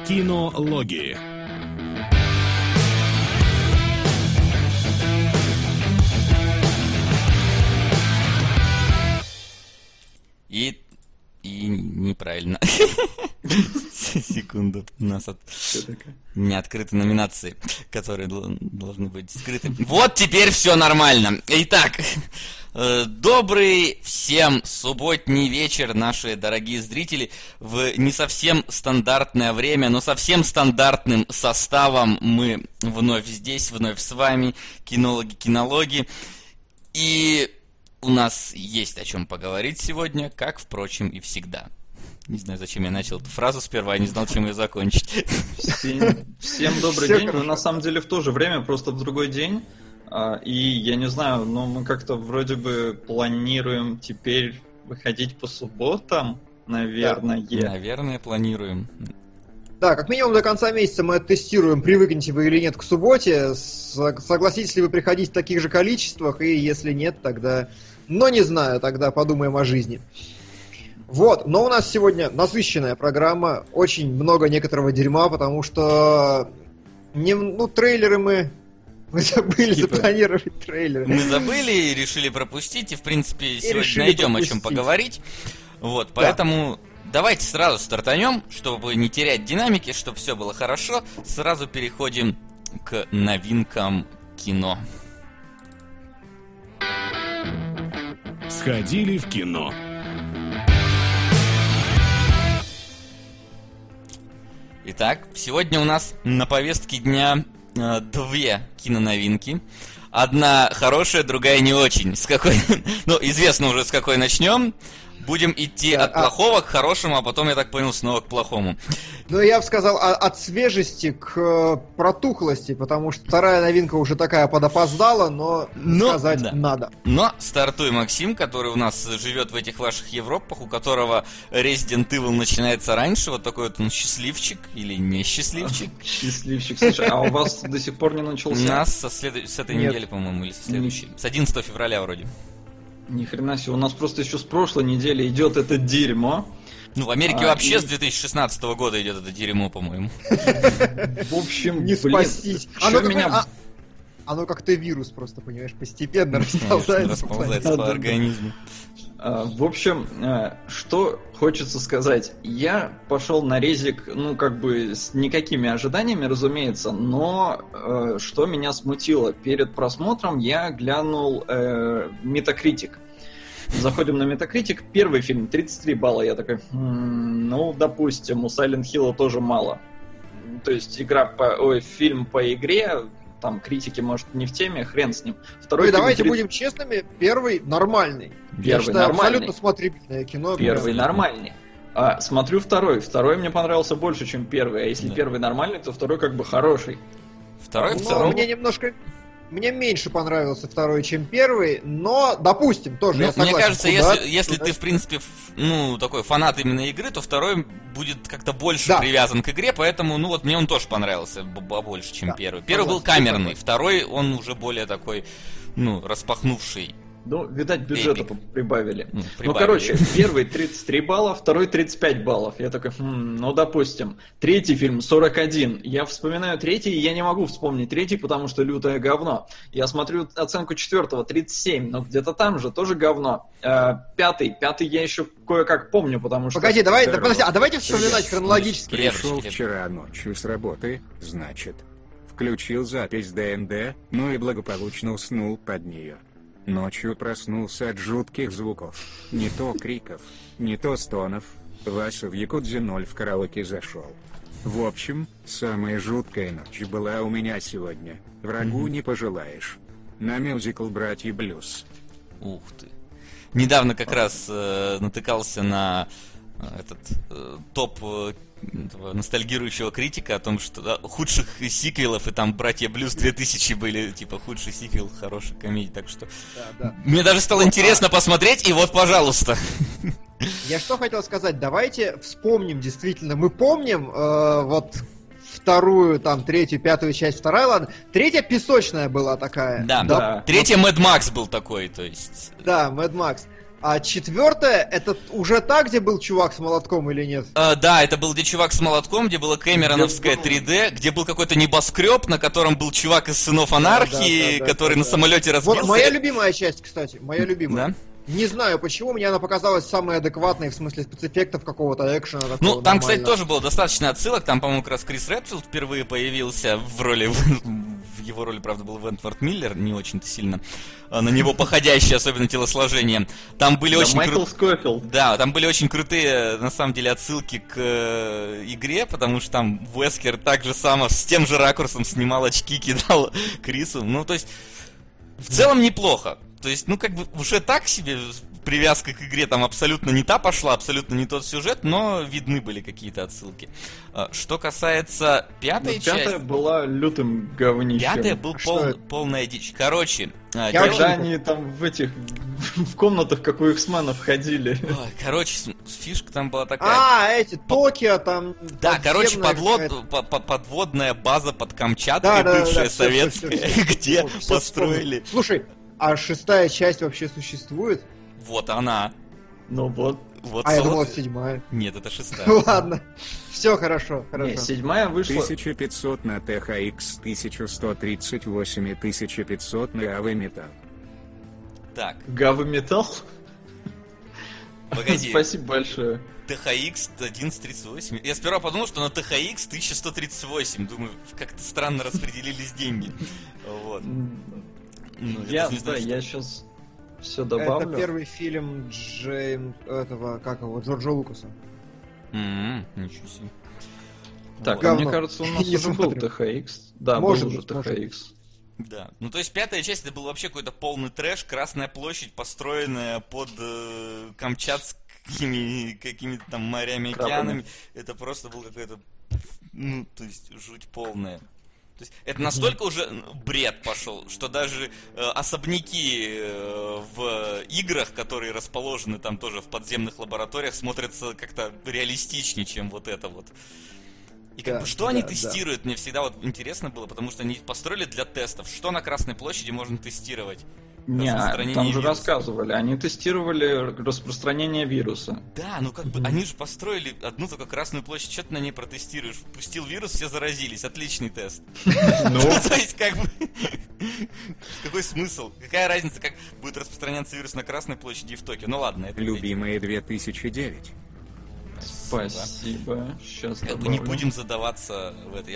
Кинологии. И неправильно. Секунду. У нас не открыты номинации, которые должны быть скрыты. Вот теперь все нормально. Итак, добрый всем субботний вечер, наши дорогие зрители. В не совсем стандартное время, но совсем стандартным составом мы вновь здесь, вновь с вами, кинологи. И у нас есть о чем поговорить сегодня, как, впрочем, и всегда. Не знаю, зачем я начал эту фразу сперва, я не знал, чем ее закончить. Всем добрый день. Мы на самом деле в то же время, просто в другой день. И я не знаю, но мы как-то вроде бы планируем теперь выходить по субботам, наверное. Да, наверное, планируем. Да, как минимум до конца месяца мы оттестируем, привыкнете вы или нет к субботе, согласитесь ли вы приходить в таких же количествах, и если нет, тогда... Но не знаю, тогда подумаем о жизни. Вот, но у нас сегодня насыщенная программа, очень много некоторого дерьма, потому что трейлеры мы забыли запланировать трейлеры. Мы забыли, решили пропустить, и в принципе сегодня найдем о чем поговорить. Вот, поэтому давайте сразу стартанем, чтобы не терять динамики, чтобы все было хорошо. Сразу переходим к новинкам кино. Сходили в кино. Итак, сегодня у нас на повестке дня две киноновинки. Одна хорошая, другая не очень. С какой? Ну, известно уже, с какой начнем. Будем идти от плохого к хорошему, а потом, я так понял, снова к плохому. Ну, я бы сказал, от свежести к протухлости, потому что вторая новинка уже такая подопоздала, но сказать надо. Но стартуй, Максим, который у нас живет в этих ваших Европах, у которого Resident Evil начинается раньше, вот такой вот он счастливчик или не счастливчик. Счастливчик, слушай, а у вас до сих пор не начался? У нас с этой недели, по-моему, или со следующей. С 11 февраля вроде. Ни хрена себе, у нас просто еще с прошлой недели идет это дерьмо. Ну, в Америке вообще с 2016 года идет это дерьмо, по-моему. В общем, не спастись. Оно как-то вирус просто, понимаешь, постепенно расползается по организму. В общем, что хочется сказать. Я пошел на резик, с никакими ожиданиями, разумеется, но что меня смутило? Перед просмотром я глянул Metacritic. Заходим на Metacritic, первый фильм 33 балла, я такой, допустим, у Silent Hill тоже мало. То есть фильм по игре, там критики, может, не в теме, хрен с ним. Второй фильм, давайте будем честными, первый нормальный. Я считаю, абсолютно смотрибельное кино. Первый нормальный. Смотрю второй. Второй мне понравился больше, чем первый. А если первый нормальный, то второй как бы хороший. Второй. Мне меньше понравился второй, чем первый, но, допустим, тоже я согласен. Мне кажется, если ты, в принципе, такой фанат именно игры, то второй будет как-то больше привязан к игре, поэтому, мне он тоже понравился больше, чем первый. Первый был камерный, второй, он уже более такой, распахнувший. Видать, бюджета прибавили. Первый 33 балла, второй 35 баллов. Я такой, допустим. Третий фильм 41. Я вспоминаю третий, и я не могу вспомнить третий, потому что лютое говно. Я смотрю оценку четвертого, 37, но где-то там же тоже говно. Пятый я еще кое-как помню, потому что... Подожди, давайте вспоминать хронологически. Пришел вчера ночью с работы, значит. Включил запись ДНД, и благополучно уснул под нее. Ночью проснулся от жутких звуков. Не то криков, не то стонов. Вася в Якудзе 0 в караоке зашел. В общем, самая жуткая ночь была у меня сегодня. Врагу не пожелаешь. На мюзикл «Братья Блюз». Ух ты. Недавно как раз натыкался на этот топ ностальгирующего критика о том, что худших сиквелов, и там «Братья Блюз» 2000 были, типа, худший сиквел хорошей комедии, так что... Мне даже стало интересно посмотреть, и вот, пожалуйста. Я что хотел сказать, давайте вспомним, действительно, мы помним, вторую, третью, пятую часть, вторая, ладно, третья песочная была такая. Да. Третья Мэд Макс был такой, то есть... Да, Мэд Макс. А 4-е, это уже та, где был чувак с молотком или нет? Да, это был где чувак с молотком, где было Кэмероновское 3D, где был какой-то небоскреб, на котором был чувак из «Сынов анархии», который на самолете разбился. Вот моя любимая часть, кстати, моя любимая. Да? Не знаю почему, мне она показалась самой адекватной в смысле спецэффектов, какого-то экшена. Такого Ну, там, нормального. кстати, тоже было достаточно отсылок. Там, по-моему, как раз Крис Редфилд впервые появился в роли... В его роли, правда, был Вентворд Миллер, не очень-то сильно на него походящее, особенно телосложение. Там были очень Майкл Скофилд. Да, там были очень крутые, на самом деле, отсылки к игре, потому что там Вескер так же само, с тем же ракурсом снимал очки, кидал Крису. Ну, то есть, в целом неплохо. То есть, ну, как бы, уже так себе привязка к игре там абсолютно не та пошла, абсолютно не тот сюжет, но видны были какие-то отсылки. Что касается пятой части... Пятая была лютым говнищем. Пятая был полная дичь. Короче... Когда они там в комнатах, как у X-менов, ходили. Короче, фишка там была такая... эти Токио там... Да, короче, подводная база под Камчаткой, бывшая советская, где построили... Слушай, а 6-я часть вообще существует? Вот она. Ну вот. А я думал, 7-я. Нет, это 6-я. Ладно. Все хорошо. Нет, 7-я вышла... 1500 на THX, 1138 и 1500 на АВ Металл. Так. Гавы Металл? Погоди. Спасибо большое. THX 1138. Я сперва подумал, что на THX 1138. Думаю, как-то странно распределились деньги. Вот. Я сейчас все добавлю. Это первый фильм Джорджа Лукаса. Ничего себе. Так, мне кажется, у нас уже был THX. Да, был уже THX. Да. Ну, то есть, пятая часть, это был вообще какой-то полный трэш. Красная площадь, построенная под камчатскими какими-то там морями, океанами. Это просто был какой-то, ну, то есть, жуть полная. То есть, это настолько уже бред пошел, что даже особняки в играх, которые расположены там тоже в подземных лабораториях, смотрятся как-то реалистичнее, чем вот это вот. И как бы, что они тестируют, мне всегда вот интересно было, потому что они построили для тестов. Что на Красной площади можно тестировать? Не, там же рассказывали, они тестировали распространение вируса. Да, ну как бы, они же построили одну только Красную площадь, что ты на ней протестируешь? Пустил вирус, все заразились, отличный тест. Ну, то есть как бы, какой смысл? Какая разница, как будет распространяться вирус на Красной площади и в Токио? Ну ладно, это... Любимые 2009. Спасибо. Сейчас как бы не будем задаваться в это.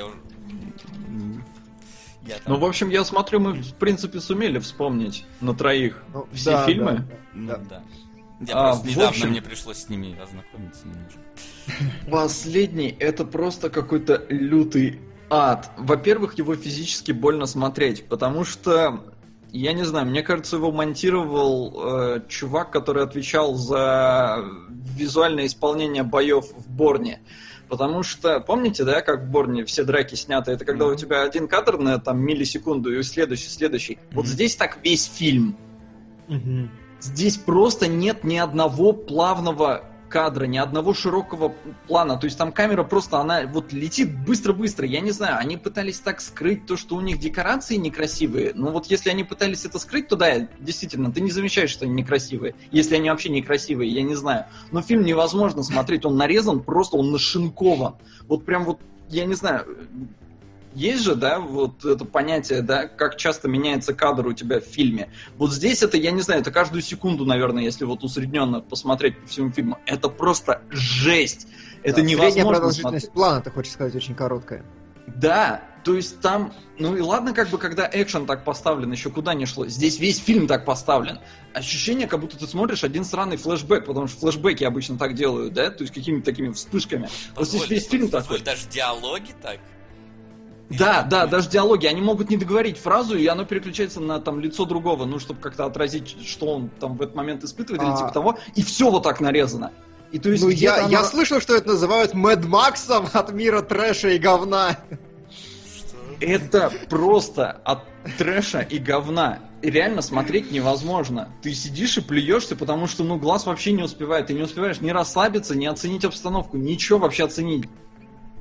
Ну, в общем, я смотрю, мы, в принципе, сумели вспомнить на троих все фильмы. Да. Я просто недавно мне пришлось с ними ознакомиться немножко. Последний — это просто какой-то лютый ад. Во-первых, его физически больно смотреть, потому что, я не знаю, мне кажется, его монтировал чувак, который отвечал за визуальное исполнение боев в Борне. Потому что, помните, да, как в Борне все драки сняты? Это когда у тебя один кадр на там миллисекунду и следующий. Вот здесь так весь фильм. Здесь просто нет ни одного плавного кадра, ни одного широкого плана. То есть там камера просто, она вот летит быстро-быстро. Я не знаю, они пытались так скрыть то, что у них декорации некрасивые. Но вот если они пытались это скрыть, то да, действительно, ты не замечаешь, что они некрасивые. Если они вообще некрасивые, я не знаю. Но фильм невозможно смотреть, он нарезан, просто он нашинкован. Вот прям вот, я не знаю... Есть же, да, вот это понятие, да, как часто меняется кадр у тебя в фильме. Вот здесь это, я не знаю, это каждую секунду, наверное, если вот усредненно посмотреть по всему фильму. Это просто жесть. Это невозможно. Средняя продолжительность плана, ты хочешь сказать, очень короткая. Да, то есть там, ну и ладно, как бы, когда экшен так поставлен, еще куда ни шло. Здесь весь фильм так поставлен. Ощущение, как будто ты смотришь один сраный флешбэк, потому что флешбеки обычно так делают, да, то есть какими-то такими вспышками. Вот здесь весь фильм такой. Даже диалоги так. Да, даже диалоги, они могут не договорить фразу, и оно переключается на там лицо другого, ну, чтобы как-то отразить, что он там в этот момент испытывает, или типа того, и все вот так нарезано. И то есть ну, я слышал, что это называют Мэд Максом от мира трэша и говна. Это просто от трэша и говна. И реально смотреть невозможно. Ты сидишь и плюешься, потому что, ну, глаз вообще не успевает. Ты не успеваешь ни расслабиться, ни оценить обстановку, ничего вообще оценить.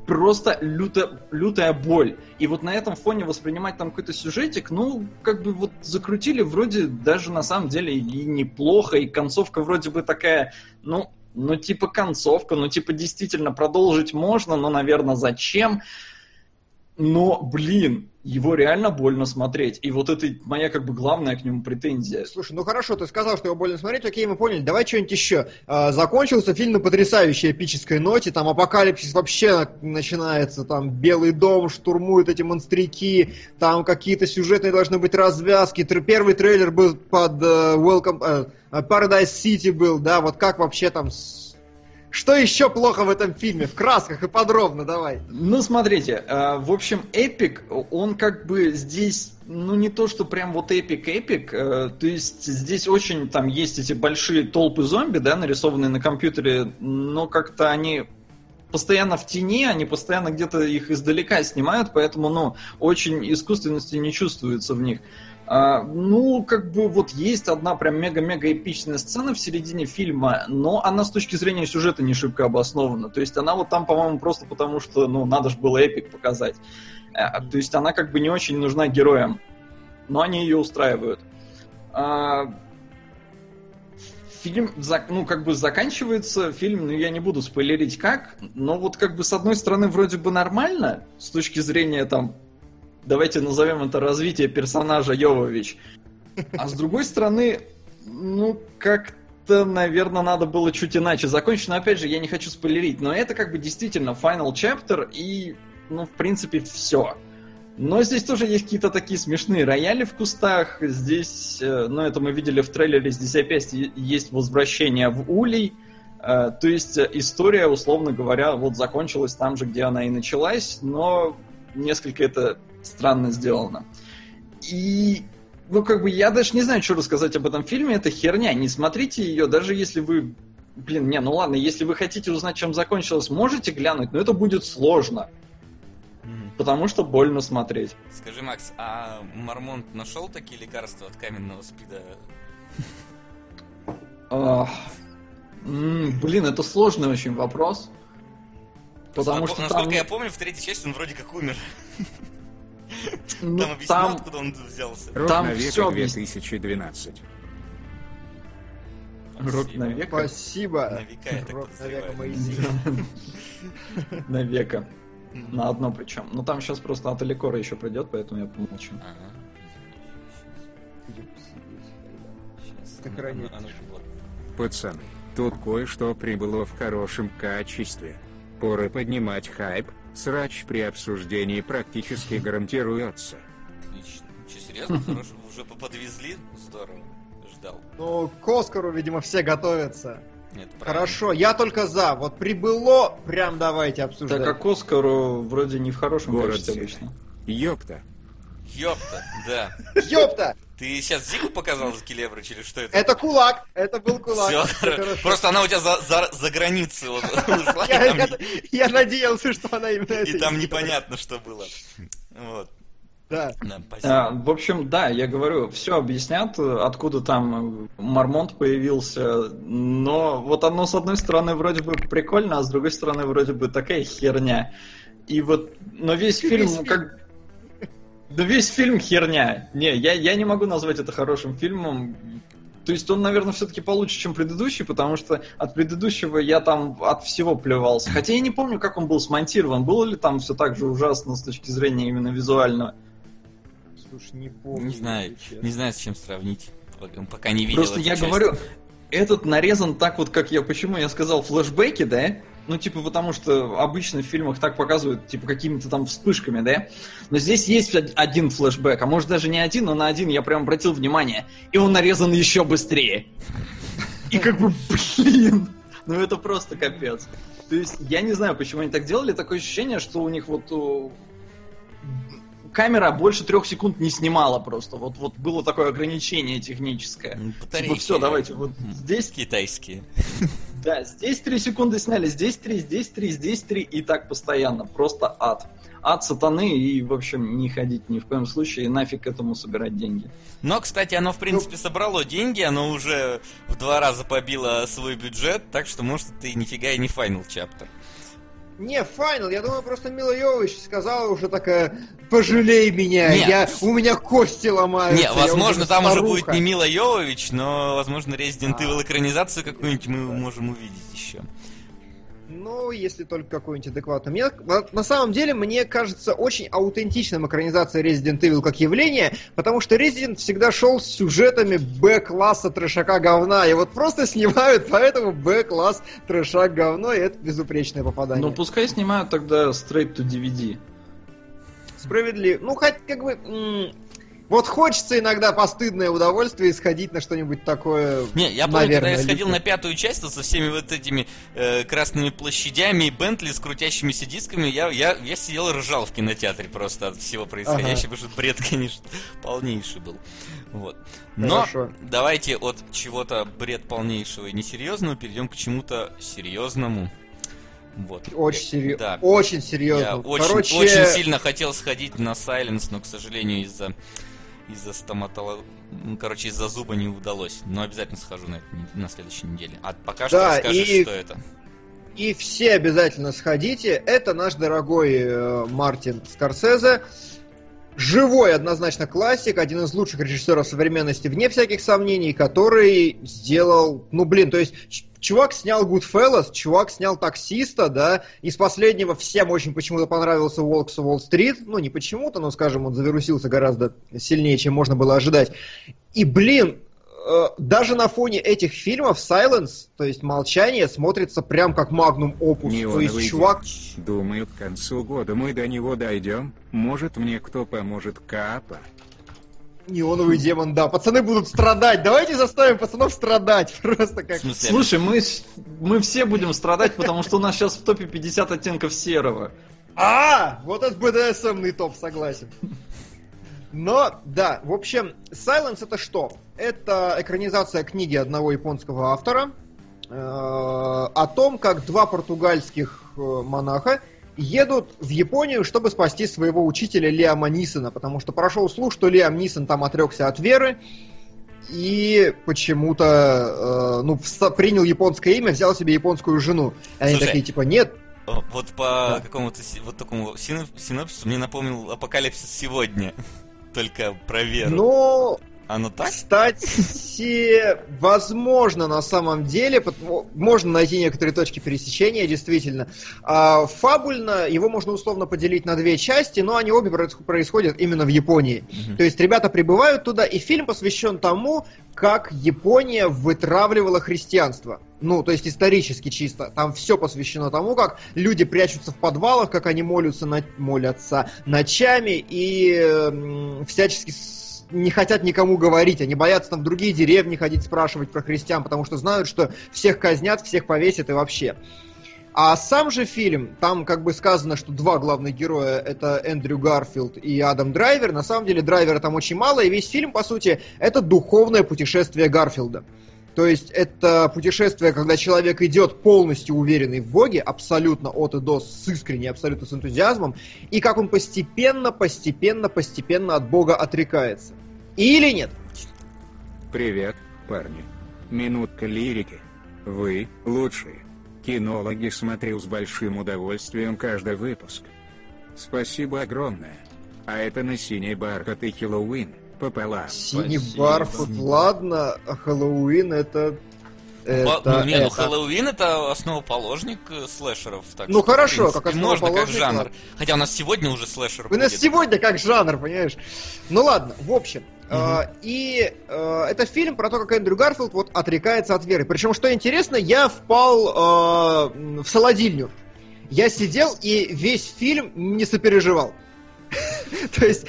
просто лютая боль. И вот на этом фоне воспринимать там какой-то сюжетик, ну, как бы вот закрутили вроде даже на самом деле и неплохо, и концовка вроде бы такая, ну типа концовка, ну, типа действительно продолжить можно, но, наверное, зачем? Но, блин, его реально больно смотреть. И вот это моя как бы главная к нему претензия. Слушай, ну хорошо, ты сказал, что его больно смотреть, окей, мы поняли. Давай что-нибудь еще. Закончился фильм на потрясающей эпической ноте, там апокалипсис вообще начинается, там Белый дом штурмуют эти монстряки, там какие-то сюжетные должны быть развязки. Первый трейлер был под Paradise City был, да, вот как вообще там... Что еще плохо в этом фильме? В красках и подробно, давай. Ну, смотрите, в общем, эпик, он как бы здесь, ну, не то, что прям вот эпик, то есть здесь очень там есть эти большие толпы зомби, да, нарисованные на компьютере, но как-то они постоянно в тени, они постоянно где-то их издалека снимают, поэтому, ну, очень искусственности не чувствуется в них. Ну, как бы вот есть одна прям мега-мега эпичная сцена в середине фильма, но она с точки зрения сюжета не шибко обоснована. То есть она вот там, по-моему, просто потому что, ну, надо же было эпик показать. То есть она как бы не очень нужна героям, но они ее устраивают. Фильм, ну, как бы заканчивается фильм, ну, я не буду спойлерить как, но вот как бы с одной стороны вроде бы нормально, с точки зрения там, давайте назовем это развитие персонажа Йовович. А с другой стороны, ну, как-то, наверное, надо было чуть иначе закончить. Но, опять же, я не хочу спойлерить. Но это как бы действительно final chapter и, ну, в принципе, все. Но здесь тоже есть какие-то такие смешные рояли в кустах. Здесь, ну, это мы видели в трейлере, здесь опять есть возвращение в Улей. То есть история, условно говоря, вот закончилась там же, где она и началась, но несколько это странно сделано. И, ну, как бы, я даже не знаю, что рассказать об этом фильме, это херня, не смотрите ее, даже если вы, ну ладно, если вы хотите узнать, чем закончилось, можете глянуть, но это будет сложно, потому что больно смотреть. Скажи, Макс, а Мармонт нашел такие лекарства от каменного спида? Блин, это сложный очень вопрос. Потому что насколько там... я помню, в третьей части он вроде как умер. Ну, там объяснил, откуда он взялся. Там Рок все навека 2012. Рок навека? Спасибо. На века, я так Рок навека, подозреваю. Моисей. Навека. На одно причем. Но там сейчас просто от Аликора еще придет, поэтому я помолчу. Ага. Так ранее. Пацаны, тут кое-что прибыло в хорошем качестве. Пора поднимать хайп, срач при обсуждении практически гарантируется. Отлично. Че, серьезно? Хорошо, уже подвезли? Здорово. Ждал. Ну, к Оскару, видимо, все готовятся. Нет, Хорошо, я только за. Вот прибыло, прям давайте обсуждать. Так как Оскару вроде не в хорошем Город качестве Зелень. обычно. Ёпта. Ёпта, да. Ёпта! Ты сейчас Зику показал за Келебрыч или что это? Это кулак, это был кулак. Всё, Всё хорошо. просто она у тебя за границей вот ушла, и там- Я надеялся, что она именно это и там сделает. непонятно, что было. Вот. Да. Да, спасибо. В общем, да, я говорю, все объяснят, откуда там Мармонт появился, но вот оно с одной стороны вроде бы прикольно, а с другой стороны вроде бы такая херня. И вот, но весь фильм как... Да весь фильм херня. Не, я не могу назвать это хорошим фильмом. То есть он, наверное, все-таки получше, чем предыдущий, потому что от предыдущего я там от всего плевался. Хотя я не помню, как он был смонтирован. Было ли там все так же ужасно с точки зрения именно визуального? Слушай, не помню. Не знаю, с чем сравнить. Пока не видел. Просто я говорю, этот нарезан так вот, как я... Почему я сказал флешбеки, да? Ну, типа, потому что обычно в фильмах так показывают, типа, какими-то там вспышками, да? Но здесь есть один флешбэк, а может даже не один, но на один я прям обратил внимание. И он нарезан еще быстрее. И как бы, блин, ну это просто капец. То есть, я не знаю, почему они так делали. Такое ощущение, что у них вот... камера больше 3 секунд не снимала просто. Вот было такое ограничение техническое. Батарейки. Типа, все, давайте, вот здесь... Китайские. Да, здесь 3 секунды сняли, здесь 3, здесь 3, здесь 3, и так постоянно. Просто ад. Ад сатаны, и, в общем, не ходить ни в коем случае, нафиг этому собирать деньги. Но, кстати, оно, в принципе, собрало деньги, оно уже в 2 раза побило свой бюджет, так что, может, ты нифига и не Final Chapter. Не, Final, я думаю, просто Мила Йовович сказала уже такая, пожалей меня, у меня кости ломаются. Не, возможно, там уже будет не Мила Йовович, но, возможно, Resident Evil экранизацию какую-нибудь мы можем увидеть еще. Ну, если только какую-нибудь адекватную. На самом деле, мне кажется очень аутентичным экранизация Resident Evil как явление, потому что Resident всегда шел с сюжетами Б-класса трешака говна, и вот просто снимают поэтому Б-класс трешак говно, и это безупречное попадание. Ну, пускай снимают тогда straight to DVD. Справедливо. Ну, хоть как бы... Вот хочется иногда постыдное удовольствие сходить на что-нибудь такое. Не, я помню, когда я сходил на 5-ю часть, то со всеми вот этими красными площадями и Бентли с крутящимися дисками, я сидел и ржал в кинотеатре просто от всего происходящего, потому что бред, конечно, полнейший был. Вот. Но давайте от чего-то бред полнейшего и несерьезного перейдем к чему-то серьезному. Вот. Очень серьезно. Да. Очень серьезно. Я очень сильно хотел сходить на Silence, но, к сожалению, из-за из-за зуба не удалось. Но обязательно схожу на следующей неделе. А пока что расскажешь, что это. И все обязательно сходите. Это наш дорогой Мартин Скорсезе. Живой, однозначно, классик, один из лучших режиссеров современности, вне всяких сомнений, который сделал, то есть чувак снял Goodfellas, чувак снял Таксиста, да, из последнего всем очень почему-то понравился Волкс of Уолл-стрит, не почему-то, но, скажем, он завирусился гораздо сильнее, чем можно было ожидать. И, даже на фоне этих фильмов Silence, то есть Молчание, смотрится прям как Magnum Opus. Неоновый то есть чувак... Думаю, к концу года мы до него дойдем. Может, мне кто поможет, Капа? Неоновый демон, да. Пацаны будут страдать. Давайте заставим пацанов страдать. Просто как... Слушай, мы все будем страдать, потому что у нас сейчас в топе 50 оттенков серого. Вот это БДСМный топ, согласен. Но, да, в общем, Silence это что? Это экранизация книги одного японского автора о том, как два португальских монаха едут в Японию, чтобы спасти своего учителя Лиама Нисона, потому что прошел слух, что Лиам Нисон там отрекся от веры и почему-то принял японское имя, взял себе японскую жену. И они такие, типа, нет. Вот по какому-то вот такому синопсису мне напомнил «Апокалипсис сегодня». Только про веру. Оно так? Кстати, возможно, на самом деле, можно найти некоторые точки пересечения, действительно. Фабульно его можно условно поделить на две части, но они обе происходят именно в Японии. То есть ребята прибывают туда, и фильм посвящен тому, как Япония вытравливала христианство. То есть исторически чисто. Там все посвящено тому, как люди прячутся в подвалах, как они молятся ночами и всячески не хотят никому говорить. Они боятся там в другие деревни ходить спрашивать про христиан, потому что знают, что всех казнят, всех повесят и вообще. А сам же фильм, там как бы сказано, что два главных героя это Эндрю Гарфилд и Адам Драйвер. На самом деле Драйвера там очень мало, и весь фильм, по сути, это духовное путешествие Гарфилда. То есть это путешествие, когда человек идет полностью уверенный в Боге, абсолютно от и до, с искренней, абсолютно с энтузиазмом, и как он постепенно от Бога отрекается. Или нет? Привет, парни. Минутка лирики. Вы лучшие. Кинологи, смотрю с большим удовольствием каждый выпуск. Спасибо огромное. А это на синий бархат и Хэллоуин. Пополам. Синий бархат, ладно, а Хэллоуин это... Хэллоуин это основоположник слэшеров. Так что, хорошо, как основоположник. Можно как жанр. Хотя у нас сегодня уже слэшер. У нас сегодня как жанр, понимаешь? Ну ладно, в общем. Это фильм про то, как Эндрю Гарфилд отрекается от веры. Причем, что интересно, я впал в солодильню. Я сидел и весь фильм не сопереживал. То есть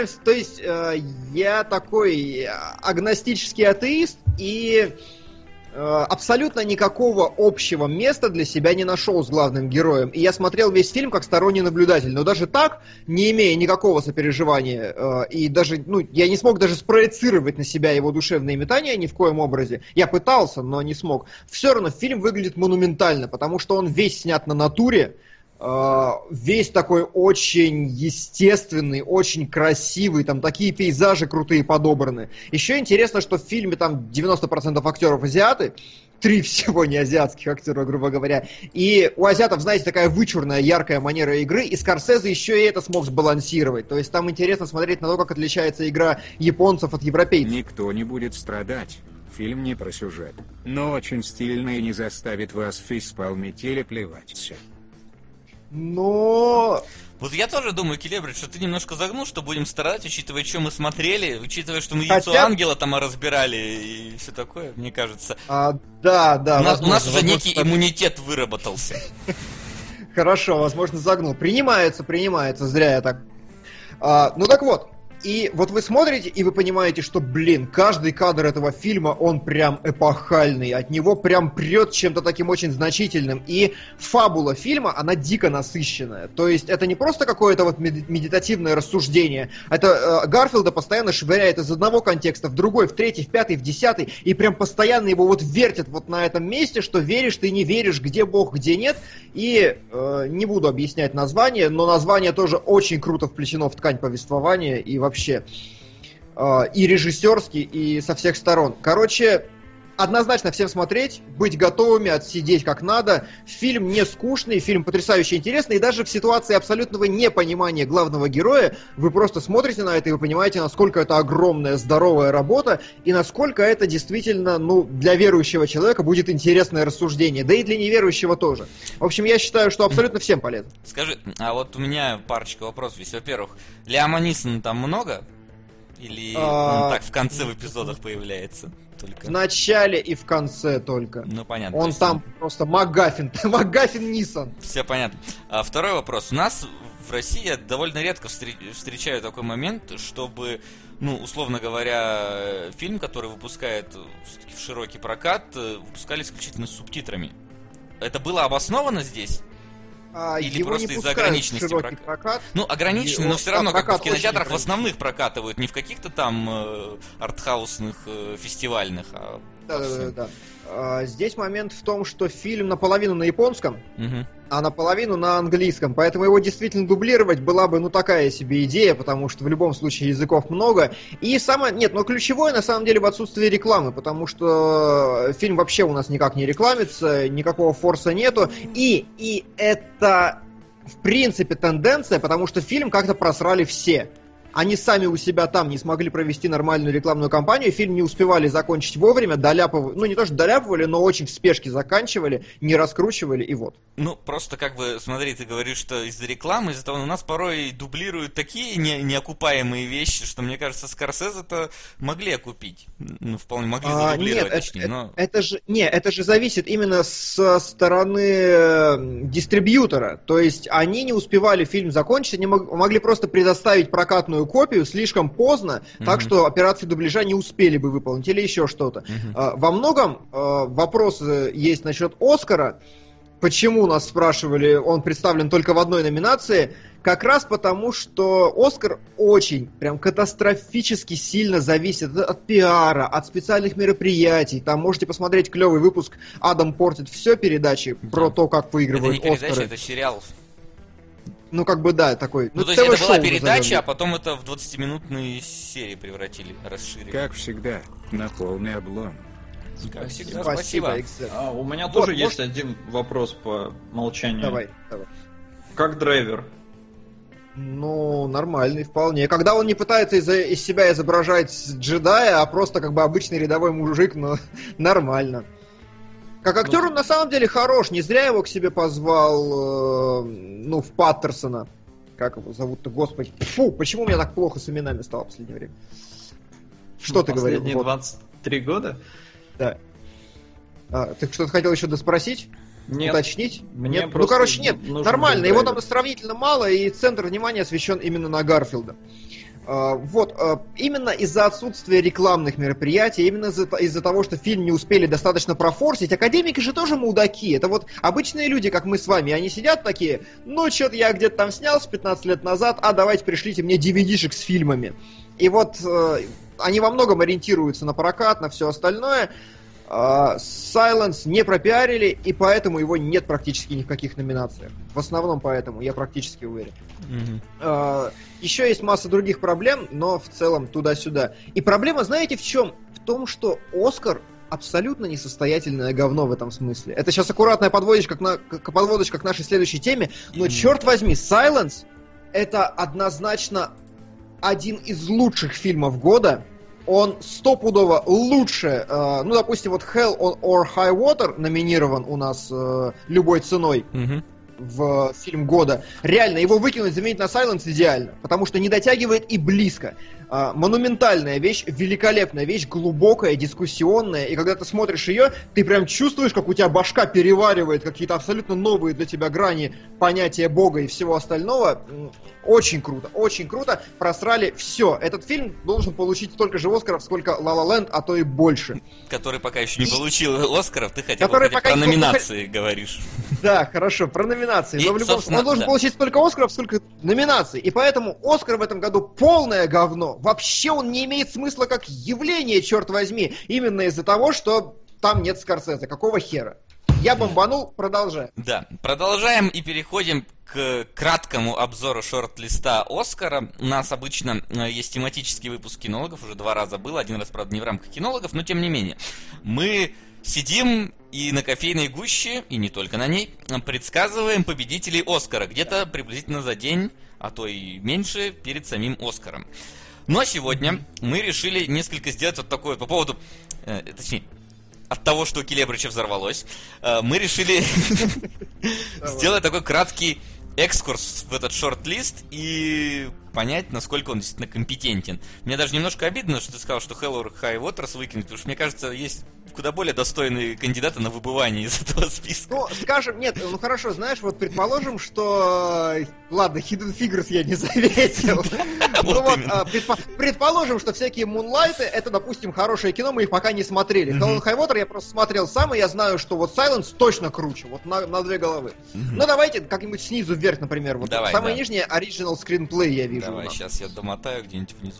я такой агностический атеист и абсолютно никакого общего места для себя не нашел с главным героем. И я смотрел весь фильм как сторонний наблюдатель. Но даже так, не имея никакого сопереживания, и даже, я не смог даже спроецировать на себя его душевные метания ни в коем образе. Я пытался, но не смог. Все равно фильм выглядит монументально, потому что он весь снят на натуре. весь такой очень естественный, очень красивый, там такие пейзажи крутые подобраны. Еще интересно, что в фильме там 90% актеров азиаты, 3 всего не азиатских актера, грубо говоря. И у азиатов, знаете, такая вычурная, яркая манера игры, и Скорсезе еще и это смог сбалансировать. То есть там интересно смотреть на то, как отличается игра японцев от европейцев. Никто не будет страдать. Фильм не про сюжет, но очень стильный и не заставит вас фейспалмить или плеваться. Но... Вот я тоже думаю, Келебрид, что ты немножко загнул, что будем страдать, учитывая, что мы смотрели, учитывая, что мы яйцо ангела там разбирали и все такое, мне кажется. Да. У нас уже некий иммунитет выработался. Хорошо, возможно, загнул. Принимается, зря я так. Ну так вот. И вот вы смотрите, и вы понимаете, что, каждый кадр этого фильма, он прям эпохальный. От него прям прет чем-то таким очень значительным. И фабула фильма, она дико насыщенная. То есть это не просто какое-то вот медитативное рассуждение. Это Гарфилда постоянно швыряет из одного контекста в другой, в третий, в пятый, в 10. И прям постоянно его вот вертят вот на этом месте, что веришь ты, не веришь, где Бог, где нет. И не буду объяснять название, но название тоже очень круто вплетено в ткань повествования. И вообще и режиссерский, и со всех сторон. Короче, однозначно всем смотреть, быть готовыми, отсидеть как надо. Фильм не скучный, фильм потрясающе интересный, и даже в ситуации абсолютного непонимания главного героя вы просто смотрите на это и вы понимаете, насколько это огромная, здоровая работа, и насколько это действительно, для верующего человека будет интересное рассуждение, да и для неверующего тоже. В общем, я считаю, что абсолютно всем полезно. Скажи, а вот у меня парочка вопросов есть. Во-первых, Лиама Нисона там много? Или он так в конце в эпизодах появляется? Только. В начале и в конце только. Ну, понятно. Он там просто МакГаффин Нисон. Все понятно. Второй вопрос. У нас в России я довольно редко встречаю такой момент, чтобы, условно говоря, фильм, который выпускает все-таки в широкий прокат, выпускали исключительно с субтитрами. Это было обосновано здесь? Или его просто из-за ограниченности прокат? ограниченный, но все равно как в кинотеатрах в основных прокатывают, не в каких-то там артхаусных фестивальных. Да. Здесь момент в том, что фильм наполовину на японском, а наполовину на английском, поэтому его действительно дублировать была бы, такая себе идея, потому что в любом случае языков много. И ключевое на самом деле в отсутствии рекламы, потому что фильм вообще у нас никак не рекламится, никакого форса нету, и это в принципе тенденция, потому что фильм как-то просрали все. Они сами у себя там не смогли провести нормальную рекламную кампанию, фильм не успевали закончить вовремя, доляпывали, не то что доляпывали, но очень в спешке заканчивали, не раскручивали, и вот. Просто смотри, ты говоришь, что из-за рекламы, из-за того, у нас порой дублируют такие неокупаемые вещи, что, мне кажется, Скорсезе-то могли окупить. Вполне могли задублировать, точнее, но... Это же зависит именно со стороны дистрибьютора. То есть они не успевали фильм закончить, они могли просто предоставить прокатную копию слишком поздно, так что операции дубляжа не успели бы выполнить или еще что-то. Во многом вопросы есть насчет Оскара. Почему, нас спрашивали, он представлен только в одной номинации? Как раз потому, что Оскар очень, прям катастрофически сильно зависит от пиара, от специальных мероприятий. Там можете посмотреть клевый выпуск «Адам портит все» передачи про то, как выигрывают Оскары. Это не передача, это сериал. Такой. То есть это была передача, а потом это в 20-минутные серии превратили, расширили. Как всегда, на полный облом. Как всегда, спасибо. У меня тоже есть один вопрос по молчанию. Давай. Как драйвер? Нормальный вполне. Когда он не пытается из себя изображать джедая, а просто обычный рядовой мужик, нормально. Как актер он на самом деле хорош, не зря его к себе позвал, в Паттерсона. Как его зовут-то, господи. Фу, почему у меня так плохо с именами стало в последнее время? Что ты говорил? Последние 23 года? Да. Ты что-то хотел еще доспросить? Нет. Уточнить? Нет. Нет, нормально. Его там сравнительно мало, и центр внимания освещен именно на Гарфилда. Именно из-за отсутствия рекламных мероприятий, именно из-за того, что фильм не успели достаточно профорсить, академики же тоже мудаки. Это обычные люди, как мы с вами, они сидят такие, что-то я где-то там снялся 15 лет назад, давайте пришлите мне DVD-шек с фильмами. И они во многом ориентируются на прокат, на все остальное. Silence не пропиарили, и поэтому его нет практически ни в каких номинациях. В основном поэтому, я практически уверен. Еще есть масса других проблем, но в целом туда-сюда. И проблема, знаете, в чем? В том, что Оскар абсолютно несостоятельное говно в этом смысле. Это сейчас аккуратная подводочка к нашей следующей теме, но черт возьми, Silence это однозначно один из лучших фильмов года. Он стопудово лучше, ну, допустим, вот Hell or High Water номинирован у нас любой ценой в фильм года. Реально, его выкинуть, заменить на Silence идеально, потому что не дотягивает и близко. Монументальная вещь, великолепная вещь, глубокая, дискуссионная, и когда ты смотришь ее, ты прям чувствуешь, как у тебя башка переваривает какие-то абсолютно новые для тебя грани понятия Бога и всего остального. Очень круто, просрали все. Этот фильм должен получить столько же Оскаров, сколько La La Land, а то и больше. Который пока еще не получил Оскаров, ты хотя бы про номинации говоришь. Да, хорошо, про номинации. Но в любом случае, он должен получить столько Оскаров, сколько номинаций. И поэтому Оскар в этом году полное говно. Вообще он не имеет смысла как явление, черт возьми. Именно из-за того, что там нет Скорсезе. Какого хера? Я бомбанул, продолжаем. Да, продолжаем и переходим к краткому обзору шорт-листа Оскара. У нас обычно есть тематический выпуск кинологов, уже 2 раза было, 1 раз, правда, не в рамках кинологов, но тем не менее. Мы сидим и на кофейной гуще, и не только на ней, предсказываем победителей Оскара, где-то приблизительно за день, а то и меньше, перед самим Оскаром. Но сегодня мы решили несколько сделать вот такое по поводу, точнее, от того, что у Келебрича взорвалось, мы решили сделать такой краткий экскурс в этот шорт-лист и понять, насколько он действительно компетентен. Мне даже немножко обидно, что ты сказал, что Hell or High Waters выкинуть, потому что, мне кажется, есть куда более достойные кандидаты на выбывание из этого списка. Ну, скажем, нет, ну хорошо, знаешь, вот предположим, что... Ладно, Hidden Figures я не заметил. Ну вот, предположим, что всякие Мунлайты, это, допустим, хорошее кино, мы их пока не смотрели. Hell or High Water я просто смотрел сам, и я знаю, что вот Silence точно круче, вот на 2 головы. Ну давайте как-нибудь снизу вверх, например. Вот самое нижнее Original Screenplay я вижу. Давай, сейчас я домотаю где-нибудь внизу.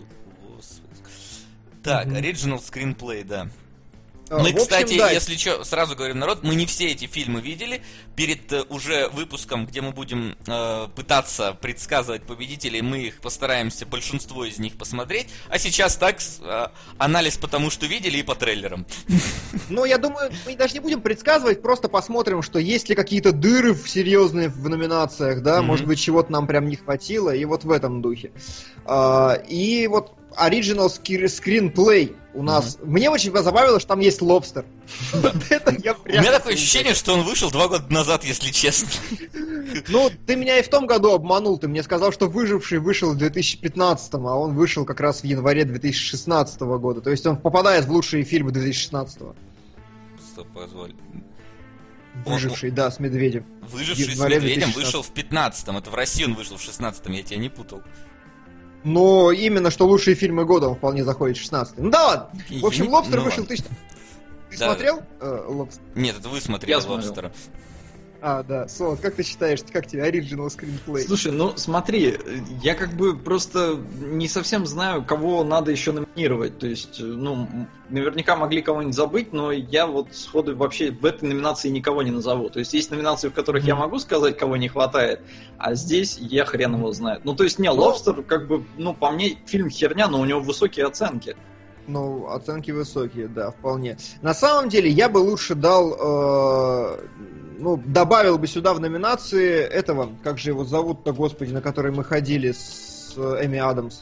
Так, Original Screenplay, да. Мы, кстати, если что, сразу говорим, народ, мы не все эти фильмы видели. Перед уже выпуском, где мы будем пытаться предсказывать победителей, мы их постараемся, большинство из них посмотреть. А сейчас так, анализ по тому, что видели, и по трейлерам. Ну, я думаю, мы даже не будем предсказывать, просто посмотрим, что есть ли какие-то дыры серьезные в номинациях, да, может быть, чего-то нам прям не хватило, и вот в этом духе. И вот Original Screenplay у нас. Мне очень позабавило, что там есть Лобстер. У меня такое ощущение, что он вышел 2 года назад, если честно. Ну, ты меня и в том году обманул. Ты мне сказал, что «Выживший» вышел в 2015-м, а он вышел как раз в январе 2016 года. То есть он попадает в лучшие фильмы 2016-го. Стоп, позволь. «Выживший», да, с медведем. «Выживший» с медведем вышел в 15-м. Это в России он вышел в 16-м, я тебя не путал. Но именно что лучшие фильмы года он вполне заходит в 16-й. Ну да ладно. В общем, «Лобстер» вышел... Ты смотрел «Лобстер»? Нет, это вы смотрели «Лобстера». А, да. Солод, как ты считаешь, как тебе Original Screenplay? Слушай, ну смотри, я как бы просто не совсем знаю, кого надо еще номинировать. То есть, ну, наверняка могли кого-нибудь забыть, но я вот сходу вообще в этой номинации никого не назову. То есть есть номинации, в которых я могу сказать, кого не хватает, а здесь я хрен его знает. Ну, то есть, не, «Лобстер», как бы, ну, по мне, фильм херня, но у него высокие оценки. Ну, оценки высокие, да, вполне. На самом деле, я бы лучше дал... добавил бы сюда в номинации этого, как же его зовут-то, господи, на который мы ходили с Эми Адамс.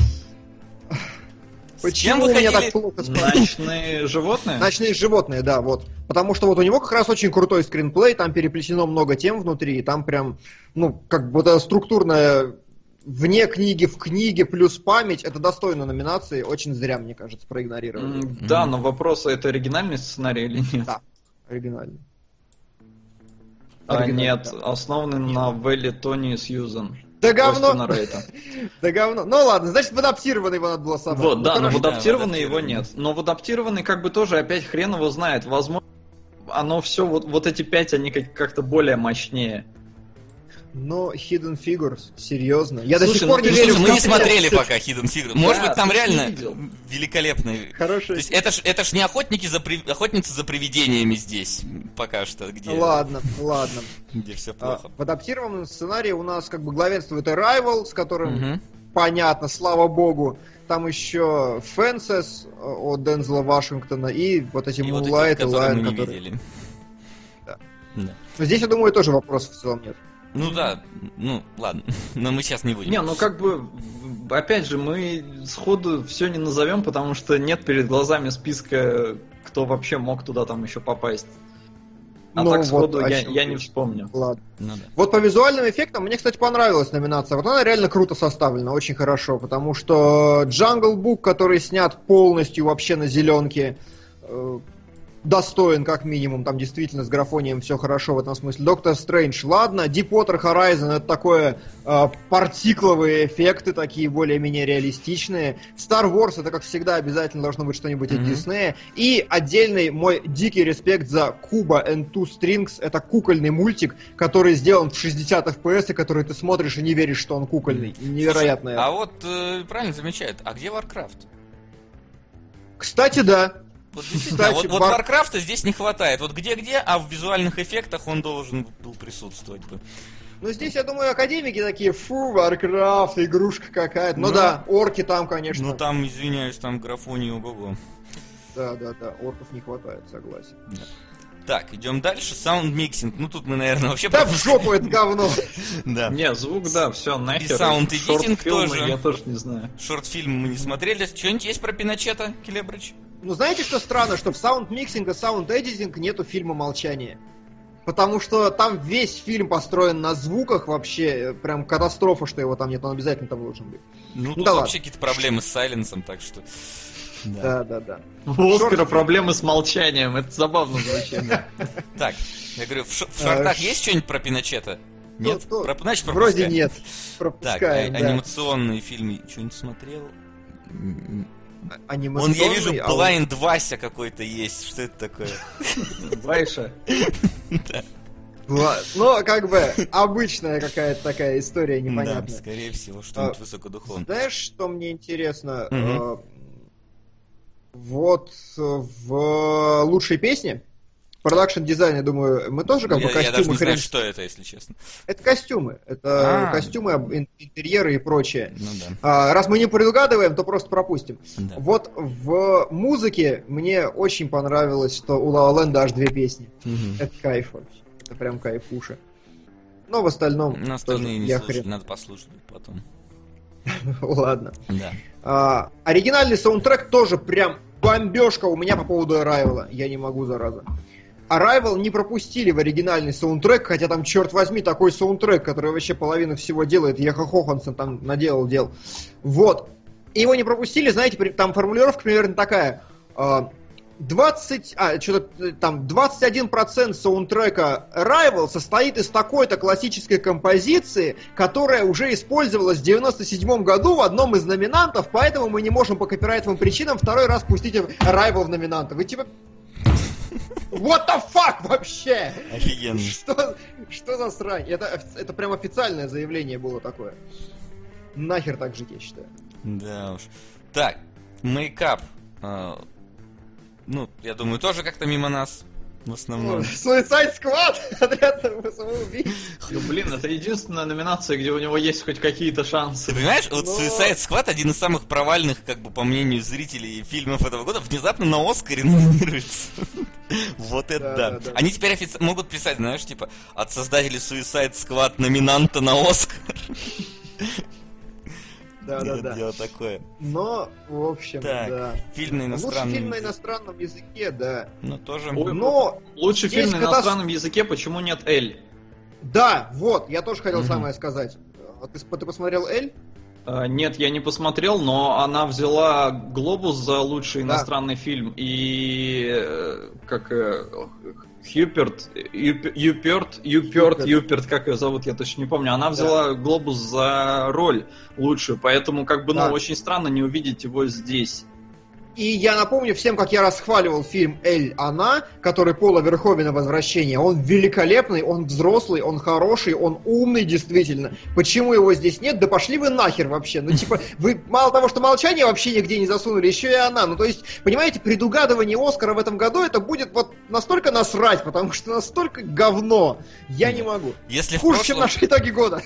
Почему у меня так плохо спрашивают? «Ночные животные»? «Ночные животные», да, вот. Потому что вот у него как раз очень крутой скринплей, там переплетено много тем внутри, и там прям, ну, как бы это структурная... Вне книги, в книге, плюс память, это достойно номинации, очень зря, мне кажется, проигнорировали. Да, но вопрос, это оригинальный сценарий или нет? Да, оригинальный. Нет, основанный на новелле Тони Сьюзен. Да говно! Да говно. Ну ладно, значит, в адаптированный его надо было собрать. Вот, да, но в адаптированный его нет. Но в адаптированный как бы тоже опять хрен его знает. Возможно, оно все, вот эти 5, они как-то более мощнее. Но Hidden Figures, серьезно. Я Слушай, до сих пор не ты верю. что, Мы не смотрели пока Hidden Figures. Может быть, там ты реально видел. великолепный. Хороший. То есть это ж не охотницы за привидениями здесь пока что, где Ладно. все плохо. В адаптированном сценарии у нас как бы главенствует Arrival, с которым Мгм. понятно, слава богу. Там еще Fences от Дензела Вашингтона и вот эти И вот эти, Moonlight и которые мы Lion, не которые... видели. Да. Да. Но здесь, я думаю, тоже вопросов в целом нет. Ну да, ну ладно, но мы сейчас не будем. Не, ну как бы, опять же, мы сходу все не назовем, потому что нет перед глазами списка, кто вообще мог туда там еще попасть. А Ну так вот сходу о я чем не ты. вспомню. Ладно. Ну да. Вот по визуальным эффектам мне, кстати, понравилась номинация. Вот она реально круто составлена, очень хорошо, потому что Jungle Book, который снят полностью вообще на зеленке, достоин как минимум, там действительно с графонием все хорошо в этом смысле. Доктор Стрэндж, ладно, Deepwater Horizon это такое партикловые эффекты, такие более-менее реалистичные. Star Wars это, как всегда, обязательно должно быть что-нибудь от Диснея. И отдельный мой дикий респект за Kuba and Two Strings, это кукольный мультик, который сделан в 60 FPS, и который ты смотришь и не веришь, что он кукольный. Невероятно. Слушай, а вот правильно замечают, а где Warcraft? Кстати, да. Вот действительно, Кстати, вот Warcraft'а здесь не хватает. Вот где-где, а в визуальных эффектах он должен был присутствовать бы. Ну, здесь, я думаю, академики такие, фу, Warcraft, игрушка какая-то. Ну да, орки там, конечно. Ну там, извиняюсь, там графоний ого-го. Да, орков не хватает, согласен. Да. Так, идем дальше. Саунд-миксинг. Ну тут мы, наверное, вообще... Да в жопу это говно! Да. Не, звук, да, все, нахер. И саунд-эдитинг Шорт-фильмы тоже. Я тоже не знаю. Шорт-фильм мы не смотрели. Что-нибудь есть про Пиночета, Келебрыч? Ну, знаете, что странно? Что в саунд-миксинг и саунд-эдитинг нету фильма «Молчание». Потому что там весь фильм построен на звуках вообще. Прям катастрофа, что его там нет. Он обязательно там должен быть. Ну, тут да вообще ладно. какие-то проблемы с сайленсом, так что... Да. У Оскара проблемы с молчанием, это забавно звучит. Так, я говорю, в шортах есть что-нибудь про Пиночета? Нет? Значит, пропускаем. Вроде нет. Так, Пропускаем, да. анимационные фильмы. Что-нибудь смотрел? Он, Анимационный, я вижу, Blind Вася какой-то есть. Что это такое? Вайша. Ну, как бы, обычная какая-то такая история Да, непонятная. скорее всего, что-нибудь высокодуховное. Знаешь, что мне интересно? Мгм. Вот в лучшей песне продакшн-дизайн, я думаю, мы тоже как бы Я даже костюмы не знаю, хрен... что это, если честно. Это костюмы. Это А. костюмы, интерьеры и прочее. Ну да. Раз мы не предугадываем, то просто пропустим. Да. Вот в музыке мне очень понравилось, что у La La Land аж 2 песни. Мгм. Это кайф вообще. Это прям кайфуша. Но в остальном На остальные тоже не я слушали, хрен. надо послушать потом. Ладно. Да. Оригинальный саундтрек тоже прям бомбежка у меня по поводу Arrival. Я не могу, зараза. Arrival не пропустили в оригинальный саундтрек, хотя там, черт возьми, такой саундтрек, который вообще половину всего делает. Еха Хохансон там наделал дел. Вот. И его не пропустили, знаете, там формулировка примерно такая. 21% саундтрека Arrival состоит из такой-то классической композиции, которая уже использовалась в 97 году в одном из номинантов, поэтому мы не можем по копирайтовым причинам второй раз пустить Arrival в номинанты. Вы типа... What the fuck вообще? Офигенно. Что за срань? Это прям официальное заявление было такое. Нахер так жить, я считаю. Да уж. Так, мейкап. Ну, я думаю, тоже как-то мимо нас. В основном. Suicide Squad! Отряд самоубийц. Ну, блин, это единственная номинация, где у него есть хоть какие-то шансы. Ты понимаешь, вот Но- Suicide Squad один из самых провальных, как бы, по мнению зрителей фильмов этого года, внезапно на Оскаре номинируется. Вот это да. Да. Они теперь могут писать, знаешь, типа, от создателей Suicide Squad номинанта на Оскар. Да. Дело такое. Но, в общем, Так, да. фильм на Лучший иностранном фильм на языке. иностранном языке, да. Ну, тоже. Ой, Но, Лучший Здесь фильм на иностранном языке, почему нет Эль? да, вот, я тоже хотел Мгм. самое сказать. Ты посмотрел «Эль»? Нет, я не посмотрел, но она взяла Глобус за лучший Да. иностранный фильм и Юперт, как ее зовут, я точно не помню. Она взяла Глобус за роль лучшую, поэтому как бы, Да. очень странно не увидеть его здесь. И я напомню всем, как я расхваливал фильм «Эль, она», который Пола Верховена «Возвращение». Он великолепный, он взрослый, он хороший, он умный действительно. Почему его здесь нет? Да пошли вы нахер вообще. Ну типа, вы мало того, что «Молчание» вообще нигде не засунули, еще и «Она». Ну то есть, понимаете, предугадывание Оскара в этом году это будет вот настолько насрать, потому что настолько говно. Я не могу. Если хуже, чем наши итоги года.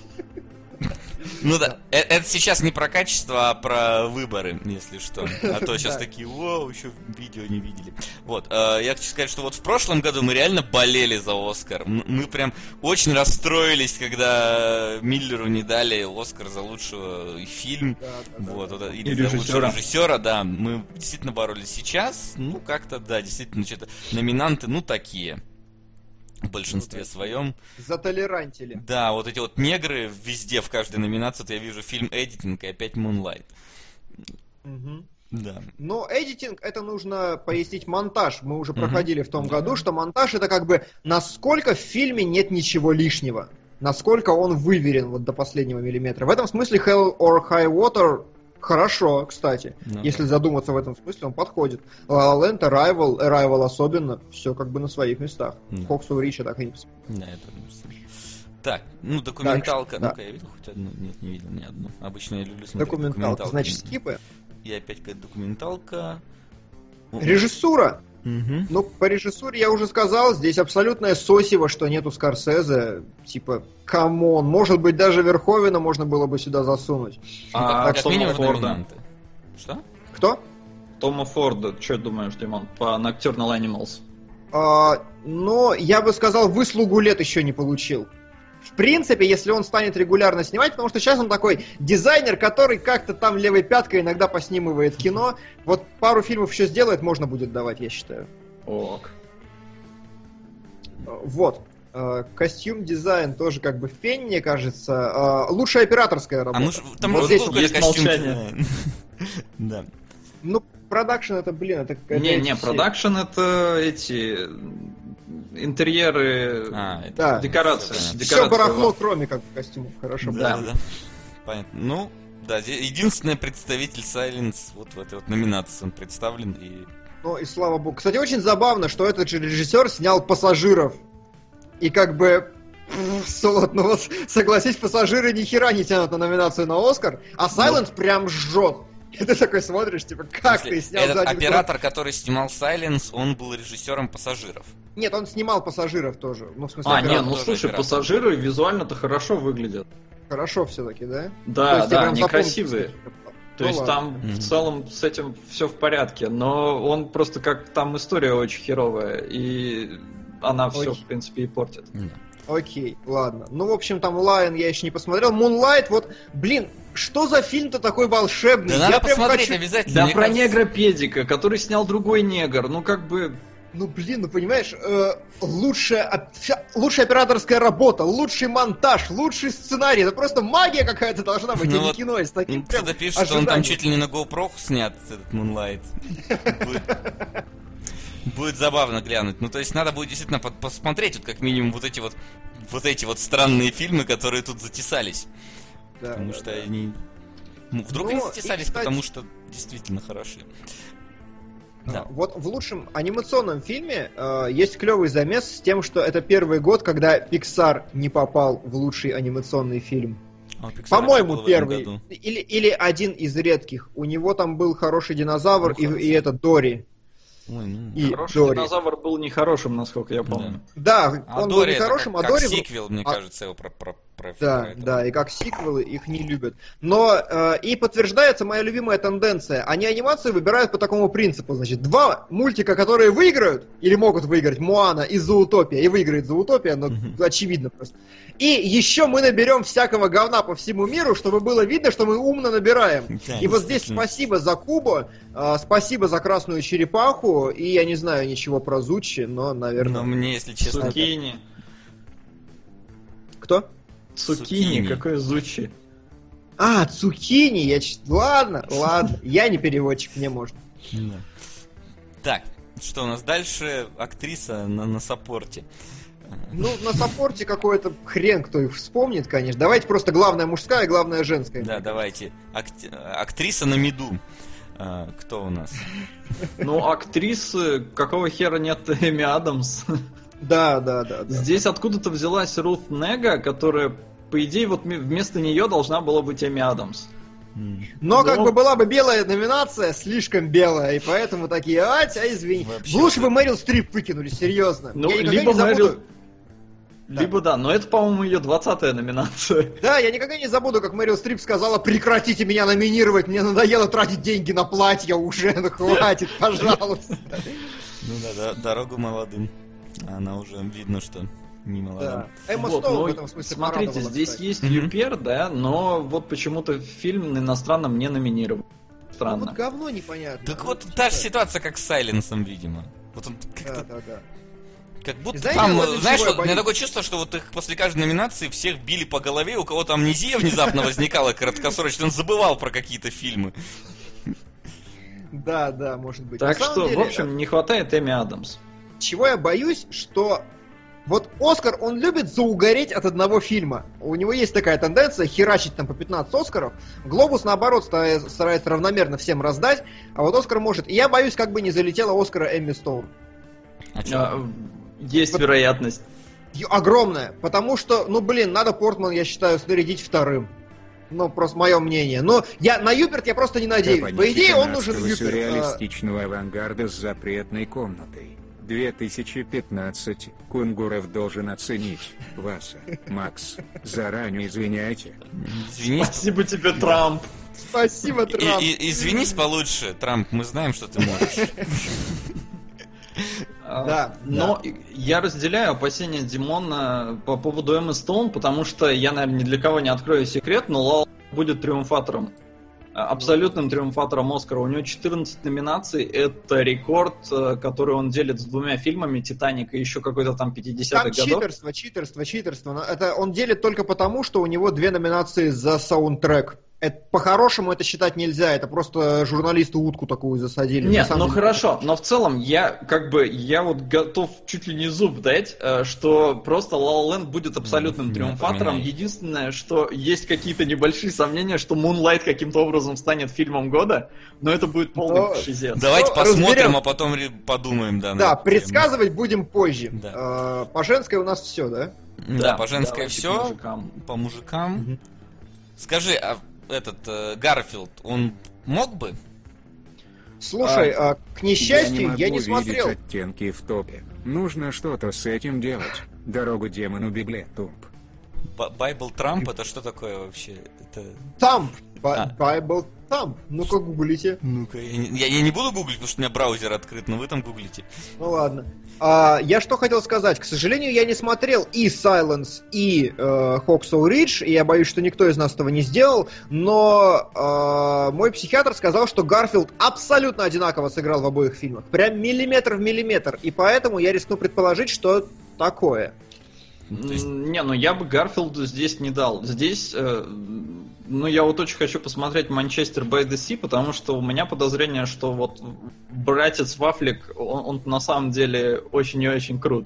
Ну да, это сейчас не про качество, а про выборы, если что. А то сейчас такие, вау, еще видео не видели. Вот, я хочу сказать, что вот в прошлом году мы реально болели за Оскар. Мы прям очень расстроились, когда Миллеру не дали Оскар за лучший фильм. Или за лучшего режиссера, да. Мы действительно боролись. Сейчас, ну как-то, да, действительно, что-то номинанты, ну такие. В большинстве своем. Затолерантили. Да, вот эти вот негры везде, в каждой номинации, вот я вижу фильм «Эдитинг» и опять «Мунлайт». Угу. Да. Но эдитинг, это нужно пояснить монтаж. Мы уже проходили в том году, что монтаж это как бы насколько в фильме нет ничего лишнего. Насколько он выверен вот до последнего миллиметра. В этом смысле Hell or High Water хорошо, кстати. Если задуматься в этом смысле, он подходит. La La Land, Arrival особенно, все как бы на своих местах. Хоксу Рича так и не посмотрел. Да, это так, ну документалка. Так, ну-ка, я видел хоть одну? Нет, не видел ни одну. Обычно я люблю смотреть документалки. Значит, скипы. И опять какая-то документалка. Режиссура. Ну, по режиссуре я уже сказал, здесь абсолютное сосиво, что нету Скорсезе. Типа, камон, может быть, даже Верховена можно было бы сюда засунуть. Как минимум номинанты. Что? Кто? Тома Форда. Что думаешь, Димон, по Nocturnal Animals? Но я бы сказал, выслугу лет еще не получил. В принципе, если он станет регулярно снимать, потому что сейчас он такой дизайнер, который как-то там левой пяткой иногда поснимывает кино. Вот пару фильмов еще сделает, можно будет давать, я считаю. Ок. Вот. Костюм дизайн тоже как бы фень, мне кажется. Лучшая операторская работа. Там вот здесь есть молчание. Да. Ну, продакшн это, блин, это какая-то... Не, продакшн это эти... интерьеры, декорации. Все барахло, кроме как костюмов. Хорошо. Да. Понятно. Ну, да, единственный представитель Silence вот в этой вот номинации он представлен. Ну и слава богу. Кстати, очень забавно, что этот же режиссер снял «Пассажиров». И как бы... Ну вот, согласись, «Пассажиры» ни хера не тянут на номинацию на Оскар, а Silence прям жжет. И ты такой смотришь, типа, как ты снял этот оператор, который снимал Silence, он был режиссером «Пассажиров». Нет, он снимал «Пассажиров» тоже. Ну, в смысле, слушай, «Пассажиры» визуально-то хорошо выглядят. Хорошо все-таки, да? Да, они красивые. То есть там в целом с этим все в порядке, но он просто как там история очень херовая, и она все, в принципе, и портит. Окей, ладно. Ну, в общем, там Lion я еще не посмотрел. Moonlight, вот, блин, что за фильм-то такой волшебный? Да, надо посмотреть обязательно. Да, про негра-педика, который снял другой негр, ну как бы... Ну, блин, ну понимаешь, лучшая операторская работа, лучший монтаж, лучший сценарий. Это просто магия какая-то должна быть, а не кино. С таким прям кто-то пишет, что он там чуть ли не на GoPro снят, этот Moonlight. Будет забавно глянуть. Ну, то есть надо будет действительно посмотреть, вот как минимум, вот эти вот странные фильмы, которые тут затесались. Да, потому что они... Вдруг они затесались, потому что действительно хороши. Да. Вот в лучшем анимационном фильме есть клевый замес с тем, что это первый год, когда Pixar не попал в лучший анимационный фильм. По-моему, первый. Или один из редких. У него там был хороший динозавр и это Дори. Хороший динозавр был нехорошим, насколько я помню. Да, он был нехорошим, а Дори... Как сиквел, мне кажется, его Да, и как сиквелы их не любят. Но и подтверждается моя любимая тенденция. Они анимацию выбирают по такому принципу. Значит, два мультика, которые выиграют, или могут выиграть, Моана и Зоотопия, и выиграет Зоотопия, но очевидно просто. И еще мы наберем всякого говна по всему миру, чтобы было видно, что мы умно набираем. Да, и вот здесь спасибо за Кубо, спасибо за Красную Черепаху, и я не знаю ничего про Зуччи, но, наверное... Но мне, если честно... Цукини. Кто? Цукини, какой Зуччи? Цукини, ладно, я не переводчик, мне можно. Так, что у нас дальше? Актриса на саппорте. Ну, на саппорте какой-то хрен, кто их вспомнит, конечно. Давайте просто главная мужская и главная женская. Да, давайте. Актриса на миду. Кто у нас? Ну, актрисы, какого хера нет Эми Адамс? Да. Здесь откуда-то взялась Рут Нега, которая, по идее, вот вместо нее должна была быть Эми Адамс. Но как бы была бы белая номинация, слишком белая, и поэтому такие, извини. Лучше бы Мэрил Стрип выкинули, серьезно. Ну, Я никогда не забуду... Либо да, но это, по-моему, ее 20-я номинация. Да, я никогда не забуду, как Мэрил Стрип сказала: прекратите меня номинировать, мне надоело тратить деньги на платье уже, ну хватит, пожалуйста. Ну да, дорогу молодым. Она уже видно, что не молодым. Да. Эмма Стоун в этом смысле смотрите, здесь есть Юпер, да, но вот почему-то фильм на иностранном не номинирован. Странно. Ну, вот говно непонятно. Так вот та же ситуация, как с Сайленсом, видимо. Вот он как-то... Да. Как будто знаете, там, вот знаешь, что, у меня такое чувство, что вот их после каждой номинации всех били по голове, у кого-то амнезия внезапно возникала краткосрочно, он забывал про какие-то фильмы. Да, может быть. Так что, в общем, не хватает Эми Адамс. Чего я боюсь, что вот Оскар, он любит заугореть от одного фильма. У него есть такая тенденция херачить там по 15 Оскаров. Глобус, наоборот, старается равномерно всем раздать, а вот Оскар может. И я боюсь, как бы не залетела Оскара Эмми Стоун. Есть вероятность. Огромная. Потому что, надо Портман, я считаю, снарядить вторым. Просто мое мнение. Но на Юперт я просто не надеюсь. По идее, он нужен Юперт. Сюрреалистичного авангарда с запретной комнатой. 2015. Кунгуров должен оценить. Васа, Макс, заранее извиняйте. Извинись. Спасибо тебе, Трамп. Спасибо, Трамп. Извинись получше, Трамп, мы знаем, что ты можешь. Да, но я разделяю опасения Димона по поводу Эммы Стоун, потому что я, наверное, ни для кого не открою секрет, но Ла будет триумфатором. Абсолютным триумфатором Оскара. У него 14 номинаций, это рекорд, который он делит с двумя фильмами, «Титаник» и еще какой-то там 50-х годов. Там читерство. Это он делит только потому, что у него 2 номинации за саундтрек. По-хорошему это считать нельзя, это просто журналисты утку такую засадили. Нет, хорошо, но в целом я вот готов чуть ли не зуб дать, что просто La La Land будет абсолютным триумфатором. Единственное, что есть какие-то небольшие сомнения, что Moonlight каким-то образом станет фильмом года, но это будет полный шизец. Давайте посмотрим, а потом подумаем. Да, предсказывать будем позже. Да. По женской у нас все, да? Да, по женской все, по мужикам. Скажи, Гарфилд, он мог бы? Слушай, к несчастью, я не смотрел. Оттенки в топе. Нужно что-то с этим делать. Дорогу демону Библету. Байбл Трамп, это что такое вообще? Тамп. Байбл Тамп. Ну-ка, гуглите. Ну-ка, я не буду гуглить, потому что у меня браузер открыт, но вы там гуглите. Ну ладно. Я что хотел сказать. К сожалению, я не смотрел и Silence, и Hacksaw Ridge, и я боюсь, что никто из нас этого не сделал, но мой психиатр сказал, что Гарфилд абсолютно одинаково сыграл в обоих фильмах. Прям миллиметр в миллиметр. И поэтому я рискну предположить, что такое. Я бы Гарфилду здесь не дал. Здесь, я вот очень хочу посмотреть Манчестер by the Sea, потому что у меня подозрение, что вот братец Вафлик, он на самом деле очень и очень крут.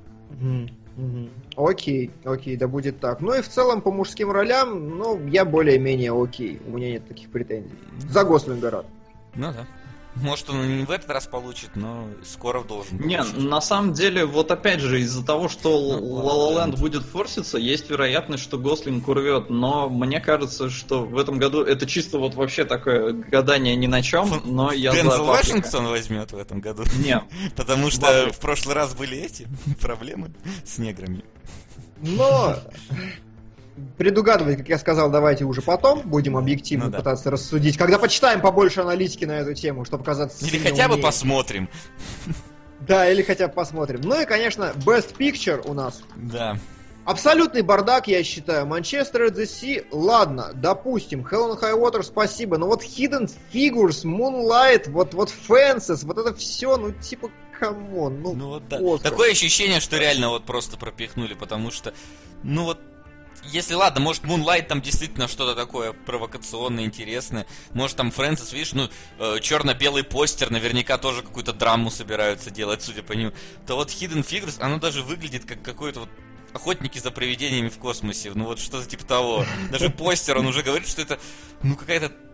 Окей, да будет так. Ну и в целом по мужским ролям, я более-менее окей. У меня нет таких претензий. За Гослинга рад. Ну да. Может, он не в этот раз получит, но скоро должен получить. Не, на самом деле, вот опять же, из-за того, что La La Land будет форситься, есть вероятность, что Гослинг урвет, но мне кажется, что в этом году это чисто вот вообще такое гадание ни на чем, но я за Дензел Вашингтон возьмет в этом году? Нет. Потому что в прошлый раз были эти проблемы с неграми. Но... Предугадывать, как я сказал, давайте уже потом будем объективно пытаться рассудить, когда почитаем побольше аналитики на эту тему, чтобы казаться или хотя бы посмотрим. Да, или хотя бы посмотрим. Ну и, конечно, Best Picture у нас. Да. Абсолютный бардак, я считаю. Manchester at the Sea, ладно, допустим. Hell and High Water, спасибо. Но вот Hidden Figures, Moonlight, вот Fences, вот это все, камон, да. Такое ощущение, что реально вот просто пропихнули, потому что, если, ладно, может, Moonlight там действительно что-то такое провокационное, интересное. Может, там Фрэнсис, видишь, черно-белый постер, наверняка тоже какую-то драму собираются делать, судя по нему. То вот Hidden Figures, оно даже выглядит как какой-то вот охотники за привидениями в космосе. Что-то типа того. Даже постер, он уже говорит, что это, какая-то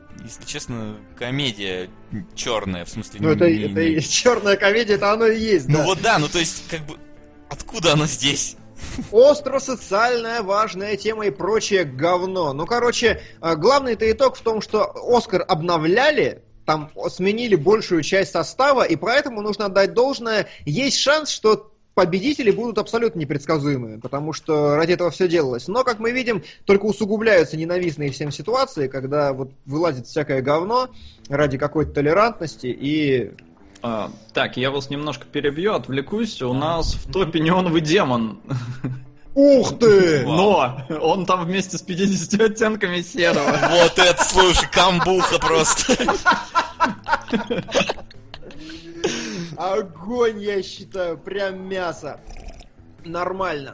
если честно, комедия черная, в смысле... Ну, это и черная комедия, это оно и есть, да. Ну вот да, ну то есть, как бы, откуда оно здесь? Остро-социальная важная тема и прочее говно. Ну, короче, главный-то итог в том, что «Оскар» обновляли, там сменили большую часть состава, и поэтому нужно отдать должное. Есть шанс, что победители будут абсолютно непредсказуемые, потому что ради этого все делалось. Но, как мы видим, только усугубляются ненавистные всем ситуации, когда вот вылазит всякое говно ради какой-то толерантности и... Так, я вас немножко перебью, отвлекусь. У нас в топе «Неоновый демон». Ух ты! Но он там вместе с 50 оттенками серого. Вот это, слушай, камбуха просто. Огонь, я считаю, прям мясо. Нормально.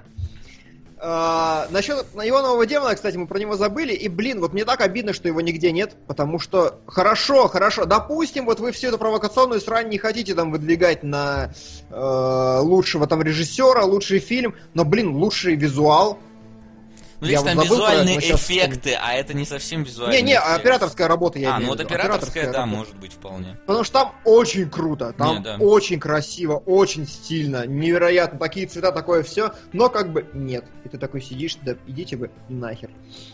Насчет его нового демона, кстати, мы про него забыли. И, блин, вот мне так обидно, что его нигде нет. Потому что хорошо. Допустим, вот вы всю эту провокационную срань не хотите там выдвигать на лучшего там режиссера, лучший фильм. Но, блин, лучший визуал. Ну, есть там визуальные эффекты, а это не совсем визуальные эффекты. Операторская работа, я имею в виду. Ну вот операторская, да, может быть, вполне. Потому что там очень круто, там очень красиво, очень стильно, невероятно, такие цвета, такое все, но как бы нет. И ты такой сидишь, да идите вы нахер.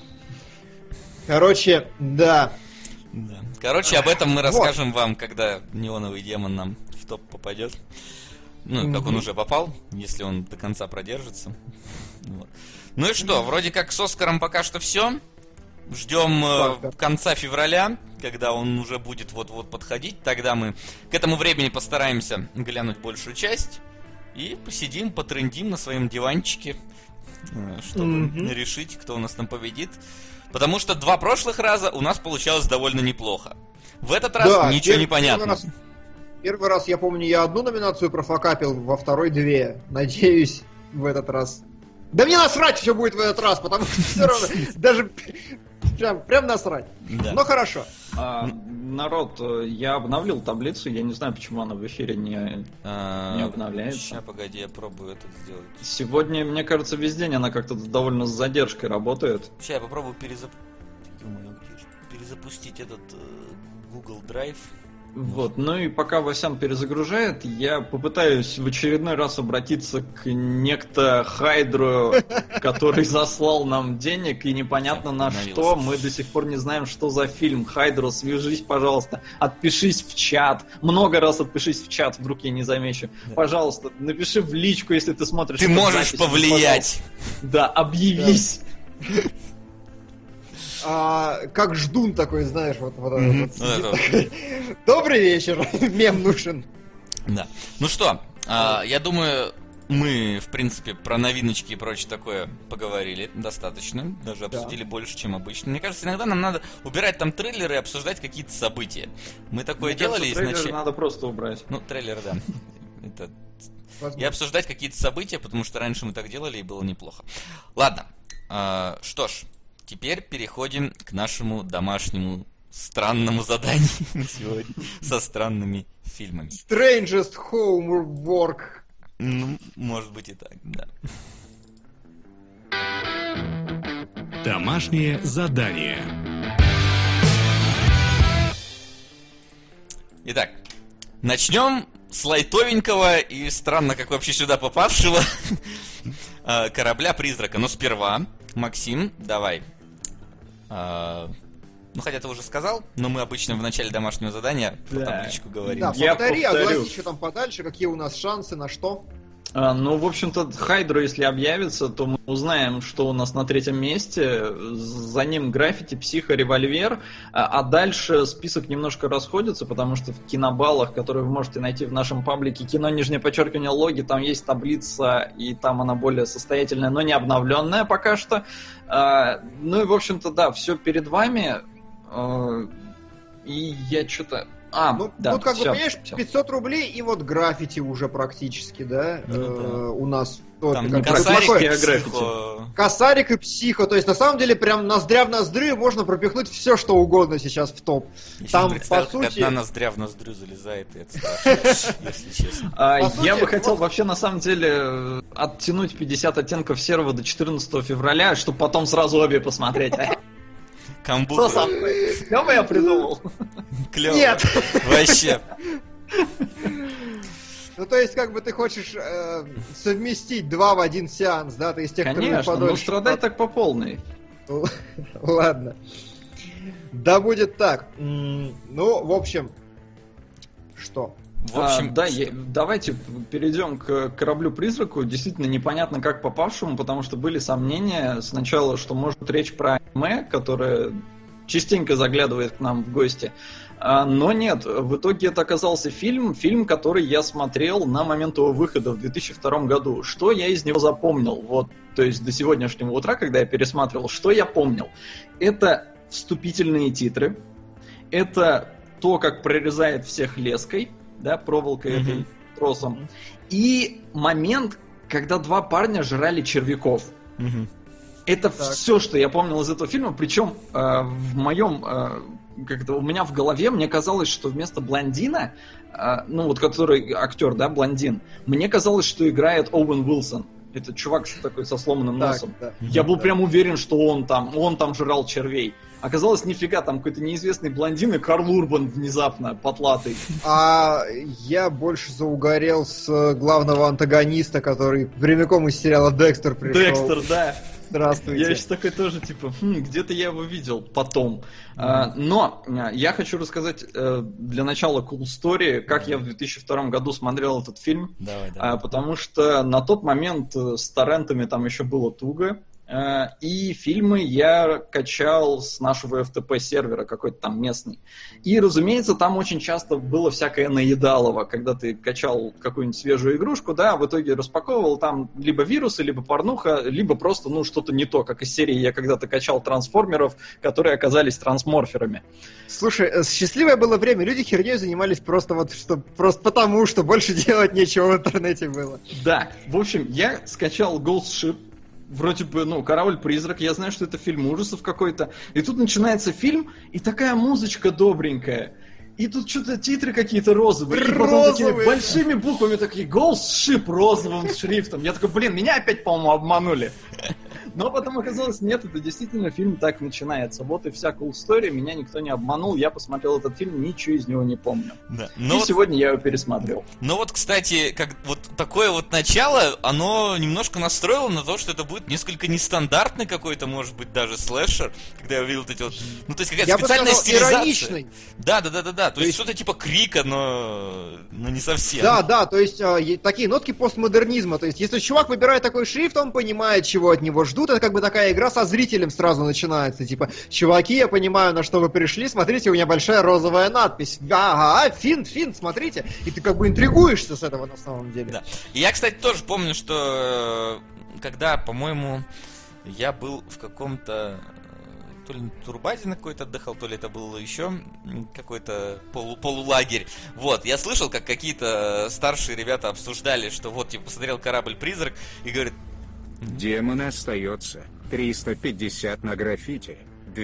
Короче, да. Короче, об этом мы расскажем вам, когда «Неоновый демон» нам в топ попадет. Ну, как он уже попал, если он до конца продержится. Вот. Ну и что, вроде как с «Оскаром» пока что все. Ждем конца февраля, когда он уже будет вот-вот подходить. Тогда мы к этому времени постараемся глянуть большую часть. И посидим, потрындим на своем диванчике, чтобы решить, кто у нас там победит. Потому что 2 прошлых раза у нас получалось довольно неплохо. В этот раз ничего не понятно. Первый раз, я помню, я 1 номинацию профокапил, во второй 2. Надеюсь, в этот раз... Да мне насрать все будет в этот раз, потому что все равно даже прям насрать. Да. Но хорошо. Народ, я обновил таблицу, я не знаю, почему она в эфире не обновляется. Сейчас, погоди, я пробую это сделать. Сегодня, мне кажется, весь день она как-то довольно с задержкой работает. Сейчас я попробую перезапустить этот Google Drive. Вот, ну и пока Васян перезагружает, я попытаюсь в очередной раз обратиться к некто Хайдру, который заслал нам денег, и непонятно на что. Мы до сих пор не знаем, что за фильм. Хайдру, свяжись, пожалуйста, отпишись в чат. Много раз отпишись в чат, вдруг я не замечу. Пожалуйста, напиши в личку, если ты смотришь. Ты можешь повлиять. Да, объявись. Как ждун такой, знаешь, вот. Добрый вечер, мем нужен. Да. Ну что, я думаю, мы, в принципе, про новиночки и прочее такое поговорили достаточно. Даже обсудили больше, чем обычно. Мне кажется, иногда нам надо убирать там трейлеры и обсуждать какие-то события. Мы такое делали изначально. Трейлер надо просто убрать. Ну, трейлер, да. И обсуждать какие-то события, потому что раньше мы так делали и было неплохо. Ладно, что ж. Теперь переходим к нашему домашнему странному заданию на сегодня со странными фильмами. Strangest Homework. Ну, может быть и так, да. Домашнее задание. Итак, начнем с лайтовенького и странно, как вообще сюда попавшего корабля-призрака. Но сперва, Максим, давай. Ну, хотя ты уже сказал, но мы обычно в начале домашнего задания про табличку говорим. Да, повтори, огласи еще там подальше, какие у нас шансы, на что. Ну, в общем-то, Хайдру, если объявится, то мы узнаем, что у нас на 3-м месте. За ним Граффити, Психо, Револьвер. А дальше список немножко расходится, потому что в кинобаллах, которые вы можете найти в нашем паблике кино_логи, там есть таблица, и там она более состоятельная, но не обновленная пока что. Ну и, в общем-то, да, все перед вами. И я что-то... Тут, как бы, понимаешь, 500 рублей, и вот Граффити уже практически, да, у нас. Там Косарик и Граффити. Косарик и Психо, то есть, на самом деле, прям ноздря в ноздрю можно пропихнуть все, что угодно сейчас в топ. Там, по сути... Одна ноздря в ноздрю залезает, и это страшно, если честно. Я бы хотел вообще, на самом деле, оттянуть 50 оттенков серого до 14 февраля, чтобы потом сразу обе посмотреть. Камбуку. Что со мной? Клёво я придумал? Клёво. Нет! Вообще. Ну, то есть, как бы ты хочешь совместить 2 в 1 сеанс, да? Ты из тех, кто любит Конечно, подольше. ну страдай так по полной. Ладно. Да будет так. Ну, в общем... Что? В общем, давайте перейдем к кораблю-призраку. Действительно непонятно, как попавшему, потому что были сомнения сначала, что может речь про аниме, которое частенько заглядывает к нам в гости. Но нет, в итоге это оказался фильм, который я смотрел на момент его выхода в 2002 году. Что я из него запомнил? Вот, то есть до сегодняшнего утра, когда я пересматривал, что я помнил? Это вступительные титры, это то, как прорезает всех леской, да, проволокой этой, тросом, и момент, когда 2 парня жрали червяков. Это все, что я помнил из этого фильма, причем в моем... Как-то у меня в голове, мне казалось, что вместо блондина, ну вот который актер, да, блондин, мне казалось, что играет Оуэн Уилсон. Это чувак такой со сломанным носом. Да. Я был прям уверен, что он там жрал червей. Оказалось, нифига, там какой-то неизвестный блондин и Карл Урбан внезапно, потлатый. А я больше заугорел с главного антагониста, который прямиком из сериала «Декстер» пришел. Декстер, да. Здравствуйте. Я еще такой тоже, типа, где-то я его видел потом. Но я хочу рассказать для начала cool story, как я в 2002 году смотрел этот фильм. Давай. Потому что на тот момент с торрентами там еще было туго. И фильмы я качал с нашего FTP-сервера, какой-то там местный. И, разумеется, там очень часто было всякое наедалово, когда ты качал какую-нибудь свежую игрушку, да, в итоге распаковывал там либо вирусы, либо порнуха, либо просто, что-то не то, как из серии я когда-то качал трансформеров, которые оказались трансморферами. Слушай, счастливое было время, люди херней занимались просто потому, что больше делать нечего в интернете было. Да, в общем, я скачал Ghost Ship, вроде бы, «Корабль-призрак», я знаю, что это фильм ужасов какой-то. И тут начинается фильм, и такая музычка добренькая. И тут что-то титры какие-то розовые. И потом такими большими буквами такие «Ghost Ship» розовым шрифтом. Я такой, меня опять, по-моему, обманули. Но потом оказалось, нет, это действительно фильм так начинается. Вот и вся cool story, меня никто не обманул, я посмотрел этот фильм, ничего из него не помню. Да. Сегодня я его пересматривал. Кстати, как вот такое вот начало, оно немножко настроило на то, что это будет несколько нестандартный какой-то, может быть, даже слэшер, когда я увидел вот эти вот... то есть какая-то специальная стилизация. Ироничный. Да. То есть что-то типа Крика, но не совсем. Да, то есть такие нотки постмодернизма. То есть если чувак выбирает такой шрифт, он понимает, чего от него ждут. Это как бы такая игра со зрителем сразу начинается. Типа, чуваки, я понимаю, на что вы пришли. Смотрите, у меня большая розовая надпись. Ага, финт, смотрите. И ты как бы интригуешься с этого на самом деле. Да. И я, кстати, тоже помню, что когда, по-моему, я был в каком-то... То ли турбазе на какой-то отдыхал, то ли это был еще какой-то полулагерь. Вот, я слышал, как какие-то старшие ребята обсуждали, что вот, типа, посмотрел «Корабль-призрак» и говорит... Демон остается. 350 на граффити,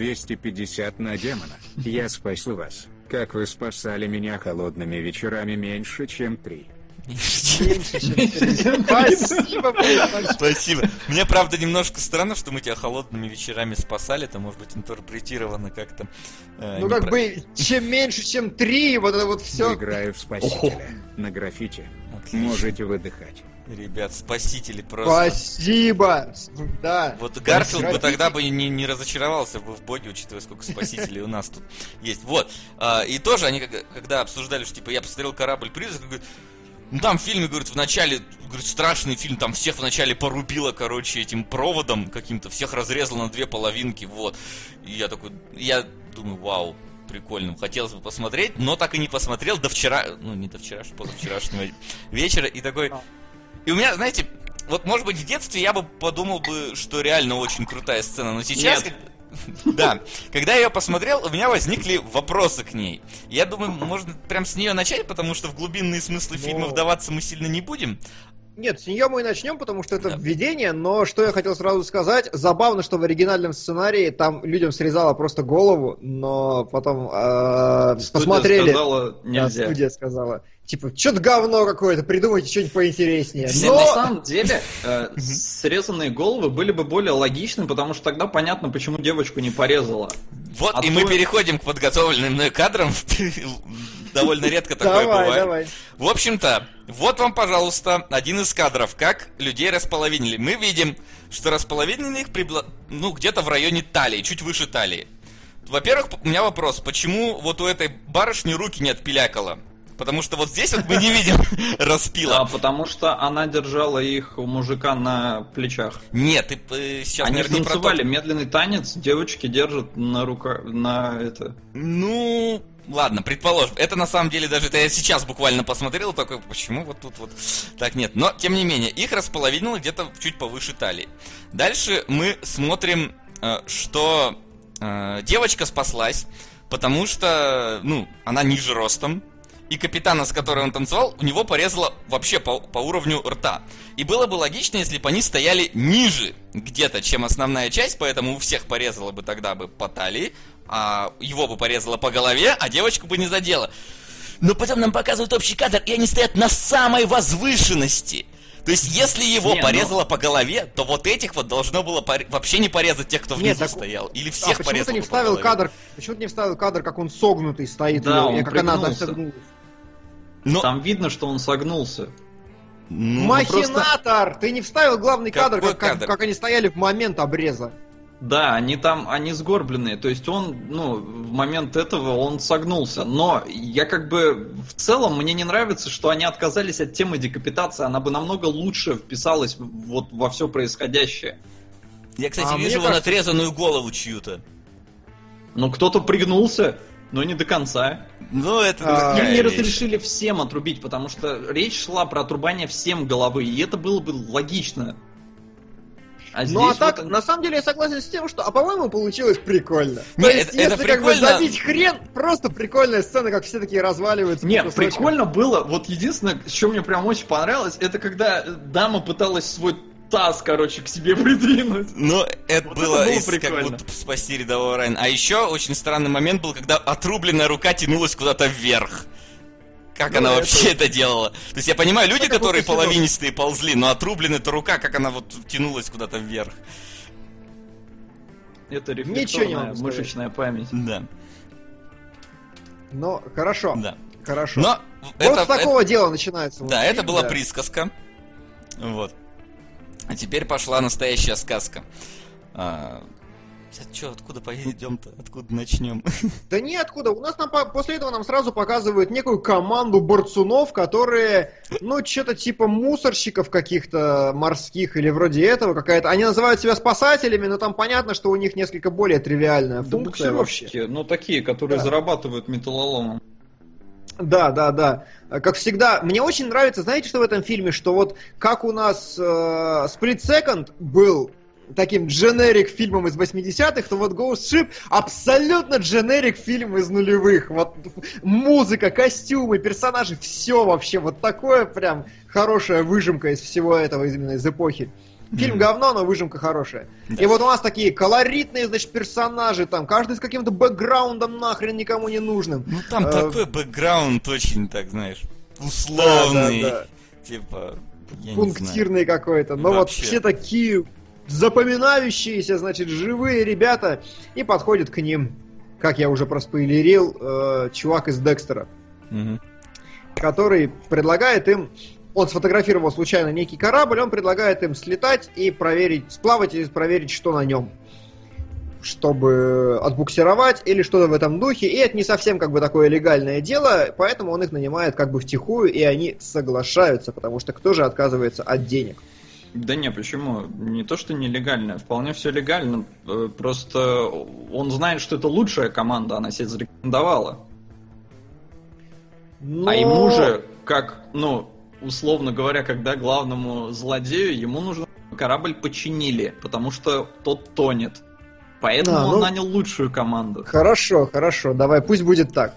250 на демона. Я спасу вас. Как вы спасали меня холодными вечерами меньше, чем 3. Спасибо, Спасибо. Мне, правда, немножко странно, что мы тебя холодными вечерами спасали. Это может быть интерпретировано как-то... как бы, чем меньше, чем 3, вот это вот все. Играю в спасителя. На граффити. Можете выдыхать. Ребят, спасители просто... Спасибо! Да. Вот Гарфилд бы тогда бы не разочаровался бы в боге, учитывая, сколько спасителей у нас тут есть. Вот. И тоже они, когда обсуждали, что типа я посмотрел «Корабль-призрак», говорят, там в фильме, говорит, вначале, говорит, страшный фильм, там всех вначале порубило, этим проводом каким-то, всех разрезало на 2 половинки, вот. И я думаю, вау, прикольно, хотелось бы посмотреть, но так и не посмотрел до позавчерашнего вечера, и такой... И у меня, знаете, вот, может быть, в детстве я бы подумал бы, что реально очень крутая сцена, но сейчас... Да, когда я ее посмотрел, у меня возникли вопросы к ней. Я думаю, можно прям с нее начать, потому что в глубинные смыслы фильма вдаваться мы сильно не будем. Нет, с нее мы и начнем, потому что это введение, но что я хотел сразу сказать, забавно, что в оригинальном сценарии там людям срезало просто голову, но потом посмотрели... Студия сказала, нельзя. Да, студия сказала, Типа, что-то говно какое-то, придумайте что-нибудь поинтереснее. Но... На самом деле, срезанные головы были бы более логичны, потому что тогда понятно, почему девочку не порезала. Вот, и мы переходим к подготовленным мной кадрам. Довольно редко такое бывает. Давай. В общем-то, вот вам, пожалуйста, один из кадров, как людей располовинили. Мы видим, что располовинили их где-то в районе талии, чуть выше талии. Во-первых, у меня вопрос, почему вот у этой барышни руки не отпилякала? Потому что вот здесь вот мы не видим распила. Потому что она держала их у мужика на плечах. Нет, ты сейчас, они наверное, танцевали медленный танец, девочки держат на руках, на это. Ну, ладно, предположим. Это на самом деле даже это я сейчас буквально посмотрел, такой, почему вот тут вот так нет. Но, тем не менее, их располовинило где-то чуть повыше талии. Дальше мы смотрим, что девочка спаслась, потому что, она ниже ростом. И капитана, с которым он танцевал, у него порезало вообще по уровню рта. И было бы логично, если бы они стояли ниже где-то, чем основная часть, поэтому у всех порезало бы тогда бы по талии, а его бы порезало по голове, а девочку бы не задело. Но потом нам показывают общий кадр, и они стоят на самой возвышенности. То есть, если его порезало по голове, то вот этих вот должно было вообще не порезать тех, кто внизу стоял. Или всех порезало почему ты не вставил кадр? Почему ты не вставил кадр, как он согнутый стоит? Да, он как она там согнулась? Там видно, что он согнулся. Махинатор! Ты не вставил главный кадр, как они стояли в момент обреза. Да, они сгорбленные. То есть он, в момент этого он согнулся. Но я в целом, мне не нравится, что они отказались от темы декапитации. Она бы намного лучше вписалась вот во все происходящее. Я, кстати, вижу вон отрезанную голову чью-то. Кто-то пригнулся. Но не до конца. Им не разрешили всем отрубить, потому что речь шла про отрубание всем головы, и это было бы логично. На самом деле я согласен с тем, что, по-моему, получилось прикольно. То есть, если прикольно... забить хрен, просто прикольная сцена, как все такие разваливаются. Нет, прикольно было. Вот единственное, что мне прям очень понравилось, это когда дама пыталась свой таз, к себе придвинуть. Это было как будто спасти рядового Райана. А еще очень странный момент был, когда отрубленная рука тянулась куда-то вверх. Как она вообще это делала? То есть я понимаю, люди, которые половинистые ползли, но отрубленная-то рука, как она вот тянулась куда-то вверх. Это рефлекторная мышечная память. Да. Хорошо. Да. Хорошо. Но вот с такого дела начинается. Да, это была присказка. Вот. А теперь пошла настоящая сказка. Откуда пойдем-то? Откуда начнем? Да ниоткуда. У нас после этого нам сразу показывают некую команду борцунов, которые, что-то типа мусорщиков каких-то морских или вроде этого какая-то. Они называют себя спасателями, но там понятно, что у них несколько более тривиальная функция вообще. Такие, которые зарабатывают металлоломом. Да. Как всегда, мне очень нравится, знаете, что в этом фильме? Что вот как у нас Split Second был таким дженерик фильмом из 80-х, то вот Ghost Ship абсолютно дженерик фильм из нулевых. Вот музыка, костюмы, персонажи, все вообще вот такое прям хорошая выжимка из всего этого именно из эпохи. Фильм говно, но выжимка хорошая. Да. И вот у нас такие колоритные, персонажи, там, каждый с каким-то бэкграундом нахрен никому не нужным. Там такой бэкграунд очень, так знаешь, условный. Да. Типа, я пунктирный какой-то. Но вообще. Вот все такие запоминающиеся, живые ребята. И подходит к ним, как я уже проспойлерил, чувак из Декстера. Который предлагает им... Он сфотографировал случайно некий корабль, он предлагает им слетать и сплавать и проверить, что на нем. Чтобы отбуксировать или что-то в этом духе. И это не совсем такое легальное дело, поэтому он их нанимает втихую, и они соглашаются, потому что кто же отказывается от денег? Да не, почему? Не то, что нелегально, вполне все легально. Просто он знает, что это лучшая команда, она себя зарекомендовала. А ему же, условно говоря, когда главному злодею, ему нужно корабль починили, потому что тот тонет. Поэтому он нанял лучшую команду. Хорошо, давай, пусть будет так.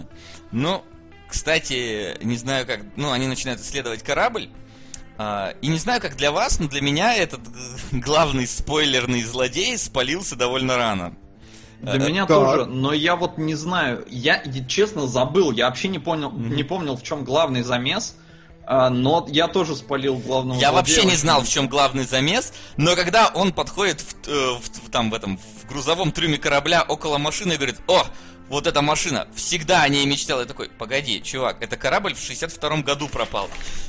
Кстати, не знаю как... они начинают исследовать корабль, и не знаю как для вас, но для меня этот главный спойлерный злодей спалился довольно рано. Для меня тоже, но я вот не знаю, я честно забыл, я вообще не помнил, в чем главный замес. Но я тоже спалил главного злодея. Я вообще не знал, в чем главный замес, но когда он подходит в грузовом трюме корабля около машины и говорит: о, вот эта машина, всегда о ней мечтал. Я такой: погоди, чувак, это корабль в 62-м году пропал.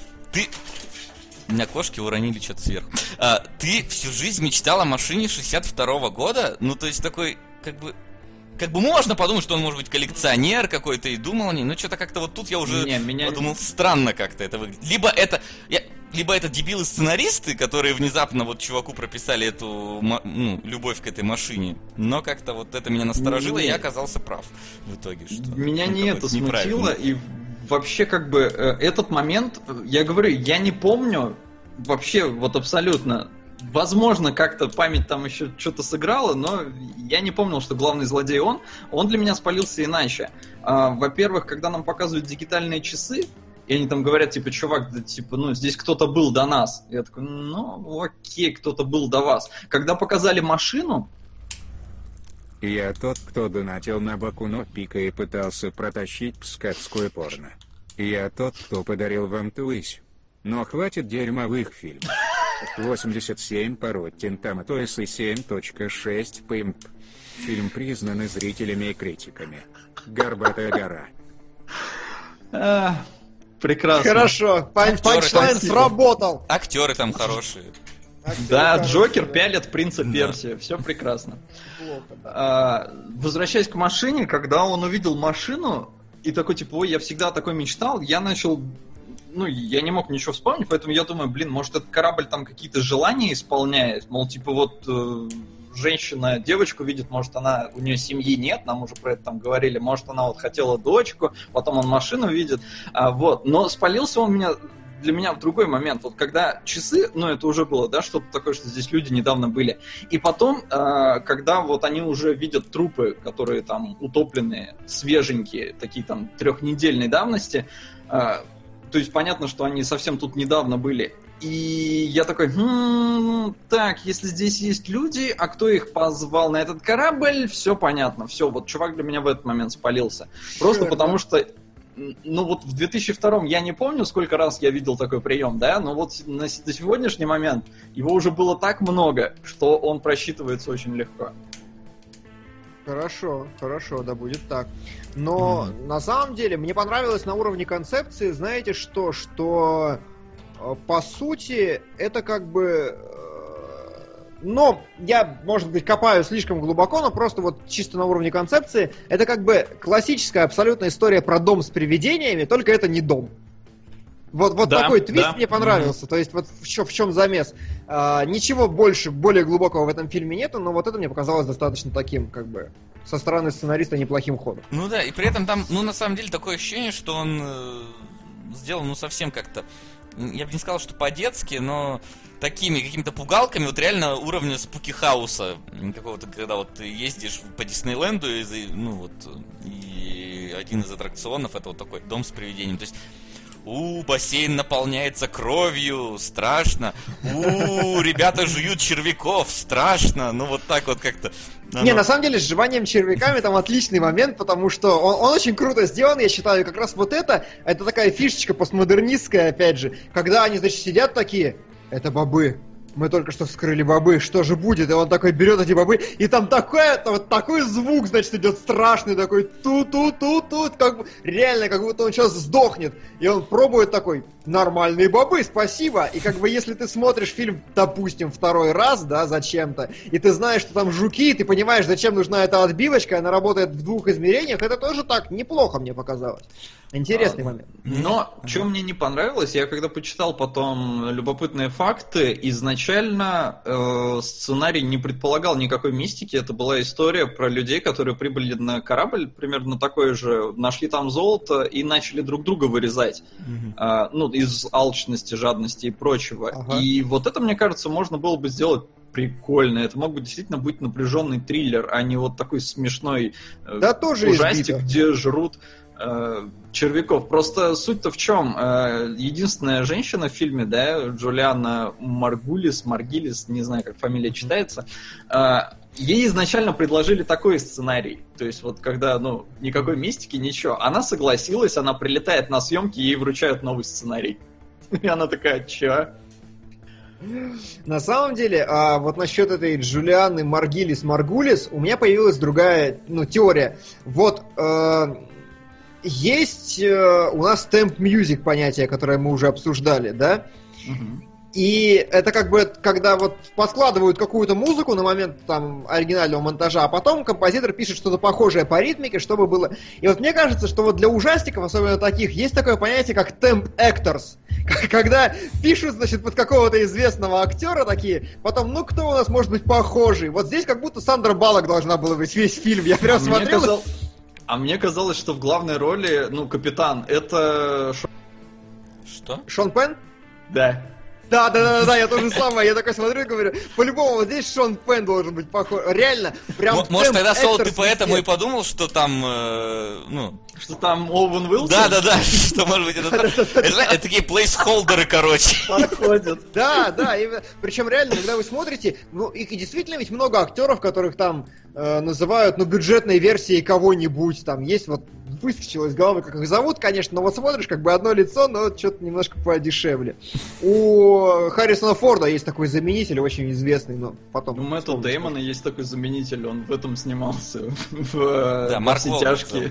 У меня кошки уронили что-то сверху. Ты всю жизнь мечтал о машине 62-го года? Ну, то есть такой, как бы можно подумать, что он может быть коллекционер какой-то и думал о ней, но что-то как-то вот тут я уже подумал, странно как-то это выглядит. Либо это дебилы-сценаристы, которые внезапно вот чуваку прописали эту любовь к этой машине, но как-то вот это меня насторожило, и я оказался прав в итоге. Что меня не это смутило, и вообще как бы этот момент, я говорю, я не помню вообще вот абсолютно. Возможно, как-то память там еще что-то сыграла, но я не помнил, что главный злодей он для меня спалился иначе. Во-первых, когда нам показывают дигитальные часы, и они там говорят, типа, чувак, да, типа, ну, здесь кто-то был до нас. Я такой, ну, окей, кто-то был до вас. Когда показали машину... Я тот, кто донатил на Бакуно Пика и пытался протащить пскатское порно. Я тот, кто подарил вам Туись. Но хватит дерьмовых фильмов. 87 по Rotten Tomatoes и 7.6 по IMDb. Фильм признан зрителями и критиками. Горбатая гора. Прекрасно. Хорошо, панчлайн сработал. Актеры там хорошие. Да, Джокер пялит принца Персия, все прекрасно. Возвращаясь к машине, когда он увидел машину и такой, типа, ой, я всегда такой мечтал, я начал... Ну, я не мог ничего вспомнить, поэтому я думаю, может, этот корабль там какие-то желания исполняет, мол, типа, вот женщина девочку видит, может, у нее семьи нет, нам уже про это там говорили, может, она вот хотела дочку, потом он машину видит, вот, но спалился он для меня в другой момент, вот когда часы, ну, это уже было, да, что-то такое, что здесь люди недавно были, и потом, когда вот они уже видят трупы, которые там утопленные, свеженькие, такие там 3-недельной давности, то есть понятно, что они совсем тут недавно были. И я такой, так, если здесь есть люди, а кто их позвал на этот корабль, все понятно, все, вот чувак для меня в этот момент спалился. Просто потому что, ну вот в 2002-м я не помню, сколько раз я видел такой прием, да, но вот на сегодняшний момент его уже было так много, что он просчитывается очень легко. Хорошо, да будет так. Но на самом деле мне понравилось на уровне концепции, знаете что по сути это как бы... Но я, может быть, копаю слишком глубоко, но просто вот чисто на уровне концепции это как бы классическая абсолютная история про дом с привидениями, только это не дом. Вот да, такой твист мне понравился. То есть вот в чем замес. Ничего более глубокого в этом фильме нету, но вот это мне показалось достаточно таким, как бы, со стороны сценариста неплохим ходом. Ну да, и при этом там, ну на самом деле такое ощущение, что он сделан, ну совсем как-то, я бы не сказал, что по-детски, но такими какими-то пугалками, вот реально уровня Спуки Хауса какого-то, когда вот ты ездишь по Диснейленду, и один из аттракционов это вот такой дом с привидением. То есть бассейн наполняется кровью, страшно. Ребята жуют червяков, страшно. Ну вот так вот как-то. Не, на самом деле, с жеванием червяками там отличный момент, потому что он очень круто сделан, я считаю, как раз вот это такая фишечка постмодернистская, опять же, когда они, значит, сидят такие, это бобы. Мы только что вскрыли бобы, что же будет? И он такой берет эти бобы, и там такой звук, значит, идет страшный, такой тут, как бы, реально, как будто он сейчас сдохнет. И он пробует такой, нормальные бобы, спасибо. И как бы, если ты смотришь фильм, допустим, второй раз, да, зачем-то, и ты знаешь, что там жуки, и ты понимаешь, зачем нужна эта отбивочка, она работает в 2 измерениях, это тоже так неплохо мне показалось. Интересный момент. Но, что мне не понравилось, я когда почитал потом любопытные факты, изначально сценарий не предполагал никакой мистики, это была история про людей, которые прибыли на корабль, примерно такой же, нашли там золото и начали друг друга вырезать, из алчности, жадности и прочего. Ага. И вот это, мне кажется, можно было бы сделать прикольно. Это мог бы действительно быть напряженный триллер, а не вот такой смешной ужастик, где жрут червяков. Просто суть-то в чем? Единственная женщина в фильме, да, Джулиана Маргулис, не знаю, как фамилия читается, ей изначально предложили такой сценарий. То есть вот когда, никакой мистики, ничего. Она согласилась, она прилетает на съемки, ей вручают новый сценарий. И она такая, чё? На самом деле, вот насчет этой Джулианы Маргулис, у меня появилась другая, теория. Вот, есть у нас темп мьюзик понятие, которое мы уже обсуждали, да? Угу. И это как бы, когда вот подкладывают какую-то музыку на момент там оригинального монтажа, а потом композитор пишет что-то похожее по ритмике, чтобы было... И вот мне кажется, что вот для ужастиков, особенно таких, есть такое понятие, как temp actors. Когда пишут, значит, под какого-то известного актера такие, потом, кто у нас может быть похожий? Вот здесь как будто Сандра Баллок должна была быть весь фильм. Я прям смотрел... А мне казалось, что в главной роли, капитан, это... Что? Шон Пенн? Да. Да, я тоже самое, я такой смотрю и говорю, по-любому вот здесь Шон Пенн должен быть похож. Реально, прям... Может, тогда, Сол, ты поэтому и подумал, что там, Что там Оуэн Уилсон? Да, что может быть это такие плейсхолдеры, короче. Подходят. Да, причем реально, когда вы смотрите, и действительно ведь много актеров, которых там называют, бюджетной версией кого-нибудь, там есть вот, выскочило из головы, как их зовут, конечно, но вот смотришь, как бы одно лицо, но что-то немножко подешевле. У Харрисона Форда есть такой заменитель, очень известный, но потом... У Мэтта Дэймона есть такой заменитель, он в этом снимался, в «Все тяжкие».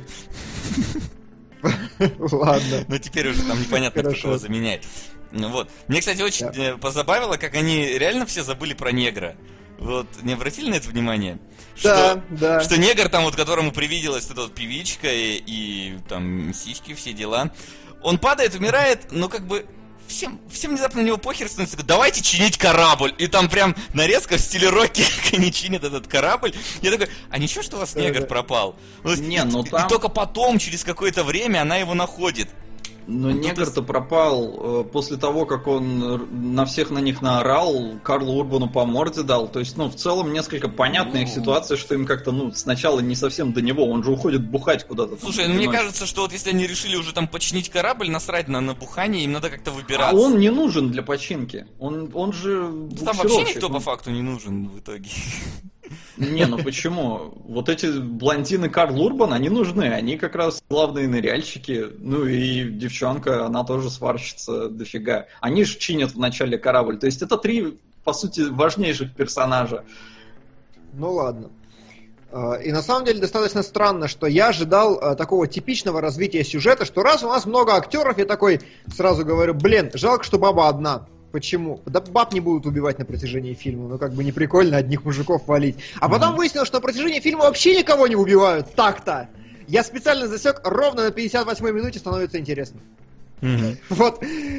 Ладно. Теперь уже там непонятно, кто его заменяет. Вот. Мне, кстати, очень позабавило, как они реально все забыли про негра. Вот, не обратили на это внимание? Да. Что негр там, вот которому привиделась эта вот певичка и там сиськи, все дела, он падает, умирает, всем внезапно на него похер становится, давайте чинить корабль. И там прям нарезка в стиле Рокки, как они чинят этот корабль. Я такой, а ничего, что у вас негр пропал? И только потом, через какое-то время, она его находит. Но негр-то пропал после того, как он на всех на них наорал, Карлу Урбану по морде дал. То есть, в целом, несколько понятная ситуация, что им как-то, сначала не совсем до него. Он же уходит бухать куда-то. Слушай, мне кажется, что вот если они решили уже там починить корабль, насрать на бухание, им надо как-то выбираться. А он не нужен для починки. Он же там вообще никто по факту не нужен в итоге. Не, почему? Вот эти блондины Карл Урбан, они нужны. Они как раз главные ныряльщики. И девчонка, она тоже сварщица дофига. Они же чинят в начале корабль. То есть это три, по сути, важнейших персонажа. Ладно. И на самом деле достаточно странно, что я ожидал такого типичного развития сюжета, что раз у нас много актеров, я такой сразу говорю, жалко, что баба одна. Почему? Да баб не будут убивать на протяжении фильма, не прикольно одних мужиков валить. А потом выяснилось, что на протяжении фильма вообще никого не убивают. Так-то! Я специально засек, ровно на 58-й минуте становится интересно. Вот.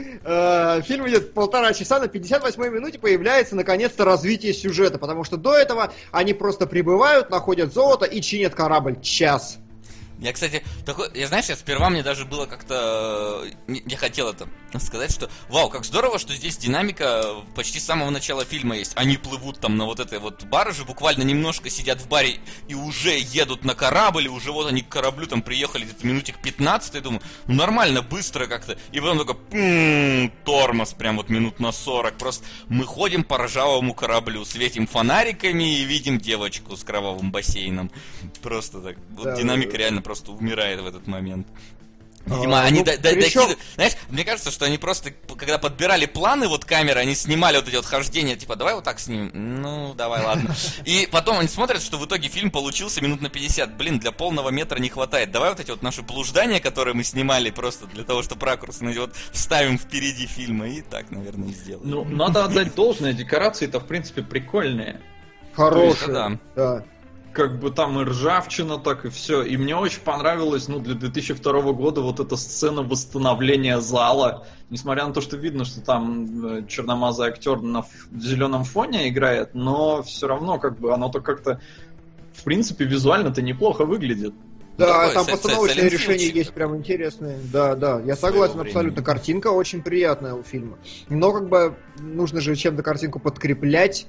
Фильм идет 1,5 часа, на 58-й минуте появляется наконец-то развитие сюжета, потому что до этого они просто прибывают, находят золото и чинят корабль. Час. Я, кстати, знаешь, сперва мне даже было как-то... Я хотел это сказать, что вау, как здорово, что здесь динамика почти с самого начала фильма есть. Они плывут там на вот этой вот барже, буквально немножко сидят в баре и уже едут на корабль, и уже вот они к кораблю там приехали где-то минутик 15, я думаю, нормально, быстро как-то. И потом такой, тормоз прям вот минут на 40. Просто мы ходим по ржавому кораблю, светим фонариками и видим девочку с кровавым бассейном. Просто так. Вот динамика реально просто умирает в этот момент. Видимо, они докидывают. Знаешь, мне кажется, что они просто, когда подбирали планы, вот камеры, они снимали вот эти вот хождения, типа, давай вот так снимем. Давай, ладно. И потом они смотрят, что в итоге фильм получился минут на 50. Для полного метра не хватает. Давай вот эти вот наши блуждания, которые мы снимали просто для того, чтобы ракурс вот вставим впереди фильма. И так, наверное, и сделаем. Надо отдать должное. Декорации-то, в принципе, прикольные. Хорошие. Да. Как бы там и ржавчина, так и все. И мне очень понравилось, для 2002 года вот эта сцена восстановления зала. Несмотря на то, что видно, что там черномазый актер на зеленом фоне играет, но все равно оно-то как-то, в принципе, визуально-то неплохо выглядит. Да, там постановочные решения есть прям интересные. Да, я согласен абсолютно. Картинка очень приятная у фильма. Но нужно же чем-то картинку подкреплять.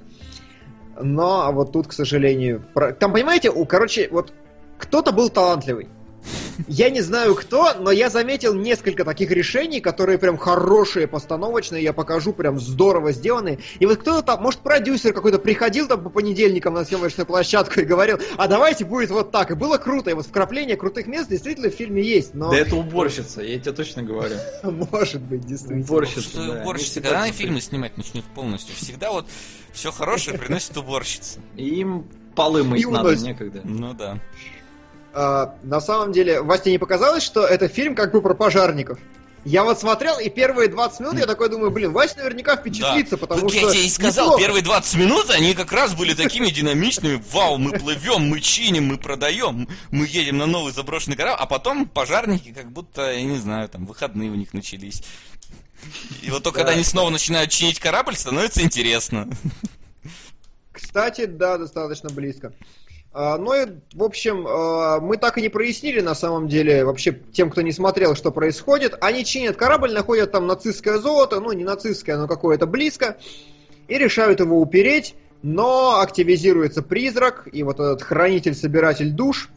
Но вот тут, к сожалению... Там, понимаете, вот кто-то был талантливый. Я не знаю кто, но я заметил несколько таких решений, которые прям хорошие, постановочные, я покажу, прям здорово сделанные. И вот кто-то там, может, продюсер какой-то приходил там по понедельникам на съемочную площадку и говорил, а давайте будет вот так. И было круто, и вот вкрапление крутых мест действительно в фильме есть, но... Да это уборщица, я тебе точно говорю. Может быть, действительно. Уборщица, да. Уборщица, когда она фильмы снимать начнет полностью, всегда вот все хорошее приносит уборщица. И им полы мыть надо, некогда. Ну да. На самом деле, Васте не показалось, что это фильм как бы про пожарников? Я вот смотрел, и первые 20 минут я такой думаю, блин, Вася наверняка впечатлится, да. потому вот что... Я тебе и сказал, неплохо. Первые 20 минут они как раз были такими динамичными. Вау, мы плывем, мы чиним, мы продаем, мы едем на новый заброшенный корабль, а потом пожарники как будто, я не знаю, там выходные у них начались. И вот только когда они снова начинают чинить корабль, становится интересно. Кстати, да, достаточно близко. Ну и, в общем, мы так и не прояснили, на самом деле, вообще тем, кто не смотрел, что происходит. Они чинят корабль, находят там нацистское золото, ну не нацистское, но какое-то близко, и решают его упереть, но активизируется призрак, и вот этот хранитель-собиратель душ,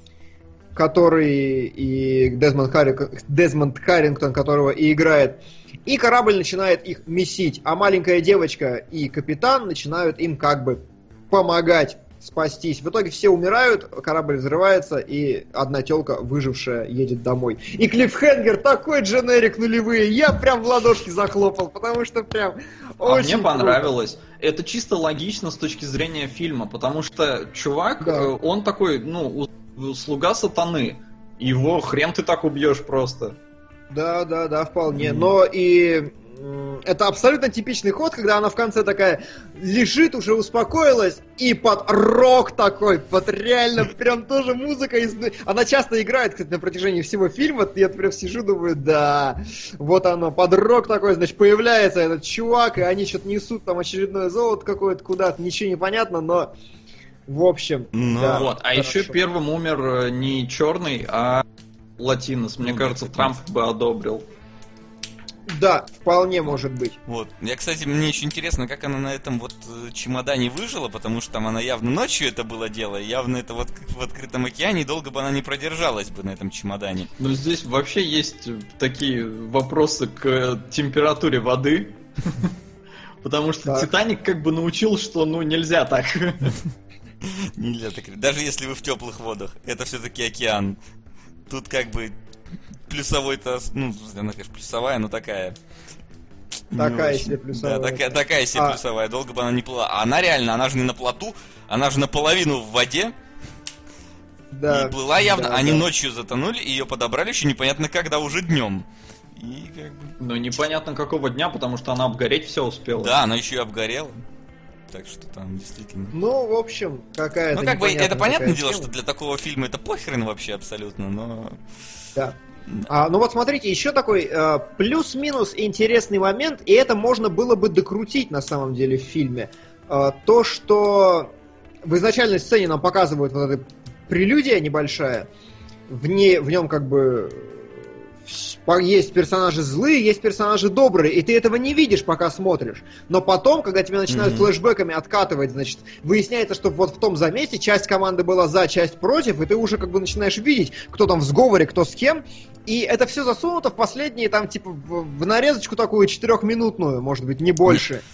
который и Дезмонд Харрингтон, которого и играет, и корабль начинает их месить, а маленькая девочка и капитан начинают им как бы помогать спастись. В итоге все умирают, корабль взрывается, и одна тёлка, выжившая, едет домой. И клиффхенгер такой дженерик нулевые, я прям в ладошки захлопал, потому что прям очень мне понравилось. Это чисто логично с точки зрения фильма, потому что чувак, он такой, ну, слуга сатаны. Его хрен ты так убьешь просто. Да, вполне. Но и это абсолютно типичный ход, когда она в конце такая лежит, уже успокоилась, и под рок такой, под реально прям тоже музыка. Она часто играет, кстати, на протяжении всего фильма. Я прям сижу, думаю, да, вот оно, под рок такой, значит, появляется этот чувак, и они что-то несут там очередное золото какое-то куда-то, ничего не понятно, но в общем. Да, вот. А хорошо. Еще первым умер не черный, а латинос. Мне кажется, Трамп бы одобрил. Да, вполне может быть. Вот. Я, кстати, мне еще интересно, как она на этом вот чемодане выжила, потому что там она явно ночью это было дело, явно это вот в открытом океане, и долго бы она не продержалась бы на этом чемодане. Ну, здесь вообще есть такие вопросы к температуре воды, потому что Титаник как бы научил, что, ну, нельзя так. Нельзя так. Даже если вы в теплых водах, это все-таки океан. Тут как бы плюсовой-то, ну, она, конечно, плюсовая, но такая. Такая себе плюсовая. Да, такая себе плюсовая. Долго бы она не плыла. А она реально, она же не на плоту, она же наполовину в воде. Да. И плыла явно. Да, они ночью затонули, и ее подобрали еще непонятно когда, уже днем. И как бы... Ну, непонятно какого дня, потому что она обгореть все успела. Да, она еще и обгорела. Так что там действительно... Ну, в общем, какая-то... Ну, как бы, это понятное дело, что для такого фильма это похрен вообще абсолютно, но... Да. Ну вот смотрите, еще такой плюс-минус интересный момент, и это можно было бы докрутить на самом деле в фильме. То, что в изначальной сцене нам показывают вот эта прелюдия небольшая, в нем как бы есть персонажи злые, есть персонажи добрые, и ты этого не видишь, пока смотришь. Но потом, когда тебя начинают флешбэками откатывать, значит, выясняется, что вот в том замесе часть команды была за, часть против, и ты уже как бы начинаешь видеть, кто там в сговоре, кто с кем. И это все засунуто в последние, там, типа, в нарезочку такую 4-минутную, может быть, не больше.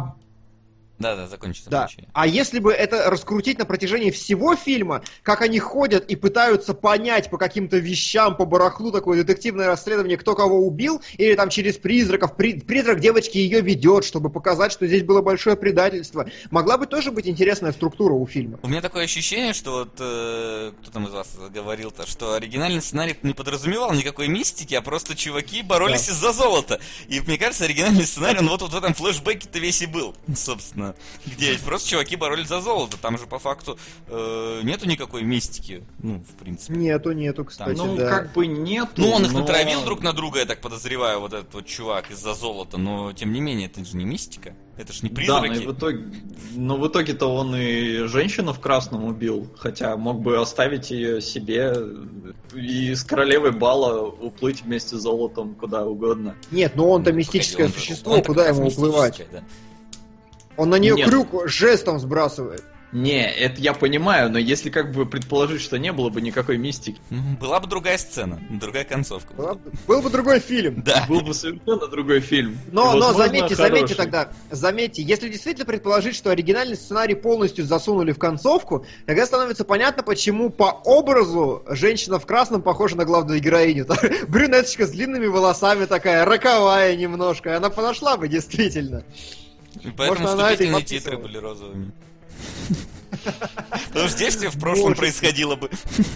Да, закончится. Да. А если бы это раскрутить на протяжении всего фильма, как они ходят и пытаются понять по каким-то вещам, по барахлу, такое детективное расследование, кто кого убил, или там через призраков, призрак девочки ее ведет, чтобы показать, что здесь было большое предательство. Могла бы тоже быть интересная структура у фильма. У меня такое ощущение, что вот кто там из вас говорил-то, что оригинальный сценарий не подразумевал никакой мистики, а просто чуваки боролись из-за золота. И мне кажется, оригинальный сценарий, он вот в этом флешбеке-то весь и был, собственно. Где просто чуваки боролись за золото. Там же по факту нету никакой мистики. Ну, в принципе. Нету, кстати. Ну, да. Как бы нету. Ну, он их натравил друг на друга, я так подозреваю, вот этот вот чувак из-за золота. Но тем не менее, это же не мистика. Это ж не призраки. Да, но в итоге-то он и женщину в красном убил. Хотя мог бы оставить ее себе и с королевой бала уплыть вместе с золотом куда угодно. Нет, но он-то мистическое существо, куда ему уплывать? Да. Он на нее крюк жестом сбрасывает. Не, это я понимаю, но если как бы предположить, что не было бы никакой мистики. Была бы другая сцена, другая концовка. Был бы другой фильм. Да. Был бы совершенно другой фильм. Но Возможно, заметьте, если действительно предположить, что оригинальный сценарий полностью засунули в концовку, тогда становится понятно, почему по образу женщина в красном похожа на главную героиню. Брюнеточка с длинными волосами такая, роковая немножко. Она подошла бы действительно. И поэтому вступительные титры были розовыми. Потому что действие в прошлом происходило бы.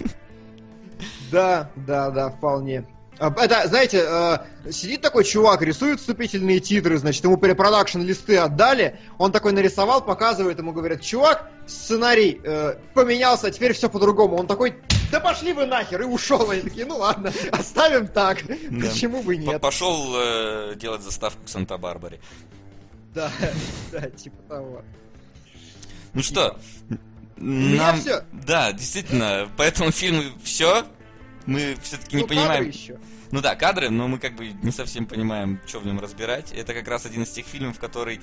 Да, вполне. Это, знаете, сидит такой чувак, рисует вступительные титры, значит, ему перепродакшн листы отдали, он такой нарисовал, показывает, ему говорят, чувак, сценарий поменялся, теперь все по-другому. Он такой, да пошли вы нахер, и ушел. Они такие, ну ладно, оставим так, да. Почему бы нет. Пошел делать заставку к Санта-Барбаре. Да, типа того. Ну что, нам... Все. Да, действительно, поэтому фильмы все. Мы все-таки не понимаем. Еще. Ну да, кадры, но мы как бы не совсем понимаем, что в нем разбирать. Это как раз один из тех фильмов, который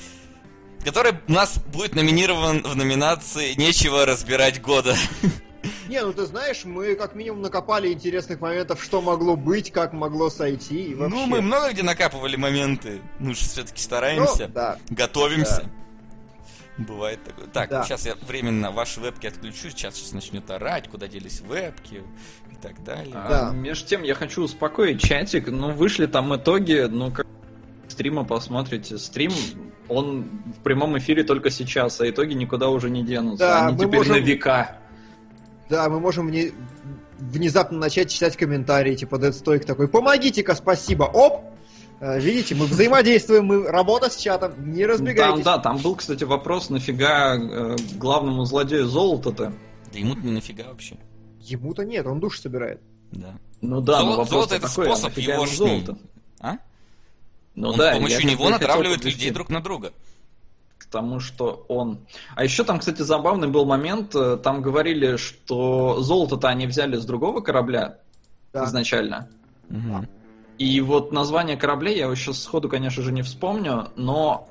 у нас будет номинирован в номинации «Нечего разбирать года». Не, ну ты знаешь, мы как минимум накопали интересных моментов, что могло быть, как могло сойти. И вообще. Ну, мы много где накапывали моменты. Мы же все-таки стараемся, готовимся. Да. Бывает такое. Так, сейчас я временно ваши вебки отключу, сейчас начнет орать, куда делись вебки и так далее. Между тем, я хочу успокоить чатик, вышли там итоги, как стрима посмотрите. Стрим, он в прямом эфире только сейчас, а итоги никуда уже не денутся. Да, они теперь на века. Да, мы можем внезапно начать читать комментарии, типа Dead Stoic такой, помогите-ка, спасибо, оп! Видите, мы взаимодействуем, мы работа с чатом, не разбегайтесь. Там был, кстати, вопрос, нафига главному злодею золото-то? Да ему-то не нафига вообще. Ему-то нет, он душ собирает. Да. Ну да, но вопрос золото это такой, способ его золото. А? Он с помощью него натравливает людей друг на друга. К тому, что он... А еще там, кстати, забавный был момент, там говорили, что золото-то они взяли с другого корабля изначально. Угу. И вот название кораблей я его сейчас сходу, конечно же, не вспомню, но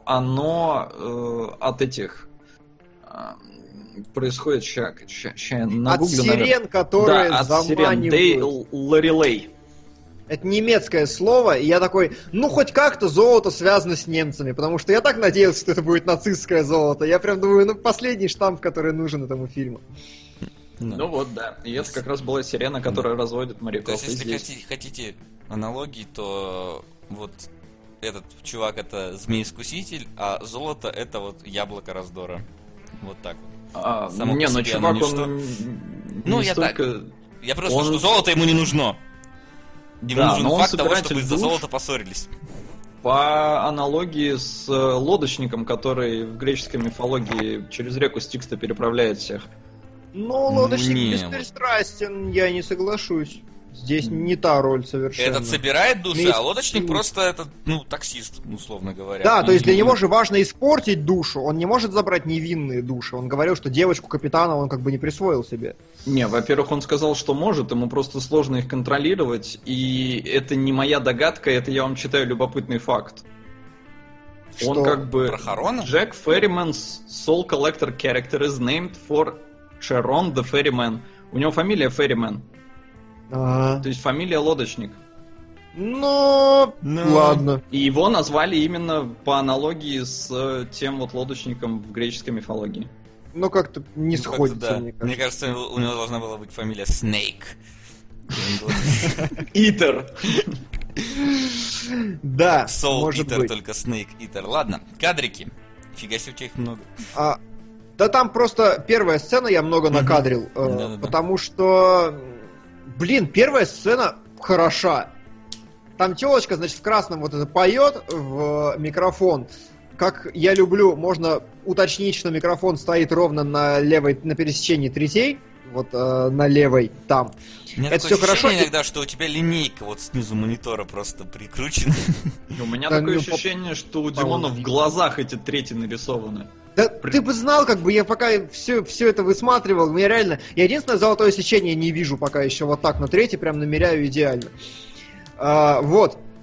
оно от этих происходит сейчас от сирен, которые заманивают. Лорелей. Это немецкое слово, и я такой, хоть как-то золото связано с немцами, потому что я так надеялся, что это будет нацистское золото. Я прям думаю, последний штамп, который нужен этому фильму. Ну вот, да. И это как раз была сирена, которая разводит моряков. То есть, если хотите аналогии, то вот этот чувак это змей-искуситель, а золото это вот яблоко раздора. Вот так вот. Чувак, он я просто что золото ему не нужно. Ему нужен факт того, чтобы из-за золота поссорились. По аналогии с лодочником, который в греческой мифологии через реку Стикста переправляет всех. Лодочник беспристрастен, я не соглашусь. Здесь не та роль совершенно. Этот собирает души, а лодочник просто этот, таксист, условно говоря. Да, то есть для него же важно испортить душу, он не может забрать невинные души. Он говорил, что девочку капитана он как бы не присвоил себе. Не, во-первых, он сказал, что может, ему просто сложно их контролировать, и это не моя догадка, это я вам читаю любопытный факт. Что? Он как бы... Про Харона? Jack Ferryman's Soul Collector character is named for Charon the Ferryman. У него фамилия Ferryman. То есть фамилия лодочник. Ладно. И его назвали именно по аналогии с тем вот лодочником в греческой мифологии. Как-то не сходится, да. мне кажется. Мне кажется, у него должна была быть фамилия Snake. Итер. Да, Soul может Eater, быть. только Snake Eater. Ладно, кадрики. Фига себе, у тебя их много. Да там просто первая сцена я много накадрил, потому что... первая сцена хороша. Там телочка, значит, в красном вот это поет в микрофон. Как я люблю, можно уточнить, что микрофон стоит ровно на левой, на пересечении третей, вот на левой там. У меня это такое все хорошо. Иногда, что у тебя линейка вот снизу монитора просто прикручена. У меня такое ощущение, что у Димона в глазах эти трети нарисованы. Да ты бы знал, как бы я пока все это высматривал, я единственное золотое сечение не вижу пока еще вот так на третьей, прям намеряю идеально. Вот.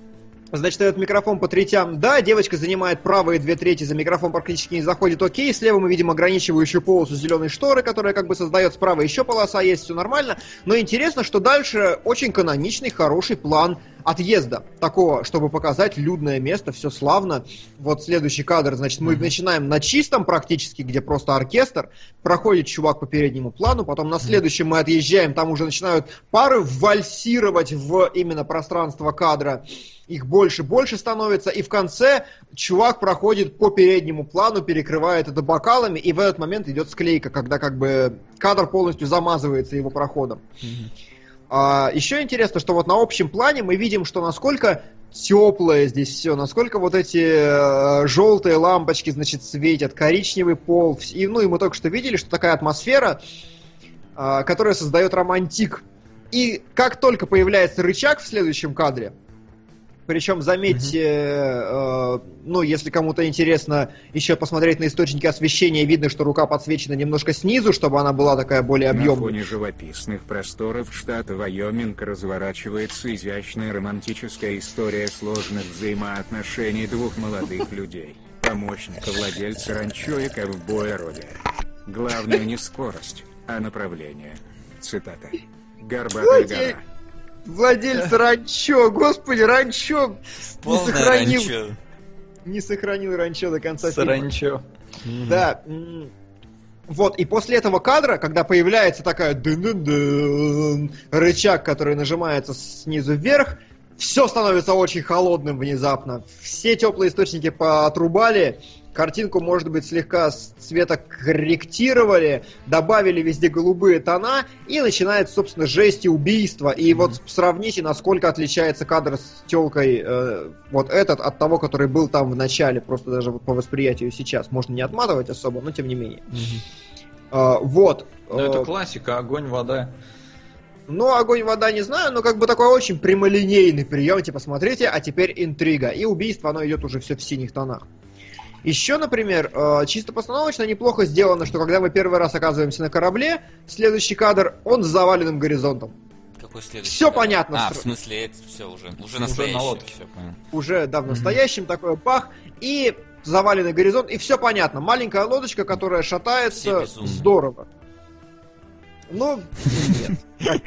Значит, этот микрофон по третям, да, девочка занимает правые 2/3, за микрофон практически не заходит, окей, слева мы видим ограничивающую полосу зеленой шторы, которая как бы создает, справа еще полоса есть, все нормально, но интересно, что дальше очень каноничный, хороший план отъезда, такого, чтобы показать людное место, все славно. Вот следующий кадр, значит, мы начинаем на чистом практически, где просто оркестр, проходит чувак по переднему плану, потом на следующем мы отъезжаем, там уже начинают пары вальсировать в именно пространство кадра, их больше становится, и в конце чувак проходит по переднему плану, перекрывает это бокалами, и в этот момент идет склейка, когда как бы кадр полностью замазывается его проходом. Еще интересно, что вот на общем плане мы видим, что насколько теплое здесь все, насколько вот эти желтые лампочки, значит, светят, коричневый пол, и мы только что видели, что такая атмосфера, которая создает романтик. И как только появляется рычаг в следующем кадре, причем, заметьте, если кому-то интересно еще посмотреть на источники освещения, видно, что рука подсвечена немножко снизу, чтобы она была такая более объемная. На фоне живописных просторов штата Вайоминг разворачивается изящная романтическая история сложных взаимоотношений двух молодых людей. Помощника владельца ранчо и ковбоя Роди. Главное не скорость, а направление. Цитата. «Горбатая гора». Владельца ранчо, господи, ранчо не сохранил ранчо до конца фильма. Ранчо. Да. Вот, и после этого кадра, когда появляется такая рычаг, который нажимается снизу вверх, все становится очень холодным внезапно. Все теплые источники поотрубали, картинку, может быть, слегка цвета корректировали, добавили везде голубые тона, и начинается, собственно, жесть и убийство. И вот сравните, насколько отличается кадр с тёлкой вот этот от того, который был там в начале, просто даже вот по восприятию сейчас. Можно не отматывать особо, но тем не менее. Вот. Ну, это классика, огонь, вода. Ну, огонь, вода, не знаю, но как бы такой очень прямолинейный прием, типа, смотрите, а теперь интрига. И убийство, оно идет уже все в синих тонах. Еще, например, чисто постановочно неплохо сделано, что когда мы первый раз оказываемся на корабле, следующий кадр, он с заваленным горизонтом. Какой следующий? Все понятно. В смысле, это все уже настоящее. На лодке. Все понятно. Уже, да, в настоящем такой бах, и заваленный горизонт, и все понятно. Маленькая лодочка, которая шатается, здорово. Ну, нет.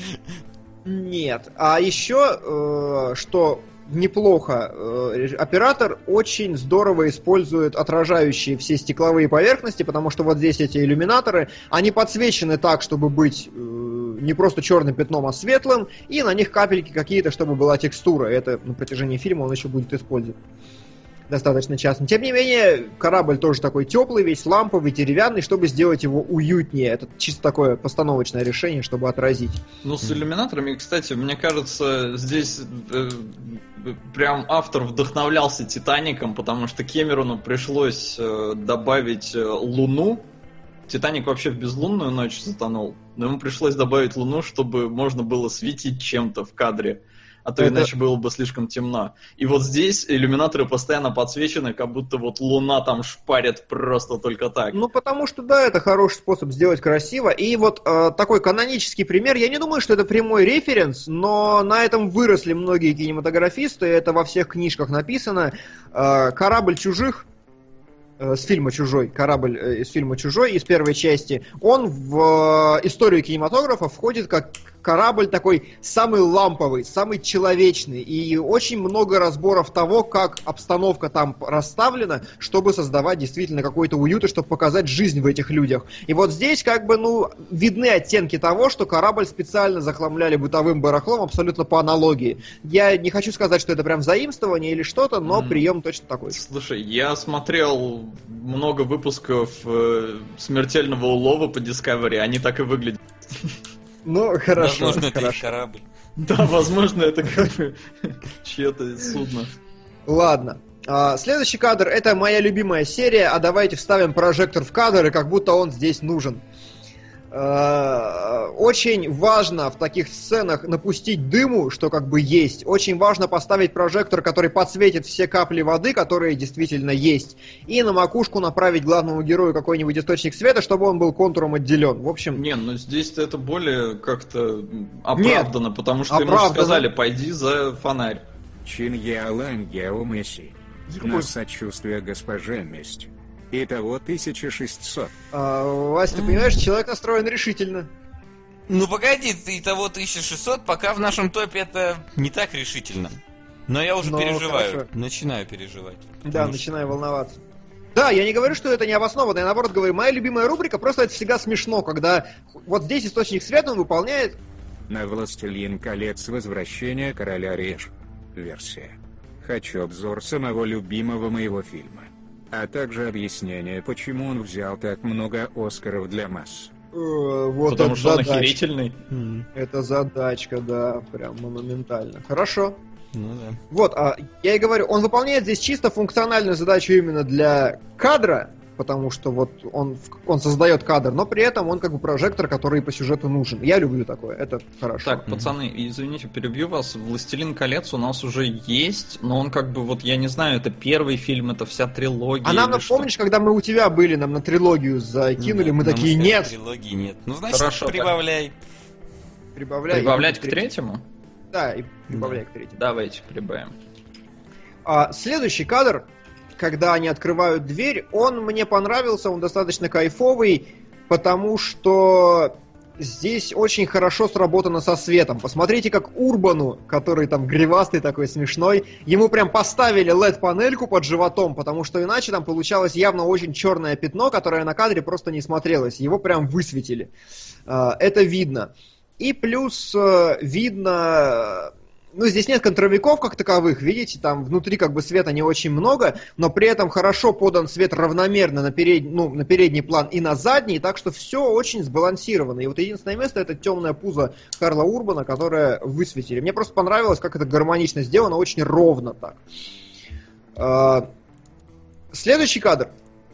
Нет. А еще, что неплохо, оператор очень здорово использует отражающие все стекловые поверхности, потому что вот здесь эти иллюминаторы, они подсвечены так, чтобы быть не просто черным пятном, а светлым, и на них капельки какие-то, чтобы была текстура. Это на протяжении фильма он еще будет использовать достаточно часто. Тем не менее, корабль тоже такой теплый, весь ламповый, деревянный, чтобы сделать его уютнее. Это чисто такое постановочное решение, чтобы отразить. Ну, с иллюминаторами, кстати, мне кажется, здесь прям автор вдохновлялся «Титаником», потому что Кэмерону пришлось добавить Луну. «Титаник» вообще в безлунную ночь затонул, но ему пришлось добавить Луну, чтобы можно было светить чем-то в кадре. А то иначе было бы слишком темно. И вот здесь иллюминаторы постоянно подсвечены, как будто вот луна там шпарит просто только так. Ну, потому что, да, это хороший способ сделать красиво. И вот такой канонический пример, я не думаю, что это прямой референс, но на этом выросли многие кинематографисты, это во всех книжках написано. «Корабль чужих», с фильма «Чужой», корабль из фильма «Чужой», из первой части, он в историю кинематографа входит как корабль такой самый ламповый, самый человечный, и очень много разборов того, как обстановка там расставлена, чтобы создавать действительно какой-то уют и чтобы показать жизнь в этих людях. И вот здесь как бы, видны оттенки того, что корабль специально захламляли бытовым барахлом абсолютно по аналогии. Я не хочу сказать, что это прям заимствование или что-то, но прием точно такой. Слушай, я смотрел много выпусков «Смертельного улова» по Discovery, они так и выглядят. Ну, хорошо. Возможно, это их корабль. Да, возможно, это как бы чье-то судно. Ладно. Следующий кадр — это моя любимая серия, а давайте вставим прожектор в кадр, и как будто он здесь нужен. Очень важно в таких сценах напустить дыму, что как бы есть. Очень важно поставить прожектор, который подсветит все капли воды, которые действительно есть. И на макушку направить главному герою какой-нибудь источник света, чтобы он был контуром отделен. В общем... Не, здесь-то это более как-то оправдано, потому что ему сказали, пойди за фонарь. Чин Яолань Гео Месси. На сочувствие госпоже Месть. Итого 1600. Вась, ты понимаешь, человек настроен решительно. Ну погоди, итого 1600, пока в нашем топе это не так решительно. Но я уже переживаю. Хорошо. Начинаю переживать. Да, начинаю волноваться. Да, я не говорю, что это не обоснованно, я наоборот говорю, моя любимая рубрика, просто это всегда смешно, когда вот здесь источник света он выполняет... На «Властелин колец. Возвращение короля Реж». Версия. Хочу обзор самого любимого моего фильма. А также объяснение, почему он взял так много Оскаров для масс. Вот потому что задачка. Он охерительный. Это задачка, да, прям монументально. Хорошо. Ну да. Вот, я и говорю, он выполняет здесь чисто функциональную задачу именно для кадра, потому что вот он создает кадр, но при этом он как бы прожектор, который по сюжету нужен. Я люблю такое, это хорошо. Так, пацаны, извините, перебью вас. «Властелин колец» у нас уже есть, но он как бы, вот я не знаю, это первый фильм, это вся трилогия. А нам, помнишь, когда мы у тебя были, нам на трилогию закинули, мы такие, нет. Трилогии нет. Ну, значит, хорошо, прибавляй. Прибавлять к третьему? Да, и прибавляй к третьему. Давайте прибавим. Следующий кадр, когда они открывают дверь, он мне понравился, он достаточно кайфовый, потому что здесь очень хорошо сработано со светом. Посмотрите, как Урбану, который там гривастый такой смешной, ему прям поставили LED-панельку под животом, потому что иначе там получалось явно очень черное пятно, которое на кадре просто не смотрелось. Его прям высветили. Это видно. И плюс видно... Ну, здесь нет контровиков как таковых, видите, там внутри как бы света не очень много, но при этом хорошо подан свет равномерно на передний план и на задний, так что все очень сбалансировано. И вот единственное место — это темное пузо Карла Урбана, которое высветили. Мне просто понравилось, как это гармонично сделано, очень ровно так. Следующий кадр.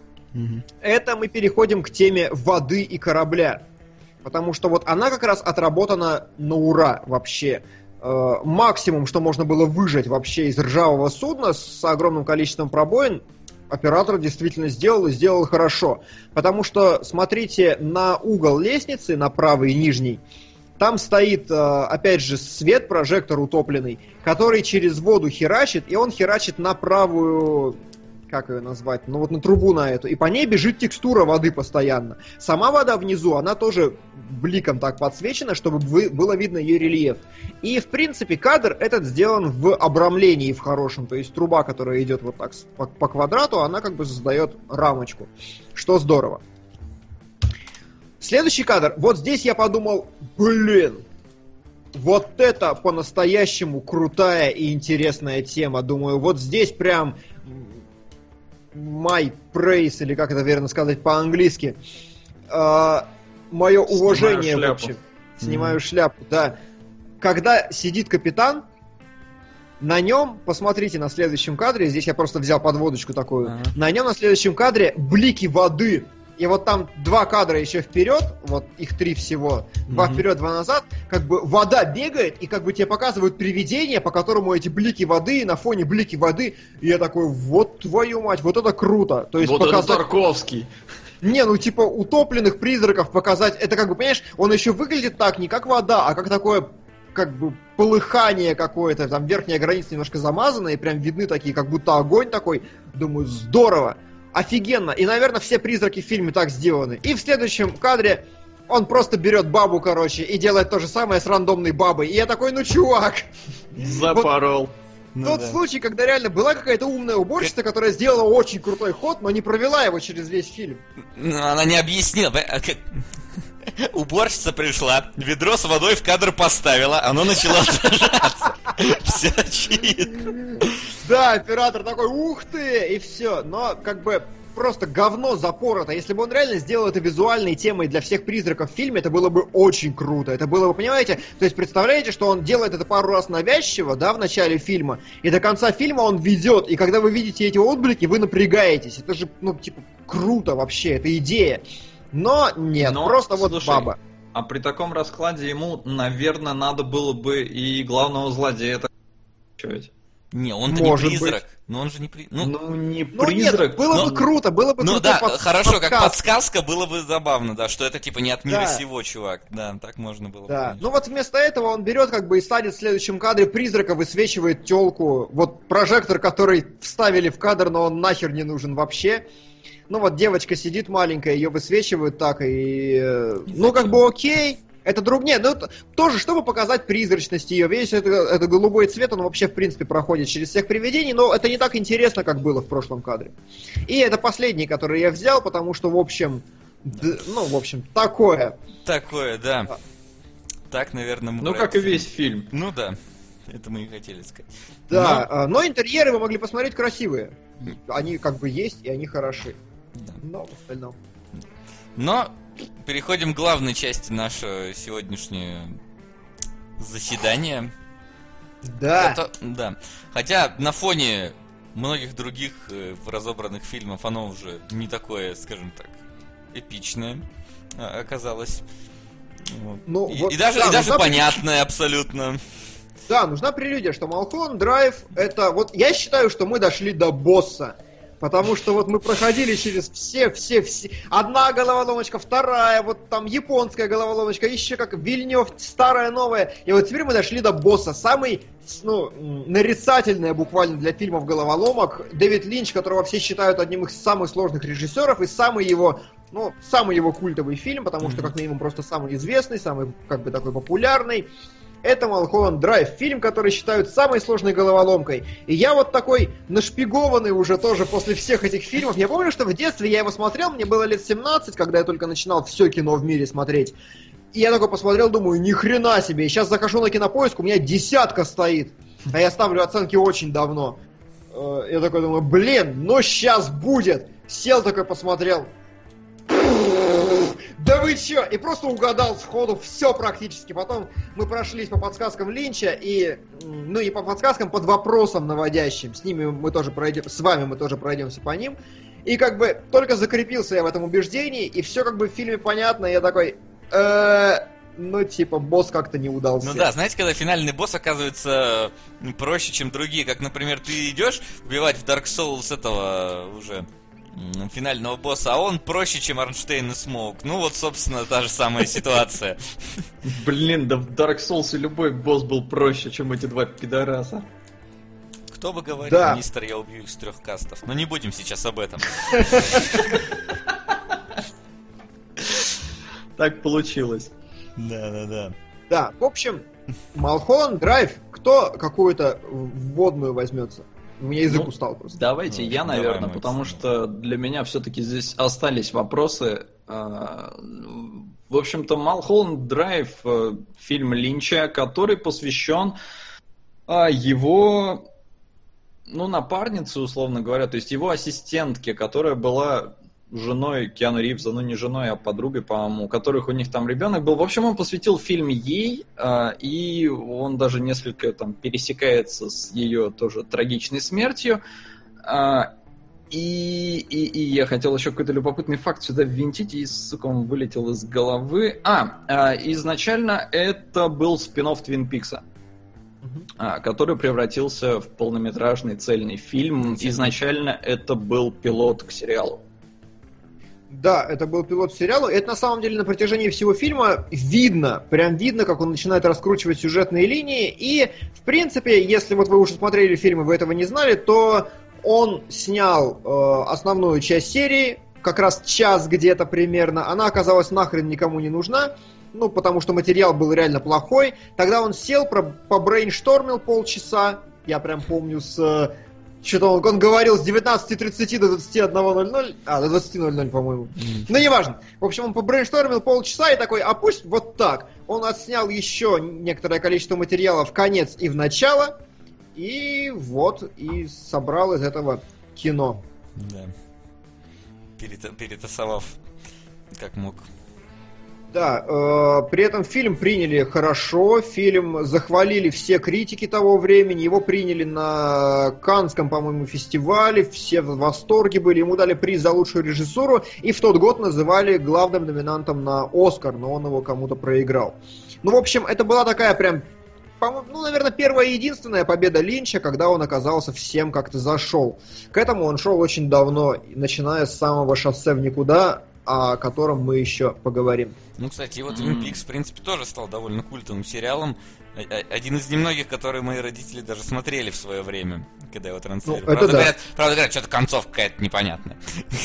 Это мы переходим к теме воды и корабля. Потому что вот она как раз отработана на ура вообще. Максимум, что можно было выжать вообще из ржавого судна с огромным количеством пробоин, оператор действительно сделал и сделал хорошо. Потому что, смотрите, на угол лестницы, на правый нижний, там стоит, опять же, свет, прожектор утопленный, который через воду херачит, и он херачит на правую... Как ее назвать? Ну вот на трубу на эту. И по ней бежит текстура воды постоянно. Сама вода внизу, она тоже бликом так подсвечена, чтобы было видно ее рельеф. И в принципе кадр этот сделан в обрамлении в хорошем. То есть труба, которая идет вот так по квадрату, она как бы создает рамочку. Что здорово. Следующий кадр. Вот здесь я подумал, вот это по-настоящему крутая и интересная тема. Думаю, вот здесь прям... My praise, или как это верно сказать по-английски. Мое уважение, в общем. Снимаю шляпу, да. Когда сидит капитан, на нем, посмотрите на следующем кадре, здесь я просто взял подводочку такую, на нем на следующем кадре блики воды. И вот там 2 кадра еще вперед, вот их 3 всего, 2 вперед, 2 назад, как бы вода бегает, и как бы тебе показывают привидение, по которому эти блики воды, на фоне блики воды, и я такой, вот твою мать, вот это круто. То есть вот показать... это Тарковский. Не, ну типа утопленных призраков показать, это как бы, понимаешь, он еще выглядит так, не как вода, а как такое... как бы полыхание какое-то, там верхняя граница немножко замазана, и прям видны такие, как будто огонь такой. Думаю, здорово. Офигенно. И, наверное, все призраки в фильме так сделаны. И в следующем кадре он просто берет бабу, короче, и делает то же самое с рандомной бабой. И я такой, ну, чувак! Запорол. Вот тот случай, когда реально была какая-то умная уборщица, которая сделала очень крутой ход, но не провела его через весь фильм. Ну, она не объяснила. Уборщица пришла, ведро с водой в кадр поставила, оно начало отражаться. Все очевидно. Да, оператор такой, ух ты, и все. Но как бы просто говно запорото. Если бы он реально сделал это визуальной темой для всех призраков в фильме, это было бы очень круто. Это было бы, понимаете, то есть представляете, что он делает это пару раз навязчиво, да, в начале фильма, и до конца фильма он ведет, и когда вы видите эти отблики, вы напрягаетесь. Это же, ну, типа, круто вообще, это идея. Но нет, просто вот слушай, баба. А при таком раскладе ему, наверное, надо было бы и главного злодея. Не, он-то не призрак. Но он же не призрак. Не призрак. Нет, было бы круто, было бы круто. Ну да, хорошо, как подсказка было бы забавно, да, что это типа не от мира сего, чувак. Да, так можно было бы. Да. Ну вот вместо этого он берет как бы и ставит в следующем кадре призрака, высвечивает тёлку. Вот прожектор, который вставили в кадр, но он нахер не нужен вообще. Ну вот девочка сидит маленькая, ее высвечивают так, и... Ну как бы окей. Это нет, ну тоже, чтобы показать призрачность ее. Весь это голубой цвет, он вообще, в принципе, проходит через всех привидений, но это не так интересно, как было в прошлом кадре. И это последний, который я взял, потому что, в общем, такое. Такое, да. Так, наверное, мы... Ну, как и весь фильм. Ну да, это мы и хотели сказать. Да, но интерьеры вы могли посмотреть красивые. Они как бы есть, и они хороши. Да. Но в остальном... Но... Переходим к главной части нашего сегодняшнего заседания. Да. Да. Хотя на фоне многих других разобранных фильмов оно уже не такое, скажем так, эпичное оказалось. Ну, и даже понятное абсолютно. Да, нужна прелюдия, что Малхолланд Драйв это... Вот я считаю, что мы дошли до босса. Потому что вот мы проходили через все. Одна головоломочка, вторая, вот там японская головоломочка, еще как Вильнёв, старая, новая. И вот теперь мы дошли до босса. Самый, нарицательный буквально для фильмов головоломок. Дэвид Линч, которого все считают одним из самых сложных режиссеров, и самый его культовый фильм, потому что, как минимум, просто самый известный, самый, как бы, такой популярный. Это Малхолланд Драйв, фильм, который считают самой сложной головоломкой. И я вот такой нашпигованный уже тоже после всех этих фильмов. Я помню, что в детстве я его смотрел, мне было лет 17, когда я только начинал все кино в мире смотреть. И я такой посмотрел, думаю, ни хрена себе. И сейчас захожу на Кинопоиск, у меня 10 стоит. А я ставлю оценки очень давно. Я такой думаю, ну сейчас будет. Сел такой, посмотрел. Да вы чё? И просто угадал сходу все практически. Потом мы прошлись по подсказкам Линча и по подсказкам под вопросом наводящим. С вами мы тоже пройдемся по ним. И как бы только закрепился я в этом убеждении, и все как бы в фильме понятно, и я такой, босс как-то не удался. Ну да, знаете, когда финальный босс оказывается проще, чем другие, как, например, ты идешь убивать в Dark Souls этого уже... финального босса, а он проще, чем Арнштейн и Смоук. Ну вот, собственно, та же самая ситуация. Блин, да в Dark Souls любой босс был проще, чем эти два пидораса. Кто бы говорил, мистер, я убью их с 3 кастов. Но не будем сейчас об этом. Так получилось. Да. Да, в общем, Малхолланд Драйв, кто какую-то вводную возьмется? У меня язык устал просто. Давайте я, наверное, потому что для меня все-таки здесь остались вопросы. В общем-то, Малхолланд Драйв, фильм Линча, который посвящен его, напарнице, условно говоря, то есть его ассистентке, которая была женой Киану Ривза, не женой, а подругой, по-моему, у которых у них там ребенок был. В общем, он посвятил фильм ей, и он даже несколько там пересекается с ее тоже трагичной смертью. И я хотел еще какой-то любопытный факт сюда ввинтить, и, сука, он вылетел из головы. Изначально это был спин-офф Твин Пикса, который превратился в полнометражный цельный фильм. Изначально это был пилот к сериалу. Да, это был пилот сериала. Это на самом деле на протяжении всего фильма видно, как он начинает раскручивать сюжетные линии. И, в принципе, если вот вы уже смотрели фильм и вы этого не знали, то он снял основную часть серии, как раз час где-то примерно. Она оказалась нахрен никому не нужна, потому что материал был реально плохой. Тогда он сел, побрейнштормил полчаса. Я прям помню Что-то он говорил с 19:30 до 21:00, до 20:00, по-моему. Но неважно. В общем, он побрейнштормил полчаса и такой, а пусть вот так. Он отснял еще некоторое количество материала в конец и в начало, и вот, и собрал из этого кино. Да. Перетасовав как мог. Да, при этом фильм приняли хорошо, фильм захвалили все критики того времени, его приняли на Каннском, по-моему, фестивале, все в восторге были, ему дали приз за лучшую режиссуру, и в тот год называли главным номинантом на Оскар, но он его кому-то проиграл. В общем, это была такая прям по-моему, наверное, первая и единственная победа Линча, когда он оказался всем как-то зашел. К этому он шел очень давно, начиная с самого «Шоссе в никуда», о котором мы еще поговорим. Ну, кстати, и вот Twin Peaks, в принципе, тоже стал довольно культовым сериалом. Один из немногих, которые мои родители даже смотрели в свое время, когда его транслировали. Ну, правда, говорят, что-то концовка какая-то непонятная.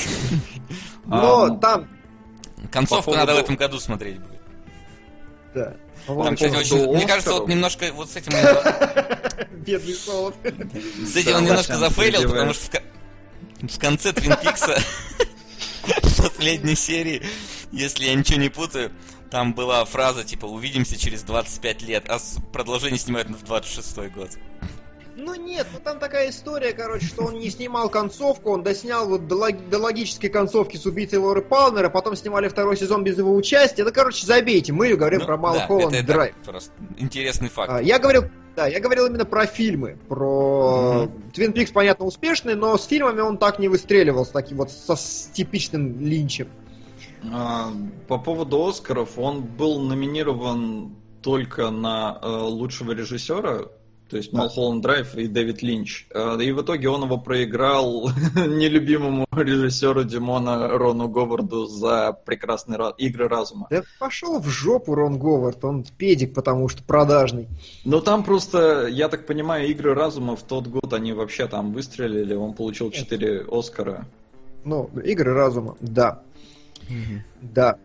Но там... Концовку надо в этом году смотреть будет. Да. Там, кстати, очень... Мне кажется, вот немножко вот с этим... Бедный Солод. С этим он немножко зафейлил, потому что в конце Twin Peaks в последней серии, если я ничего не путаю, там была фраза типа «увидимся через 25 лет», а продолжение снимают в 26-й год. Ну нет, ну там такая история, короче, что он не снимал концовку, он доснял вот до логической концовки с убийцей Лоры Палмер, а потом снимали второй сезон без его участия. Да, короче, забейте, мы говорим про Малхолланд Драйв. Просто интересный факт. Я говорил именно про фильмы, про Twin Peaks, понятно, успешный, но с фильмами он так не выстреливал, с таким вот с типичным Линчем. По поводу Оскаров, он был номинирован только на лучшего режиссера, то есть Малхолланд Драйв и Дэвид Линч. И в итоге он его проиграл нелюбимому режиссеру Димона Рону Говарду за прекрасные игры разума. Да пошел в жопу Рон Говард, он педик, потому что продажный. Ну там просто, я так понимаю, игры разума в тот год, они вообще там выстрелили, он получил 4 Оскара. Ну, игры разума, да. Да.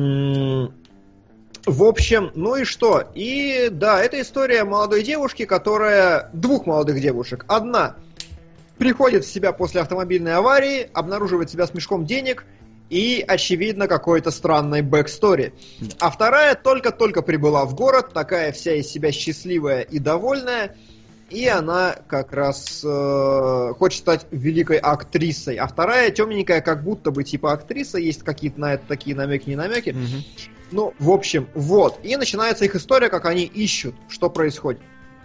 В общем, ну и что? И да, это история молодой девушки, двух молодых девушек. Одна приходит в себя после автомобильной аварии, обнаруживает себя с мешком денег и, очевидно, какой-то странной бэкстори. А вторая только-только прибыла в город, такая вся из себя счастливая и довольная, и она как раз хочет стать великой актрисой. А вторая темненькая, как будто бы типа актриса, есть какие-то на это такие намеки, не намеки. Ну, в общем, вот. И начинается их история, как они ищут, что происходит.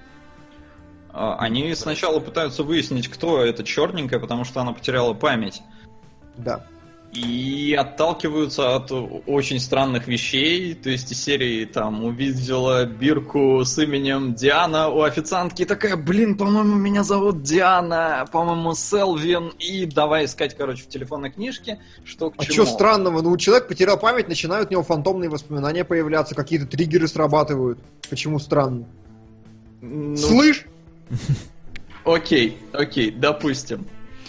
Они сначала пытаются выяснить, кто эта черненькая, потому что она потеряла память. Да. И отталкиваются от очень странных вещей. То есть из серии там увидела бирку с именем Диана у официантки и такая: блин, по-моему, меня зовут Диана, по-моему, Селвин. И давай искать, короче, в телефонной книжке, что к чему. А что странного? Ну, человек потерял память, начинают у него фантомные воспоминания появляться, какие-то триггеры срабатывают. Почему странно? Ну... Слышь? Окей, допустим.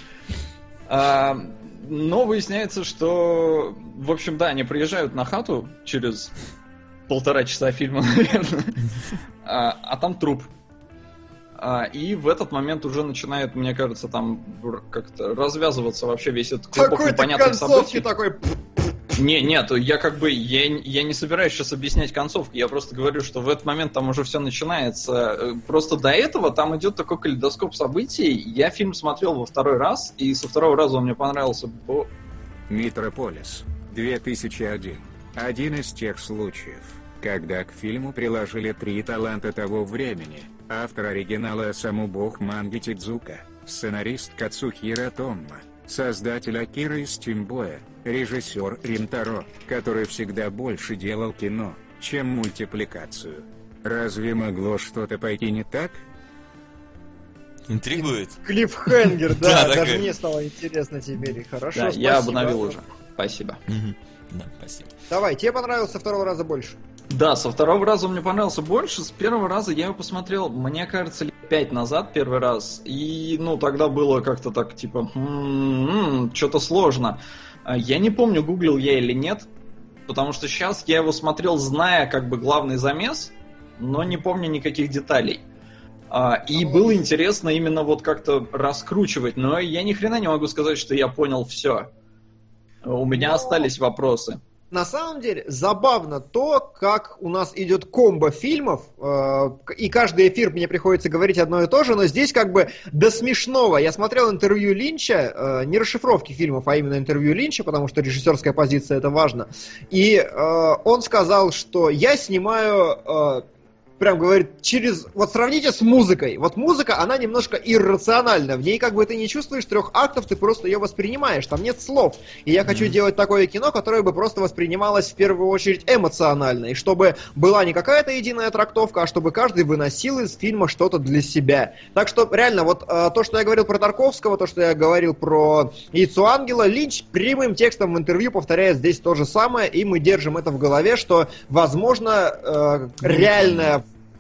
Но выясняется, что, в общем, да, они приезжают на хату через 1,5 часа фильма, наверное, а там труп. И в этот момент уже начинает, мне кажется, там как-то развязываться вообще весь этот клубок непонятных событий. Такой... Нет, я не собираюсь сейчас объяснять концовку, я просто говорю, что в этот момент там уже все начинается. Просто до этого там идет такой калейдоскоп событий. Я фильм смотрел во второй раз, и со второго раза он мне понравился. Метрополис, 2001. Один из тех случаев, когда к фильму приложили 3 таланта того времени: автор оригинала Осаму бог манги Тидзука, сценарист Кацухира Томма, создатель Акиры и Стимбоя, режиссер Ринтаро, который всегда больше делал кино, чем мультипликацию. Разве могло что-то пойти не так? Интригует. Клиффхенгер, да, даже мне стало интересно теперь. Хорошо, да, я обновил уже. Спасибо. Да, спасибо. Давай, тебе понравился со второго раза больше? Да, со второго раза мне понравился больше. С первого раза я его посмотрел, мне кажется, лет 5 назад первый раз. И, тогда было как-то так, типа, что-то сложно. Я не помню, гуглил я или нет, потому что сейчас я его смотрел, зная как бы главный замес, но не помню никаких деталей. И было интересно именно вот как-то раскручивать, но я ни хрена не могу сказать, что я понял все. У меня остались вопросы. На самом деле забавно то, как у нас идет комбо фильмов, и каждый эфир мне приходится говорить одно и то же, но здесь как бы до смешного. Я смотрел интервью Линча, не расшифровки фильмов, а именно интервью Линча, потому что режиссерская позиция — это важно. И он сказал, что я снимаю прям говорит вот сравните с музыкой. Вот музыка, она немножко иррациональна. В ней как бы ты не чувствуешь 3 актов, ты просто ее воспринимаешь. Там нет слов. И я хочу делать такое кино, которое бы просто воспринималось в первую очередь эмоционально. И чтобы была не какая-то единая трактовка, а чтобы каждый выносил из фильма что-то для себя. Так что реально, вот то, что я говорил про Тарковского, то, что я говорил про «Яйцо ангела», Линч прямым текстом в интервью повторяет здесь то же самое, и мы держим это в голове, что возможно реальная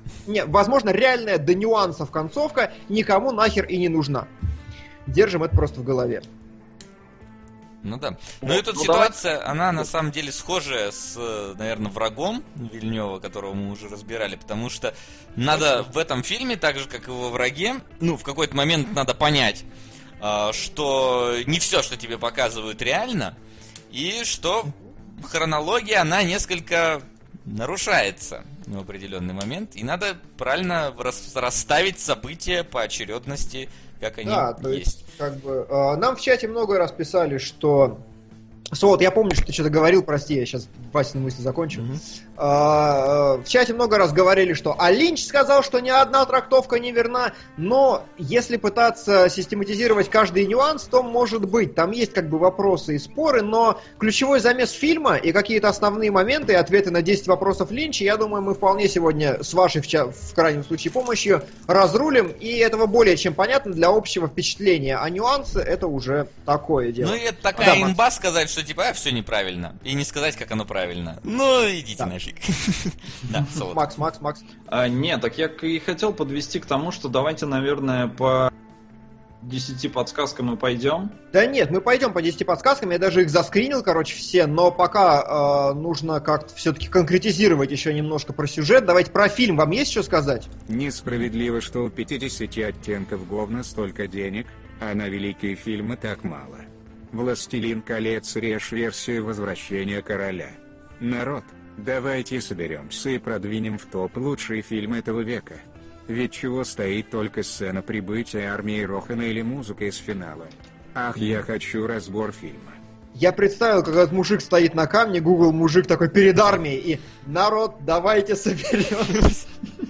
до нюансов концовка никому нахер и не нужна. Держим это просто в голове. Ну да. Ну и тут ситуация, она на самом деле схожая с, наверное, «Врагом» Вильнёва, которого мы уже разбирали, потому что надо в этом фильме, так же, как и во «Враге», в какой-то момент надо понять, что не все, что тебе показывают, реально, и что хронология, она несколько нарушается в определенный момент, и надо правильно расставить события по очередности, как они есть. Как бы, нам в чате много раз писали, что... Вот, я помню, что ты что-то говорил, прости, я сейчас Васину мысль закончу. В чате много раз говорили, что Линч сказал, что ни одна трактовка не верна, но если пытаться систематизировать каждый нюанс, то может быть. Там есть как бы вопросы и споры, но ключевой замес фильма и какие-то основные моменты и ответы на 10 вопросов Линча, я думаю, мы вполне сегодня с вашей, в крайнем случае, помощью разрулим, и этого более чем понятно для общего впечатления. А нюансы — это уже такое дело. Ну и это такая имба сказать, что типа все неправильно, и не сказать, как оно правильно. Ну, идите нафиг. Да, Макс. Нет, так я и хотел подвести к тому, что давайте, наверное, по 10 подсказкам и пойдем. Да нет, мы пойдем по 10 подсказкам, я даже их заскринил, все, но пока нужно как-то все-таки конкретизировать еще немножко про сюжет. Давайте про фильм, вам есть что сказать? Несправедливо, что у 50 оттенков говна столько денег, а на великие фильмы так мало. «Властелин колец» версию «Возвращение короля». Народ, давайте соберемся и продвинем в топ лучший фильм этого века. Ведь чего стоит только сцена прибытия армии Рохана или музыка из финала? Ах, я хочу разбор фильма. Я представил, как этот мужик стоит на камне, Google мужик такой перед армией, и народ, давайте соберемся.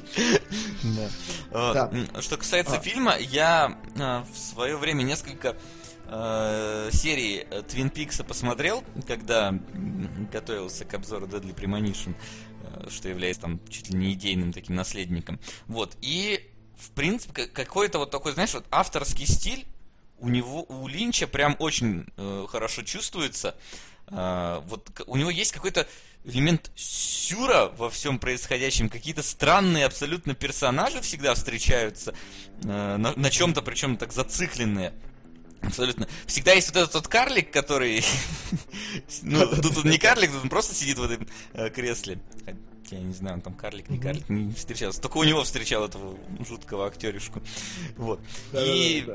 Что касается фильма, я в свое время несколько серии Twin Peaks посмотрел, когда готовился к обзору Deadly Premonition, что является там чуть ли не идейным таким наследником. Вот. И, в принципе, какой-то вот такой, знаешь, вот авторский стиль у Линча прям очень хорошо чувствуется. Вот у него есть какой-то элемент сюра во всем происходящем. Какие-то странные абсолютно персонажи всегда встречаются на чем-то, причем так зацикленные. Абсолютно. Всегда есть вот этот вот карлик, который... Ну, тут он не карлик, тут он просто сидит в этом кресле. Я не знаю, он там карлик, не карлик, не встречался. Только у него встречал этого жуткого актеришку. Вот. И...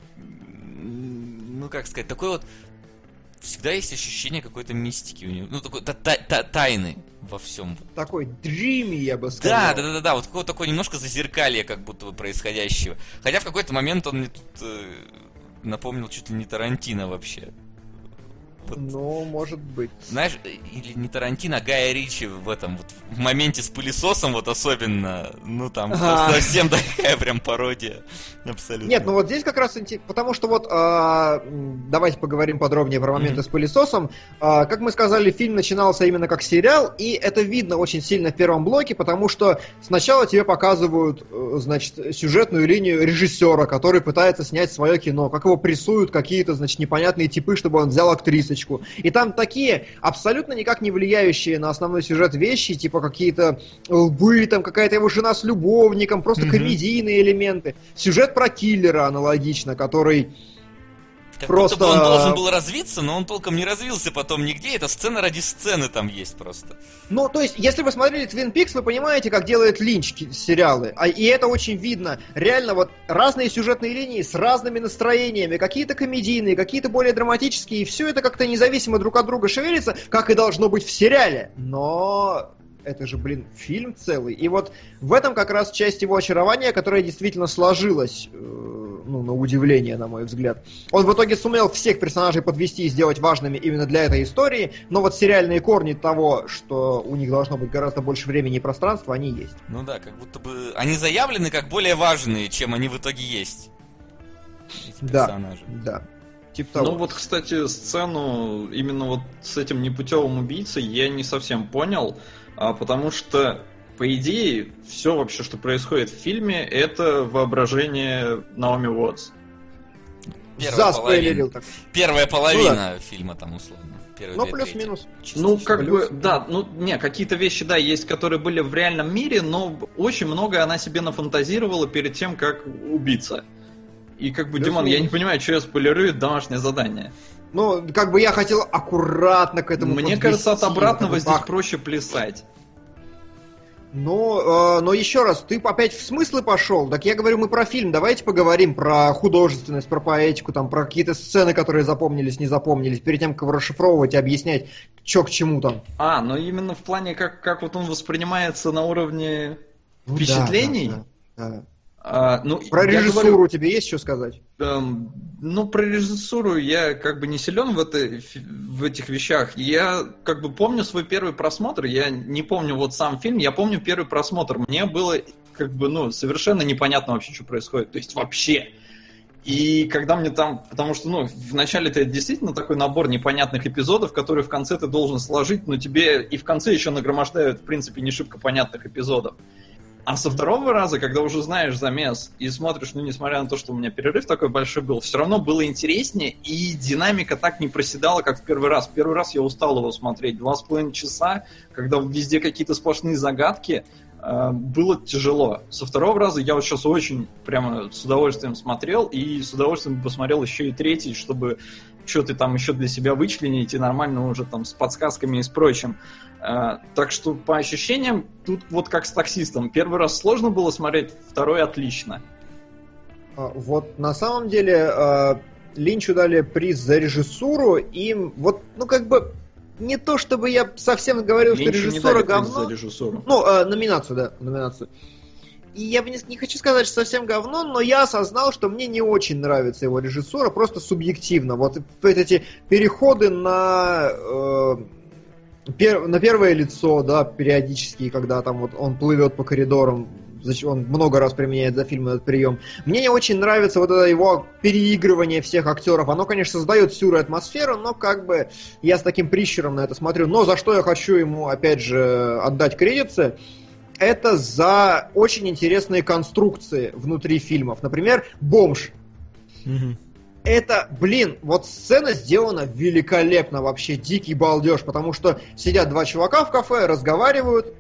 Ну, как сказать, такой вот... Всегда есть ощущение какой-то мистики у него. Ну, такой тайны во всем. Такой dreamy, я бы сказал. Да. Вот какое-то такое немножко зазеркалье, как будто бы происходящего. Хотя в какой-то момент он мне тут... напомнил чуть ли не Тарантино вообще. Вот. Ну, может быть. Знаешь, или не Тарантино, а Гая Ричи в этом вот в моменте с пылесосом вот особенно, ну там совсем такая прям пародия. Абсолютно. Нет, ну вот здесь как раз потому что вот давайте поговорим подробнее про моменты с пылесосом. Как мы сказали, фильм начинался именно как сериал, и это видно очень сильно в первом блоке, потому что сначала тебе показывают, значит, сюжетную линию режиссера, который пытается снять свое кино, как его прессуют какие-то, значит, непонятные типы, чтобы он взял актрисочку. И там такие абсолютно никак не влияющие на основной сюжет вещи, типа какие-то лбы, там какая-то его жена с любовником, просто комедийные элементы. Сюжет про киллера аналогично, который... Как просто... будто бы он должен был развиться, но он толком не развился потом нигде. Это сцена ради сцены там есть просто. Ну, то есть, если вы смотрели Twin Peaks, вы понимаете, как делает Линч сериалы. И это очень видно. Реально, вот разные сюжетные линии с разными настроениями. Какие-то комедийные, какие-то более драматические. И все это как-то независимо друг от друга шевелится, как и должно быть в сериале. Но... это же, фильм целый. И вот в этом как раз часть его очарования, которая действительно сложилась на удивление, на мой взгляд. Он в итоге сумел всех персонажей подвести и сделать важными именно для этой истории, но вот сериальные корни того, что у них должно быть гораздо больше времени и пространства, они есть. Ну да, как будто бы они заявлены как более важные, чем они в итоге есть. Эти персонажи. Да. Типа того. Ну вот, кстати, сцену именно вот с этим непутевым убийцей я не совсем понял, потому что, по идее, все вообще, что происходит в фильме, это воображение Наоми Уотс. Первая половина фильма там условно. Ну, плюс-минус. Ну, как бы, да, какие-то вещи, да, есть, которые были в реальном мире, но очень многое она себе нафантазировала перед тем, как убиться. И как бы, Димон, я не понимаю, что я спойлерую домашнее задание. Ну, как бы я хотел аккуратно к этому Мне кажется, от обратного здесь проще плясать. Но еще раз, ты опять в смыслы пошел? Так я говорю, мы про фильм, давайте поговорим про художественность, про поэтику, там, про какие-то сцены, которые запомнились, не запомнились, перед тем, как его расшифровывать и объяснять, что к чему там. Но именно в плане, как вот он воспринимается на уровне впечатлений? Да. Про режиссуру тебе есть что сказать? Про режиссуру я как бы не силен в этих вещах. Я как бы помню свой первый просмотр, я не помню вот сам фильм, я помню первый просмотр. Мне было как бы, совершенно непонятно вообще, что происходит. То есть вообще. И когда мне там, потому что, вначале это действительно такой набор непонятных эпизодов, которые в конце ты должен сложить, но тебе и в конце еще нагромождают, в принципе, не шибко понятных эпизодов. А со второго раза, когда уже знаешь замес и смотришь, несмотря на то, что у меня перерыв такой большой был, все равно было интереснее, и динамика так не проседала, как в первый раз. В первый раз я устал его смотреть. 2,5 часа, когда везде какие-то сплошные загадки, было тяжело. Со второго раза я вот сейчас очень прямо с удовольствием смотрел, и с удовольствием посмотрел еще и третий, чтобы что-то там еще для себя вычленить, и нормально уже там с подсказками и с прочим. Так что по ощущениям, тут вот как с «Таксистом». Первый раз сложно было смотреть, второй отлично. Вот на самом деле Линчу дали приз за режиссуру, и вот, как бы, не то чтобы я совсем говорил, Линчу что режиссура говно. За режиссуру. Номинацию. И я бы не хочу сказать, что совсем говно, но я осознал, что мне не очень нравится его режиссура, просто субъективно. Вот эти переходы на первое лицо, да, периодически, когда там вот он плывет по коридорам, он много раз применяет за фильм этот прием. Мне не очень нравится вот это его переигрывание всех актеров. Оно, конечно, создает сюрую атмосферу, но как бы я с таким прищуром на это смотрю. Но за что я хочу ему, опять же, отдать кредиты, это за очень интересные конструкции внутри фильмов. Например, «Бомж». Это, вот сцена сделана великолепно вообще, дикий балдеж, потому что сидят два чувака в кафе, разговаривают,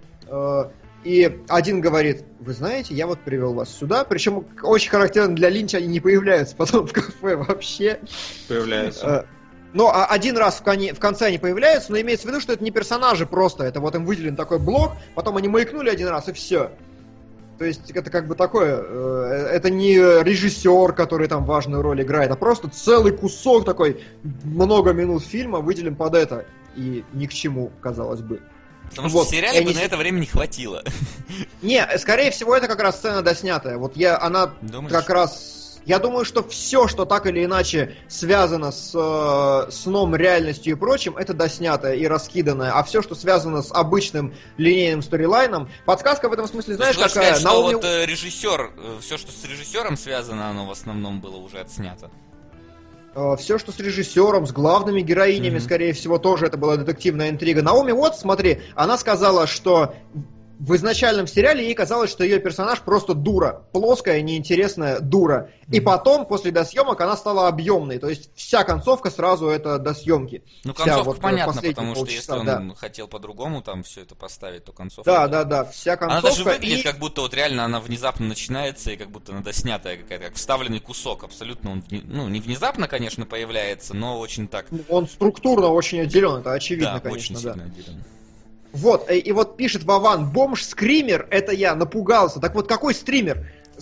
и один говорит: вы знаете, я вот привел вас сюда, причем очень характерно для Линча, они не появляются потом в кафе вообще. Появляются. Но один раз в конце они появляются, но имеется в виду, что это не персонажи просто, это вот им выделен такой блок, потом они маякнули один раз и все. То есть это как бы такое, это не режиссер, который там важную роль играет, а просто целый кусок такой, много минут фильма выделен под это. И ни к чему, казалось бы. Потому что в сериале бы на это времени хватило. Не, скорее всего, это как раз сцена доснятая. Вот она как раз... Я думаю, что все, что так или иначе связано с сном, реальностью и прочим, это доснятое и раскиданное. А все, что связано с обычным линейным сторилайном, подсказка в этом смысле, знаешь, какая? Сказать, что вот режиссер, все, что с режиссером связано, оно в основном было уже отснято. Все, что с режиссером, с главными героинями, скорее всего, тоже это была детективная интрига. Наоми Уотс, смотри, она сказала, что в изначальном сериале ей казалось, что ее персонаж просто дура. Плоская, неинтересная дура. И потом, после досъемок, она стала объемной. То есть вся концовка сразу это до съемки. Ну, концовка понятно, потому что если он хотел по-другому там все это поставить, то концовка... Да, вся концовка. Она даже выглядит, как будто вот реально она внезапно начинается, и как будто она доснятая какая-то, как вставленный кусок. Абсолютно он, не внезапно, конечно, появляется, но очень так... Он структурно очень отделен, это очевидно, да, конечно. Очень сильно отделен. Вот, и вот пишет Вован: бомж, скример, это я, напугался. Так вот, какой скример?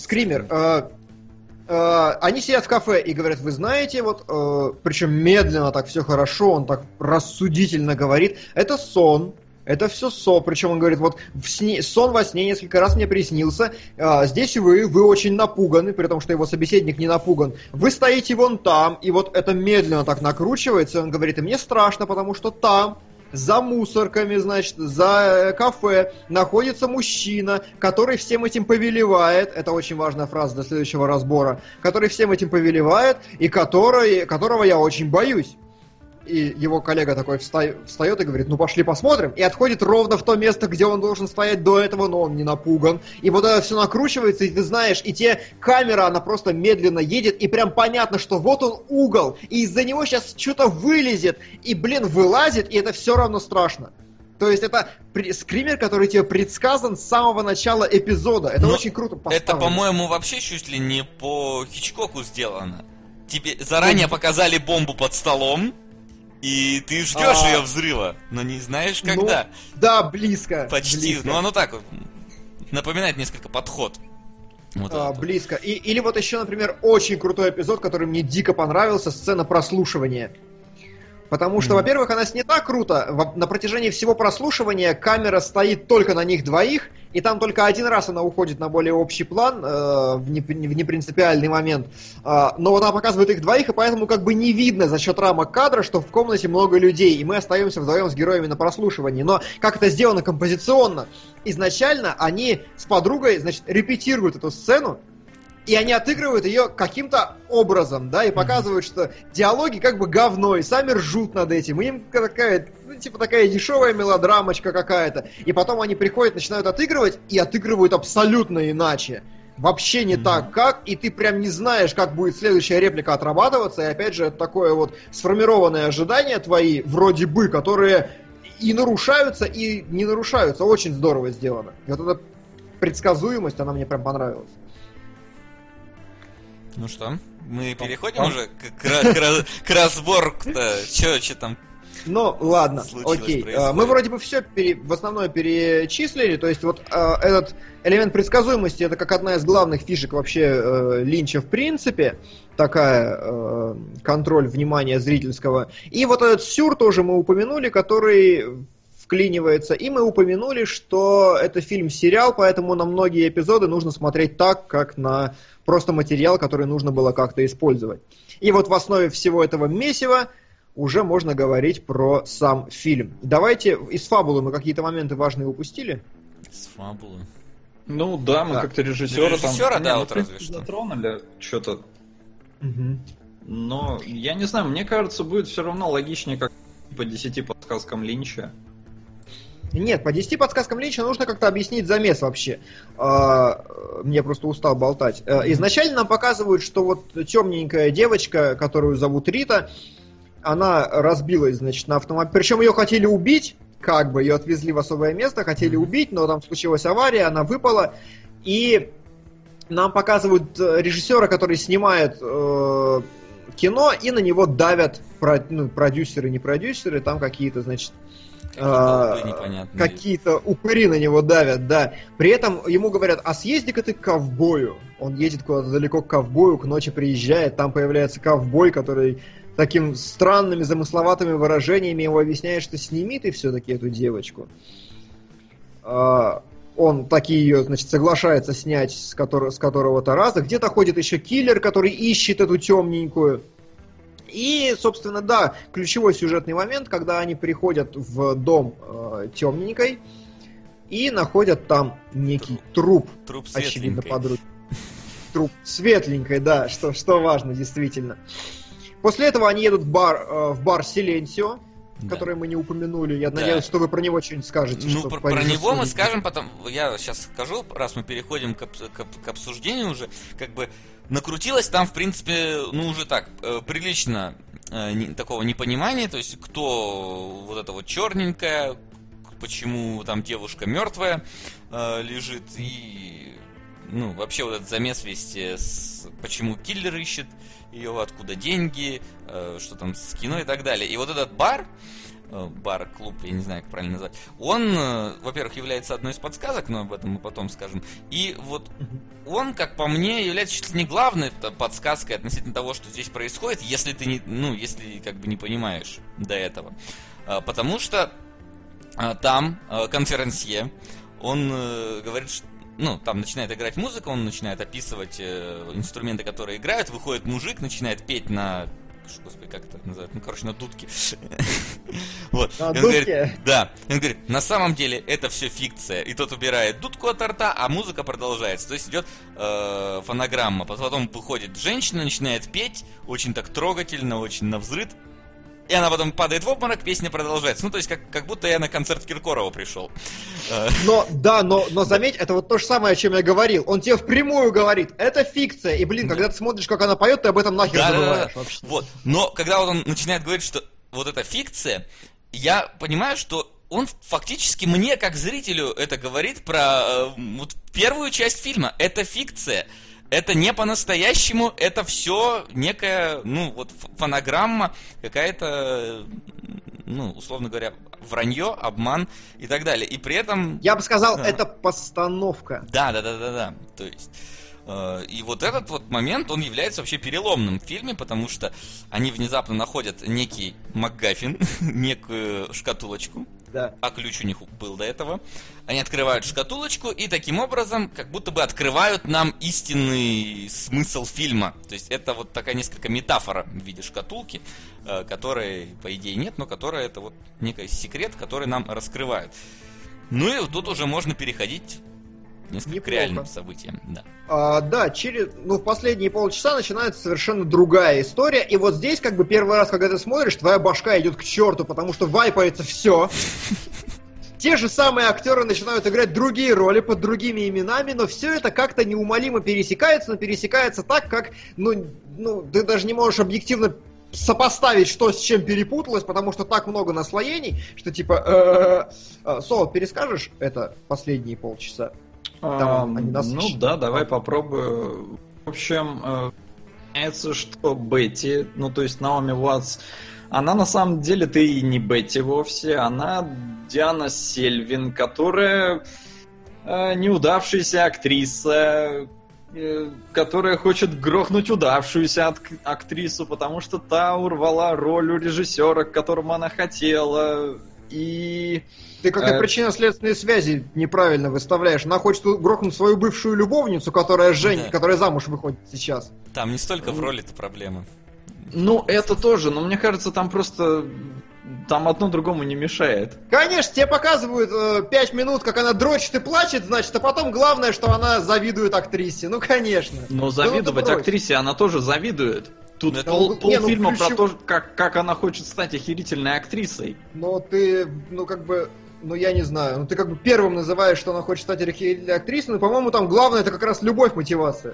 Они сидят в кафе и говорят: вы знаете, вот, причем медленно так все хорошо, он так рассудительно говорит, это сон, Это все сон, причем он говорит, вот сон во сне несколько раз мне приснился, здесь вы очень напуганы, при том, что его собеседник не напуган. Вы стоите вон там, и вот это медленно так накручивается, и он говорит, и мне страшно, потому что там, за мусорками, значит, за кафе находится мужчина, который всем этим повелевает, это очень важная фраза для следующего разбора, который всем этим повелевает, и которого я очень боюсь. И его коллега такой встает и говорит, ну пошли посмотрим, и отходит ровно в то место, где он должен стоять до этого, но он не напуган. И вот это все накручивается, и ты знаешь, и камера, она просто медленно едет, и прям понятно, что вот он угол, и из-за него сейчас что-то вылезет, и, вылазит, и это все равно страшно. То есть это скример, который тебе предсказан с самого начала эпизода. Это очень круто поставлено. Это, по-моему, вообще чуть ли не по Хичкоку сделано. Тебе заранее показали бомбу под столом, и ты ждешь ее взрыва, но не знаешь когда. Да, близко. Почти. Близко. Ну оно так вот напоминает несколько подход. Вот близко. Или вот еще, например, очень крутой эпизод, который мне дико понравился, сцена прослушивания. Потому что, во-первых, она снята круто. На протяжении всего прослушивания камера стоит только на них двоих, и там только один раз она уходит на более общий план, в непринципиальный момент. Но вот она показывает их двоих, и поэтому как бы не видно за счет рамок кадра, что в комнате много людей, и мы остаемся вдвоем с героями на прослушивании. Но как это сделано композиционно? Изначально они с подругой, значит, репетируют эту сцену, и они отыгрывают ее каким-то образом, да, и показывают, что диалоги как бы говно, и сами ржут над этим. И им такая, такая дешевая мелодрамочка какая-то. И потом они приходят, начинают отыгрывать, и отыгрывают абсолютно иначе. Вообще не так, как, и ты прям не знаешь, как будет следующая реплика отрабатываться. И опять же, это такое вот сформированное ожидание твои, вроде бы, которые и нарушаются, и не нарушаются. Очень здорово сделано. И вот эта предсказуемость, она мне прям понравилась. Ну что, мы переходим уже к разбору-то, что там. Ну, ладно, окей. Происходит. Мы вроде бы все в основном перечислили, то есть вот этот элемент предсказуемости, это как одна из главных фишек вообще Линча в принципе, такая контроль внимания зрительского. И вот этот сюр тоже мы упомянули, который вклинивается, и мы упомянули, что это фильм-сериал, поэтому на многие эпизоды нужно смотреть так, как на просто материал, который нужно было как-то использовать. И вот в основе всего этого месива уже можно говорить про сам фильм. Давайте, из фабулы мы какие-то моменты важные упустили? Из фабулы? Ну да, мы как-то режиссера там... да, вот разве что. Затронули что-то. Но, я не знаю, мне кажется, будет все равно логичнее, как по 10 подсказкам Линча. Нет, по 10 подсказкам Линча нужно как-то объяснить замес вообще. Мне просто устал болтать. Изначально нам показывают, что вот темненькая девочка, которую зовут Рита, она разбилась, значит, на автомобиле. Причем ее хотели убить, как бы, ее отвезли в особое место, хотели убить, но там случилась авария, она выпала. И нам показывают режиссера, который снимает кино, и на него давят продюсеры, не продюсеры, там какие-то, значит... какие-то упыри на него давят, да. При этом ему говорят, а съезди-ка ты к ковбою. Он едет куда-то далеко к ковбою, к ночи приезжает, там появляется ковбой, который таким странными, замысловатыми выражениями ему объясняет, что сними ты все-таки эту девочку. Он таки ее, значит, соглашается снять с которого-то раза. Где-то ходит еще киллер, который ищет эту темненькую. И, собственно, да, ключевой сюжетный момент, когда они приходят в дом темненькой и находят там некий труп очевидно, подруги. Труп светленькой, да, что важно, действительно. После этого они едут в бар Силенсио, который мы не упомянули. Я надеюсь, что вы про него что-нибудь скажете. Ну, про него мы скажем потом. Я сейчас скажу, раз мы переходим к обсуждению уже, как бы накрутилось там, в принципе, ну, уже так, прилично такого непонимания, то есть, кто вот эта вот черненькая, почему там девушка мертвая лежит, и, ну, вообще вот этот замес весь, почему киллер ищет ее, откуда деньги, что там с кино и так далее. И вот этот бар-клуб, я не знаю, как правильно назвать, он, во-первых, является одной из подсказок, но об этом мы потом скажем. И вот он, как по мне, является чуть ли не главной подсказкой относительно того, что здесь происходит, если ты не, ну, если как бы не понимаешь до этого. Потому что там конферансье, он говорит, что там начинает играть музыка, он начинает описывать инструменты, которые играют, выходит мужик, начинает петь на... Господи, как это называют? На дудке. Вот. На дудке? Да. Он говорит, на самом деле это все фикция. И тот убирает дудку от рта, а музыка продолжается. То есть идет фонограмма. Потом выходит женщина, начинает петь, очень так трогательно, очень навзрыд. И она потом падает в обморок, песня продолжается. То есть как будто я на концерт Киркорова пришел. Но заметь, это вот то же самое, о чем я говорил. Он тебе впрямую говорит, это фикция. И, когда ты смотришь, как она поет, ты об этом нахер забываешь вообще. Вот. Но когда вот он начинает говорить, что вот это фикция, я понимаю, что он фактически мне, как зрителю, это говорит про вот первую часть фильма. Это фикция. Это не по-настоящему, это все некая, фонограмма, какая-то, условно говоря, вранье, обман и так далее. И при этом... Я бы сказал, это постановка. Да. То есть... И вот этот вот момент, он является вообще переломным в фильме, потому что они внезапно находят некий МакГаффин, некую шкатулочку, а ключ у них был до этого. Они открывают шкатулочку и таким образом как будто бы открывают нам истинный смысл фильма. То есть это вот такая несколько метафора в виде шкатулки, которой, по идее, нет, но которая это вот некий секрет, который нам раскрывают. И тут уже можно переходить несколько к реальным событиям, да. В последние полчаса начинается совершенно другая история, и вот здесь первый раз, когда ты смотришь, твоя башка идет к черту, потому что вайпается все. Те же самые актеры начинают играть другие роли под другими именами, но все это как-то неумолимо пересекается, но пересекается так, как, ты даже не можешь объективно сопоставить, что с чем перепуталось, потому что так много наслоений, что Солод, перескажешь это последние полчаса? Давай попробую. В общем, получается, что Бетти, то есть Наоми Уотс, она на самом деле-то и не Бетти вовсе, она Диана Сельвин, которая неудавшаяся актриса, которая хочет грохнуть удавшуюся актрису, потому что та урвала роль у режиссера, к которому она хотела. И... Ты как-то причинно-следственные связи неправильно выставляешь. Она хочет грохнуть свою бывшую любовницу, которая которая замуж выходит сейчас. Там не столько в роли-то проблема. Это тоже, но мне кажется, там просто... Там одно другому не мешает. Конечно, тебе показывают 5 минут, как она дрочит и плачет, значит, а потом главное, что она завидует актрисе. Конечно. Но завидовать актрисе она тоже завидует. Тут полфильма про то, как она хочет стать охерительной актрисой. Но ты, я не знаю. Ты первым называешь, что она хочет стать охерительной актрисой, но, по-моему, там главное это как раз любовь, мотивация.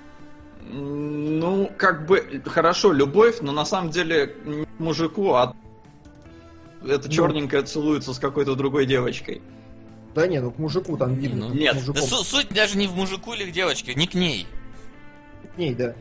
Хорошо, любовь, но на самом деле не к мужику, а эта черненькая целуется с какой-то другой девочкой. Да не, к мужику там видно. Нет. Да суть даже не в мужику или к девочке, не к ней. К ней, да.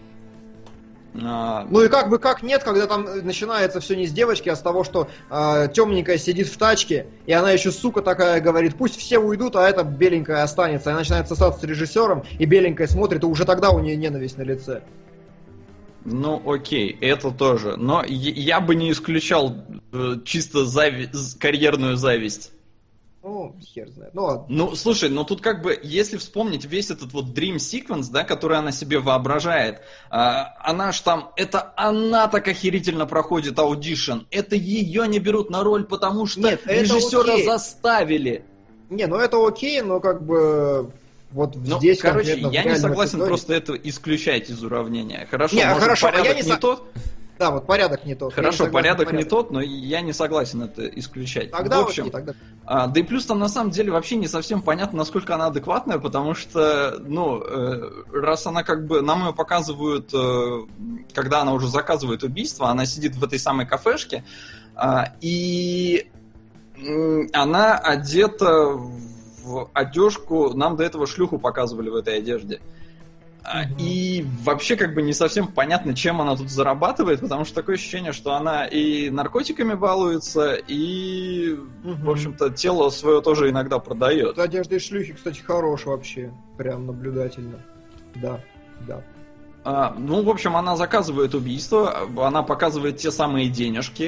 И как нет, когда там начинается все не с девочки, а с того, что темненькая сидит в тачке, и она еще, сука, такая говорит, пусть все уйдут, а эта беленькая останется. И она начинает сосаться с режиссером, и беленькая смотрит, и уже тогда у нее ненависть на лице. Окей, это тоже. Но я бы не исключал чисто карьерную зависть. Хер знает. Ладно. Слушай, тут если вспомнить весь этот вот Dream Sequence, который она себе воображает, она ж там, это она так охерительно проходит аудишн, это ее не берут на роль, потому что режиссера заставили. Это окей, но здесь я не согласен просто это исключать из уравнения. Порядок не тот. Да, порядок не тот. Хорошо, порядок не тот, но я не согласен это исключать. Тогда в общем, да и плюс там на самом деле вообще не совсем понятно, насколько она адекватная, потому что, раз она нам ее показывают, когда она уже заказывает убийство, она сидит в этой самой кафешке, и она одета в одежку, нам до этого шлюху показывали в этой одежде. И вообще не совсем понятно, чем она тут зарабатывает, потому что такое ощущение, что она и наркотиками балуется, и, в общем-то, тело свое тоже иногда продает. Одежда из шлюхи, кстати, хорош вообще, прям наблюдательно. Да. В общем, она заказывает убийство, она показывает те самые денежки,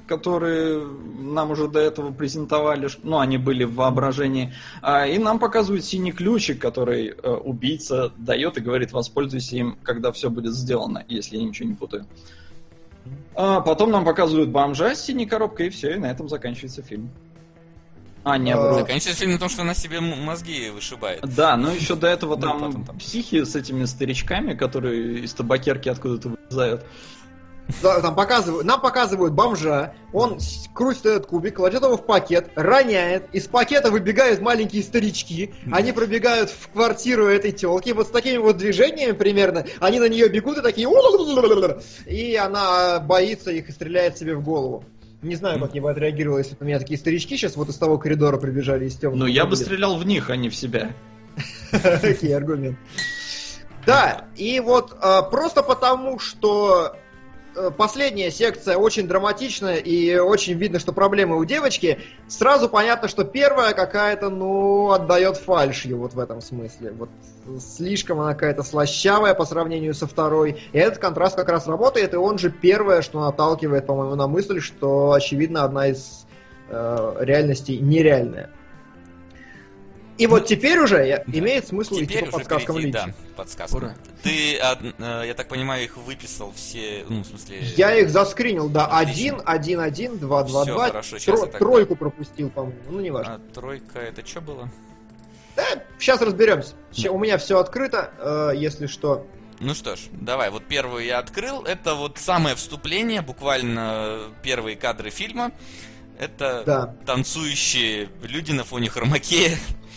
которые нам уже до этого презентовали, ну, они были в воображении, и нам показывают синий ключик, который убийца дает и говорит, воспользуйся им, когда все будет сделано, если я ничего не путаю. А потом нам показывают бомжа с синей коробкой, и все, и на этом заканчивается фильм. Заканчивается фильм на том, что она себе мозги вышибает. Да, но еще до этого там психи с этими старичками, которые из табакерки откуда-то вылезают. Да, нам показывают бомжа, он крутит этот кубик, кладет его в пакет, роняет, из пакета выбегают маленькие старички, они пробегают в квартиру этой телки, вот с такими вот движениями примерно, они на нее бегут и такие, и она боится их и стреляет себе в голову. Не знаю, как я бы отреагировал, если бы у меня такие старички сейчас вот из того коридора прибежали из темного. Ну, я бы стрелял в них, а не в себя. Какие аргументы. Да, и вот просто потому, что последняя секция очень драматичная и очень видно, что проблемы у девочки, сразу понятно, что первая какая-то, ну, отдает фальшью вот в этом смысле. Вот слишком она какая-то слащавая по сравнению со второй. И этот контраст как раз работает, и он же первое, что наталкивает, по-моему, на мысль, что, очевидно, одна из реальностей нереальная. И вот теперь уже имеет смысл идти по подсказкам Линча. Да, подсказкам. Ты, я так понимаю, их выписал все, ну, в смысле... Я их заскринил, да, 1, 1, 1, 2, 2, 2. Хорошо, тройку пропустил, по-моему, ну, неважно. А тройка, это что было? Да, сейчас разберемся. У меня все открыто, если что. Ну что ж, давай, вот первую я открыл. Это вот самое вступление, буквально первые кадры фильма. Это танцующие люди на фоне хромакея.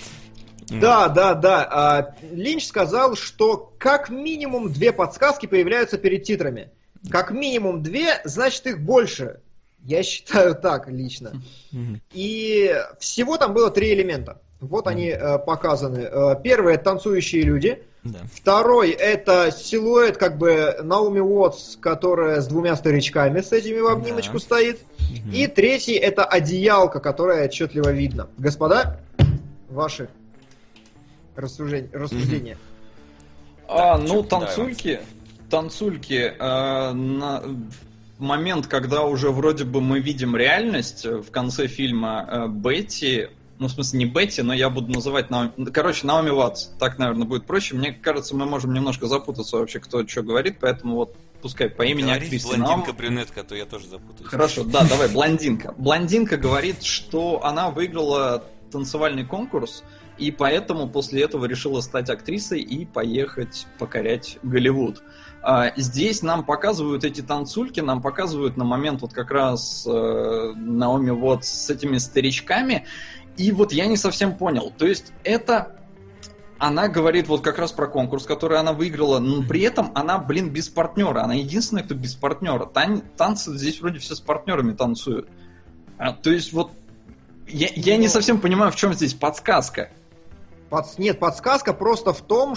Да. Линч сказал, что как минимум 2 подсказки появляются перед титрами. Как минимум 2, значит их больше. Я считаю так лично. И всего там было 3 элемента. Вот они показаны. Первый — это танцующие люди. Да. Второй — это силуэт, как бы, Наоми Уотс, которая с 2 старичками с этими в обнимочку стоит. И третий — это одеялка, которая отчетливо видно. Господа, ваши рассуждения. Танцульки, момент, когда уже вроде бы мы видим реальность в конце фильма, Бетти, ну, в смысле, не Бетти, но я буду называть Наоми Уотс, так, наверное, будет проще. Мне кажется, мы можем немножко запутаться вообще, кто что говорит, поэтому вот пускай по имени актрисы. Блондинка, брюнетка, то я тоже запутаюсь. Хорошо, да, давай, блондинка. Блондинка говорит, что она выиграла танцевальный конкурс, и поэтому после этого решила стать актрисой и поехать покорять Голливуд. Здесь нам показывают эти танцульки, нам показывают на момент вот как раз Наоми Уотс с этими старичками, и вот я не совсем понял. То есть это... Она говорит вот как раз про конкурс, который она выиграла, но при этом она, без партнера. Она единственная, кто без партнера. Танцы здесь вроде все с партнерами танцуют. То есть вот я не совсем понимаю, в чем здесь подсказка. Нет, подсказка просто в том,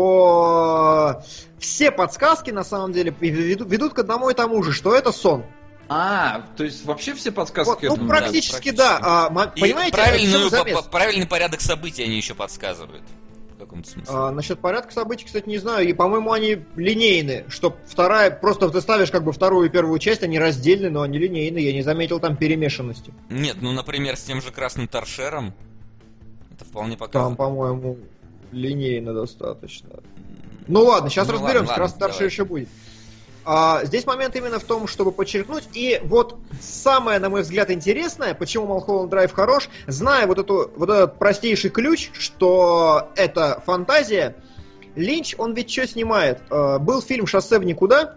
что все подсказки на самом деле ведут к одному и тому же, что это сон. То есть вообще все подсказки? Вот, практически да. Понимаете, правильный порядок событий они еще подсказывают. В каком-то смысле. Насчет порядка событий, кстати, не знаю. И, по-моему, они линейны. Что вторая, просто ты ставишь как бы вторую и первую часть, они раздельны, но они линейны. Я не заметил там перемешанности. Нет, ну, например, с тем же красным торшером это вполне показано. Там, по-моему, линейно достаточно. Ну ладно, сейчас разберемся. Красный торшер еще будет. Здесь момент именно в том, чтобы подчеркнуть. И вот самое, на мой взгляд, интересное, почему Малхолланд Драйв хорош, зная вот этот простейший ключ, что это фантазия, Линч, он ведь что снимает? Был фильм «Шоссе в никуда»,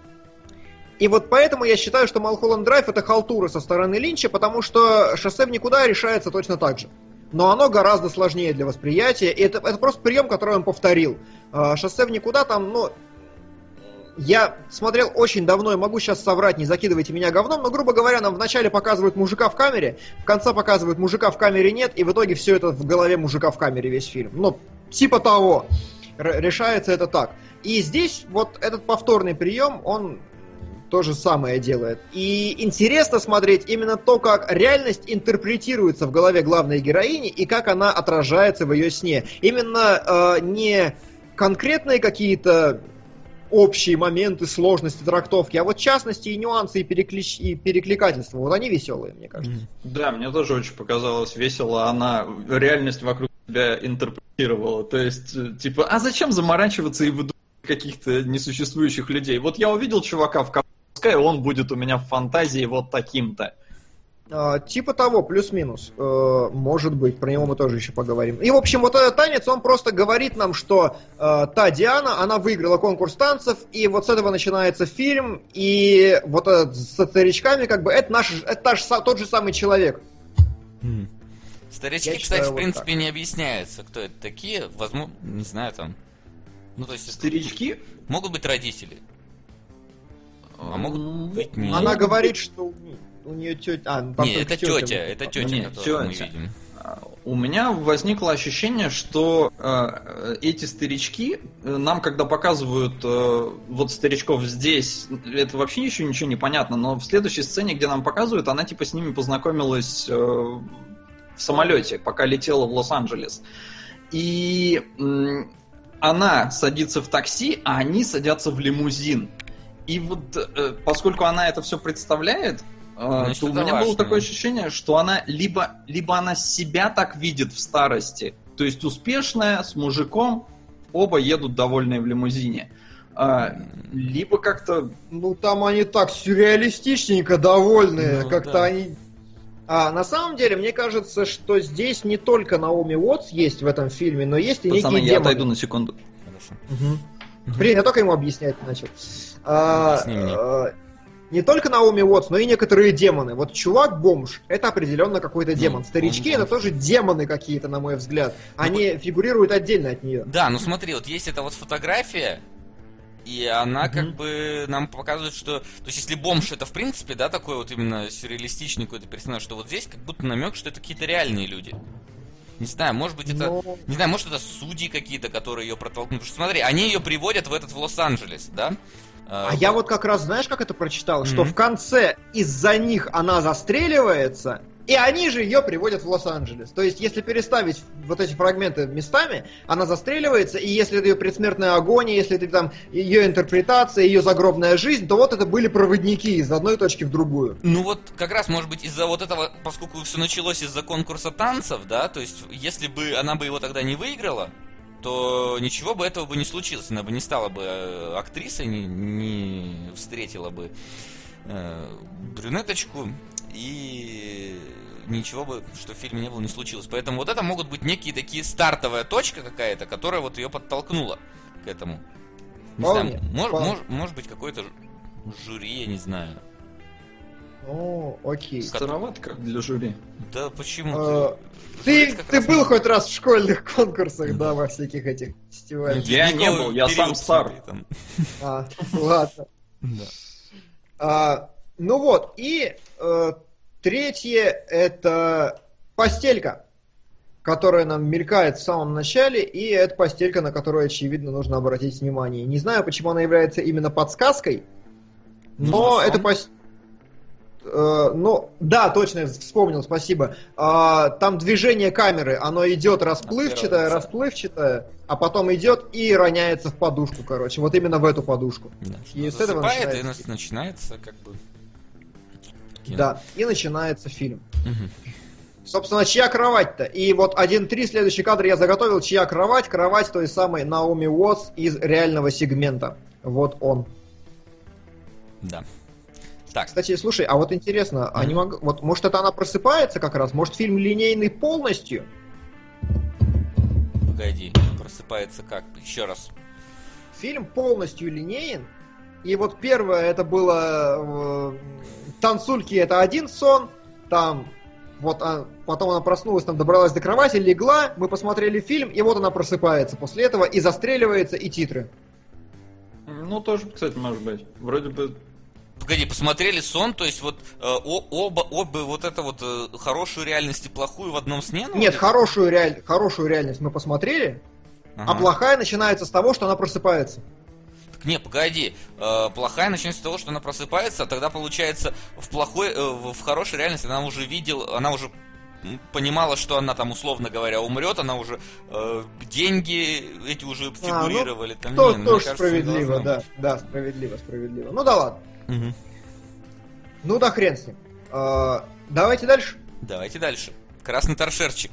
и вот поэтому я считаю, что Малхолланд Драйв — это халтура со стороны Линча, потому что «Шоссе в никуда» решается точно так же. Но оно гораздо сложнее для восприятия, и это просто прием, который он повторил. «Шоссе в никуда» там, я смотрел очень давно и могу сейчас соврать, не закидывайте меня говном, но, грубо говоря, нам вначале показывают мужика в камере, в конце показывают мужика в камере нет, и в итоге все это в голове мужика в камере весь фильм. Ну, типа того. Решается это так. И здесь вот этот повторный прием, он то же самое делает. И интересно смотреть именно то, как реальность интерпретируется в голове главной героини и как она отражается в ее сне. Именно не конкретные какие-то общие моменты, сложности трактовки, а вот частности и нюансы, и перекликательства, вот они веселые, мне кажется. Да, мне тоже очень показалось весело, она реальность вокруг себя интерпретировала, то есть, типа, а зачем заморачиваться и выдумывать каких-то несуществующих людей? Вот я увидел чувака в капуске, пускай он будет у меня в фантазии вот таким-то. Типа того, плюс-минус. Может быть, про него мы тоже еще поговорим. И, в общем, вот этот танец, он просто говорит нам, что та Диана, она выиграла конкурс танцев, и вот с этого начинается фильм, и вот со старичками, как бы, это тот же самый человек. Старички, кстати, в принципе, не объясняется, кто это такие. Возможно, не знаю, там. Ну, то есть, старички? Могут быть родители. А могут быть не. Она говорит, что у нее тетя... Нет, это тетя, которую мы видим. У меня возникло ощущение, что эти старички, нам когда показывают вот старичков здесь, это вообще еще ничего не понятно, но в следующей сцене, где нам показывают, она типа с ними познакомилась в самолете, пока летела в Лос-Анджелес. И она садится в такси, а они садятся в лимузин. И вот поскольку она это все представляет, то у меня было такое ощущение, что она либо она себя так видит в старости, то есть успешная, с мужиком, оба едут довольные в лимузине. Либо как-то... Ну, там они так сюрреалистичненько довольные, ну, как-то да. Они... на самом деле, мне кажется, что здесь не только Наоми Уотс есть в этом фильме, но есть и пацаны, некие я демоны. отойду на секунду. Блин, я только ему объяснять начал. Не только Наоми Уотс, но и некоторые демоны. Вот чувак-бомж, это определенно какой-то демон. Старички это тоже демоны какие-то, на мой взгляд. Они фигурируют отдельно от нее. Да, ну смотри, вот есть эта вот фотография, и она как бы нам показывает, что... То есть если бомж это в принципе, да, такой вот именно сюрреалистичный какой-то персонаж, что вот здесь как будто намек, что это какие-то реальные люди. Не знаю, может быть это... Не знаю, может это судьи какие-то, которые ее протолкнут. Потому что смотри, они ее приводят в Лос-Анджелес, да? Я вот как раз, знаешь, как это прочитал? Что в конце из-за них она застреливается, и они же ее приводят в Лос-Анджелес. То есть, если переставить вот эти фрагменты местами, она застреливается, и если это ее предсмертная агония, если это там ее интерпретация, ее загробная жизнь, то вот это были проводники из одной точки в другую. Ну вот, как раз, может быть, из-за вот этого, поскольку все началось из-за конкурса танцев, да, то есть, если бы она бы его тогда не выиграла, то ничего бы этого бы не случилось. Она бы не стала бы актрисой, не встретила бы брюнеточку, и ничего бы, что в фильме не было, не случилось. Поэтому вот это могут быть некие такие стартовая точка какая-то, которая вот ее подтолкнула к этому. Не знаю, может быть какой-то жюри, я не знаю. О, окей. Старовато как для жюри. Да почему? Ты был хоть раз в школьных конкурсах, да, во всяких этих фестивалях? Я не был, я сам стар. Ладно. Ну вот, и третье это постелька, которая нам мелькает в самом начале, и это постелька, на которую, очевидно, нужно обратить внимание. Не знаю, почему она является именно подсказкой, но это постелька. Ну, да, точно, я вспомнил, спасибо. Там движение камеры, оно идет расплывчатое, а потом идет и роняется в подушку, короче. Вот именно в эту подушку. Да, и с этого начинается как бы... Кино. Да, и начинается фильм. Собственно, чья кровать-то? И вот 1.3, следующий кадр я заготовил. Чья кровать? Кровать той самой Наоми Уотс из реального сегмента. Вот он. Да. Так. Кстати, слушай, а вот интересно, а не могу, вот может это она просыпается как раз? Может фильм линейный полностью? Погоди, просыпается как? Еще раз. Фильм полностью линеен. И вот первое это было танцульки, это один сон. Там вот потом она проснулась, там добралась до кровати, легла, мы посмотрели фильм, и вот она просыпается после этого и застреливается, и титры. Ну тоже, кстати, может быть. Вроде бы. Погоди, посмотрели сон, то есть вот оба вот это вот хорошую реальность и плохую в одном сне? Нет, хорошую реальность мы посмотрели, а плохая начинается с того, что она просыпается. Так не, погоди, плохая начинается с того, что она просыпается, а тогда получается в хорошей реальности она уже понимала, что она там, условно говоря, умрет, она уже деньги эти уже фигурировали. Там, тоже справедливо, да, справедливо. Ну да ладно. Угу. Ну да хрен с ним. Давайте дальше. Давайте дальше. Красный торшерчик.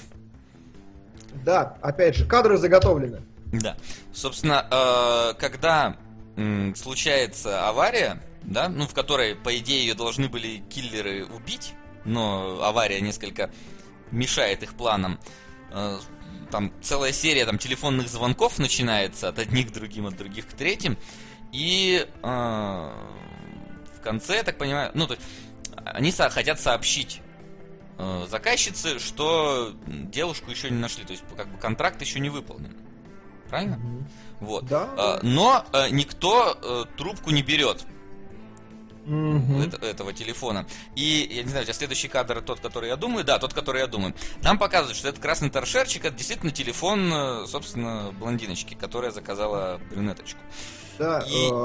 Да, опять же, кадры заготовлены. Да. Собственно, когда случается авария, да, ну, в которой, по идее, ее должны были киллеры убить, но авария несколько мешает их планам. Там целая серия там телефонных звонков начинается от одних к другим, от других к третьим. И в конце, я так понимаю, ну, то есть, они хотят сообщить заказчице, что девушку еще не нашли, то есть как бы контракт еще не выполнен. Правильно? Mm-hmm. Вот. Да. Но никто трубку не берет. Mm-hmm. Этого телефона. И, я не знаю, у тебя следующий кадр тот, который я думаю. Да, тот, который я думаю. Там показывают, что этот красный торшерчик, это действительно телефон, собственно, блондиночки, которая заказала брюнеточку. Да,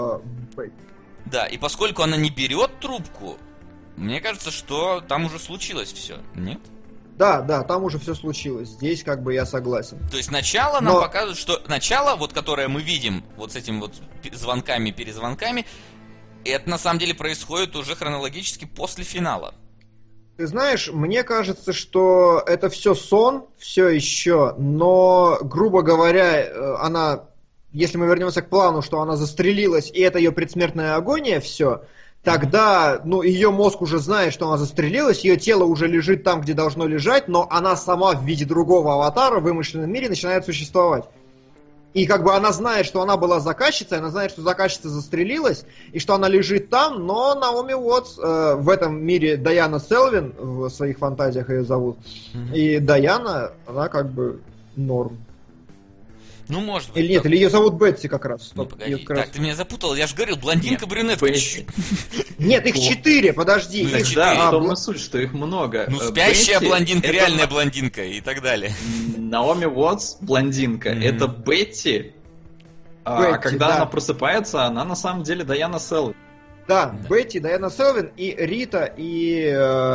да, и поскольку она не берет трубку, мне кажется, что там уже случилось все, нет? Да, там уже все случилось. Здесь как бы я согласен. То есть начало нам показывает, что начало, вот которое мы видим, вот с этим вот звонками, перезвонками, это на самом деле происходит уже хронологически после финала. Ты знаешь, мне кажется, что это все сон, все еще, но, грубо говоря, она, если мы вернемся к плану, что она застрелилась, и это ее предсмертная агония, все, тогда, ну, ее мозг уже знает, что она застрелилась, ее тело уже лежит там, где должно лежать, но она сама в виде другого аватара в вымышленном мире начинает существовать. И как бы она знает, что она была заказчицей, она знает, что заказчица застрелилась, и что она лежит там, но Наоми Уотс, в этом мире Дайана Селвин, в своих фантазиях ее зовут, и Дайана, она как бы норм. Ну, может быть. Или нет, или ее зовут Бетси как раз. Не, погоди. Так, ты меня запутал, я же говорил, блондинка-брюнетка. Нет, их 4, подожди. Ну, да, в том и суть, что их много. Ну, спящая блондинка, реальная блондинка и так далее. Наоми Уотс блондинка, это Бетти. А когда она просыпается, она на самом деле Дайана Селвин. Да, Бетти, Дайана Селвин и Рита, и...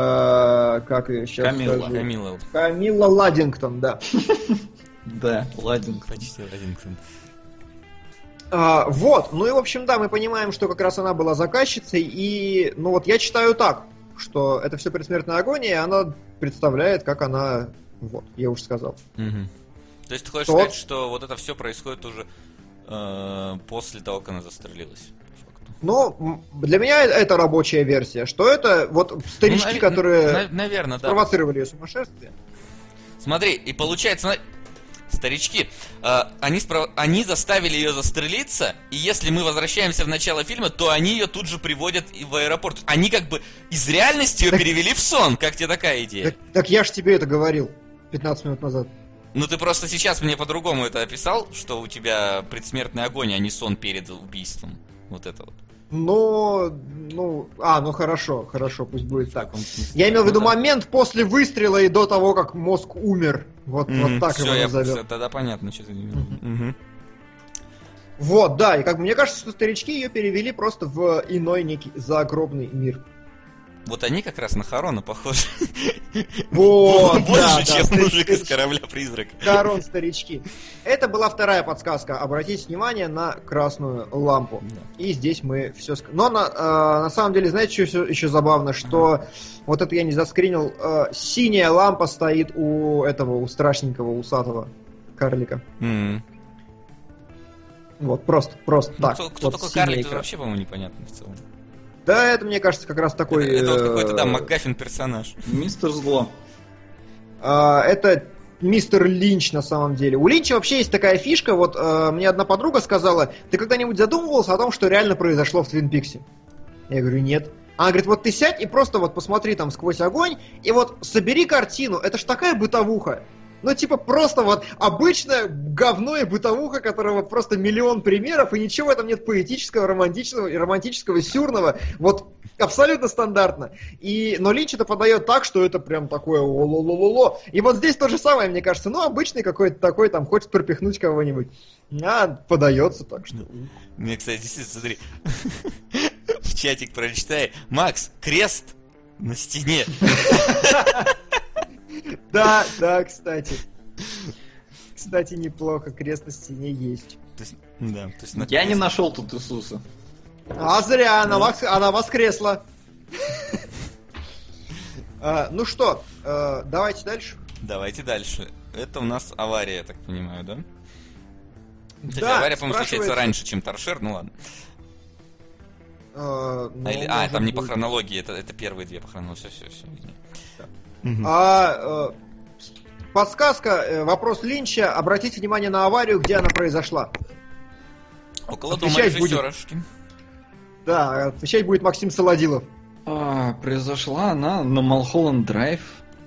как ее сейчас скажу? Камилла Ладдингтон, да. Да, Ладдингтон. Почти Ладдингтон. Вот, ну и в общем, да, мы понимаем, что как раз она была заказчицей, и, ну вот я читаю так, что это все предсмертная агония, и она представляет, как она... Вот, я уже сказал. Угу. То есть ты хочешь сказать, что вот это все происходит уже после того, как она застрелилась? Ну, для меня это рабочая версия, что это вот старички, которые наверное, спровоцировали ее сумасшествие. Смотри, и получается... Старички, они заставили ее застрелиться, и если мы возвращаемся в начало фильма, то они ее тут же приводят и в аэропорт. Они как бы из реальности ее перевели в сон. Как тебе такая идея? Так я ж тебе это говорил 15 минут назад. Ну ты просто сейчас мне по-другому это описал, что у тебя предсмертная агония, а не сон перед убийством. Вот это вот. Ну хорошо, пусть будет так. Я имел в виду момент после выстрела и до того, как мозг умер. Вот так его назовем. Тогда понятно, что ты имел. Вот, да, и как бы мне кажется, что старички ее перевели просто в иной некий загробный мир. Вот они как раз на Харона похожи. Вот, больше, чем мужик из корабля-призрака. Харон, старички. Это была вторая подсказка. Обратите внимание на красную лампу. И здесь мы все... Но на самом деле, знаете, что еще забавно? Что вот это я не заскринил. Синяя лампа стоит у страшненького усатого карлика. Вот, просто так. Кто такой карлик, это вообще, по-моему, непонятно в целом. Да, это, мне кажется, как раз такой... Это вот какой-то, да, МакГаффин персонаж. Мистер Зло. Это мистер Линч, на самом деле. У Линча вообще есть такая фишка, вот мне одна подруга сказала, ты когда-нибудь задумывался о том, что реально произошло в Твин Пиксе? Я говорю, нет. Она говорит, вот ты сядь и просто вот посмотри там сквозь огонь, и вот собери картину, это ж такая бытовуха. Ну, типа, просто вот обычное говно и бытовуха, которого просто миллион примеров, и ничего в этом нет поэтического, романтического, сюрного. Вот абсолютно стандартно. Но Линч это подает так, что это прям такое ло-ло-ло-ло. И вот здесь то же самое, мне кажется. Ну, обычный какой-то такой, там, хочет пропихнуть кого-нибудь. Подается так, что... Мне, кстати, действительно, смотри, в чатик прочитай. Макс, крест на стене. Да, кстати. Кстати, неплохо, крест на стене есть. То есть, да, то есть Я не нашел тут Иисуса. А зря, она воскресла. Ну что, давайте дальше. Давайте дальше. Это у нас авария, я так понимаю, да? Кстати, Да, авария, по-моему, случается раньше, чем торшер, ну ладно. Там не по хронологии, это первые две по хронологии. Все. Подсказка, вопрос Линча. Обратите внимание на аварию, где она произошла. Около дома режиссерашки. Да, отвечать будет Максим Солодилов. Произошла она на Малхолланд Драйв.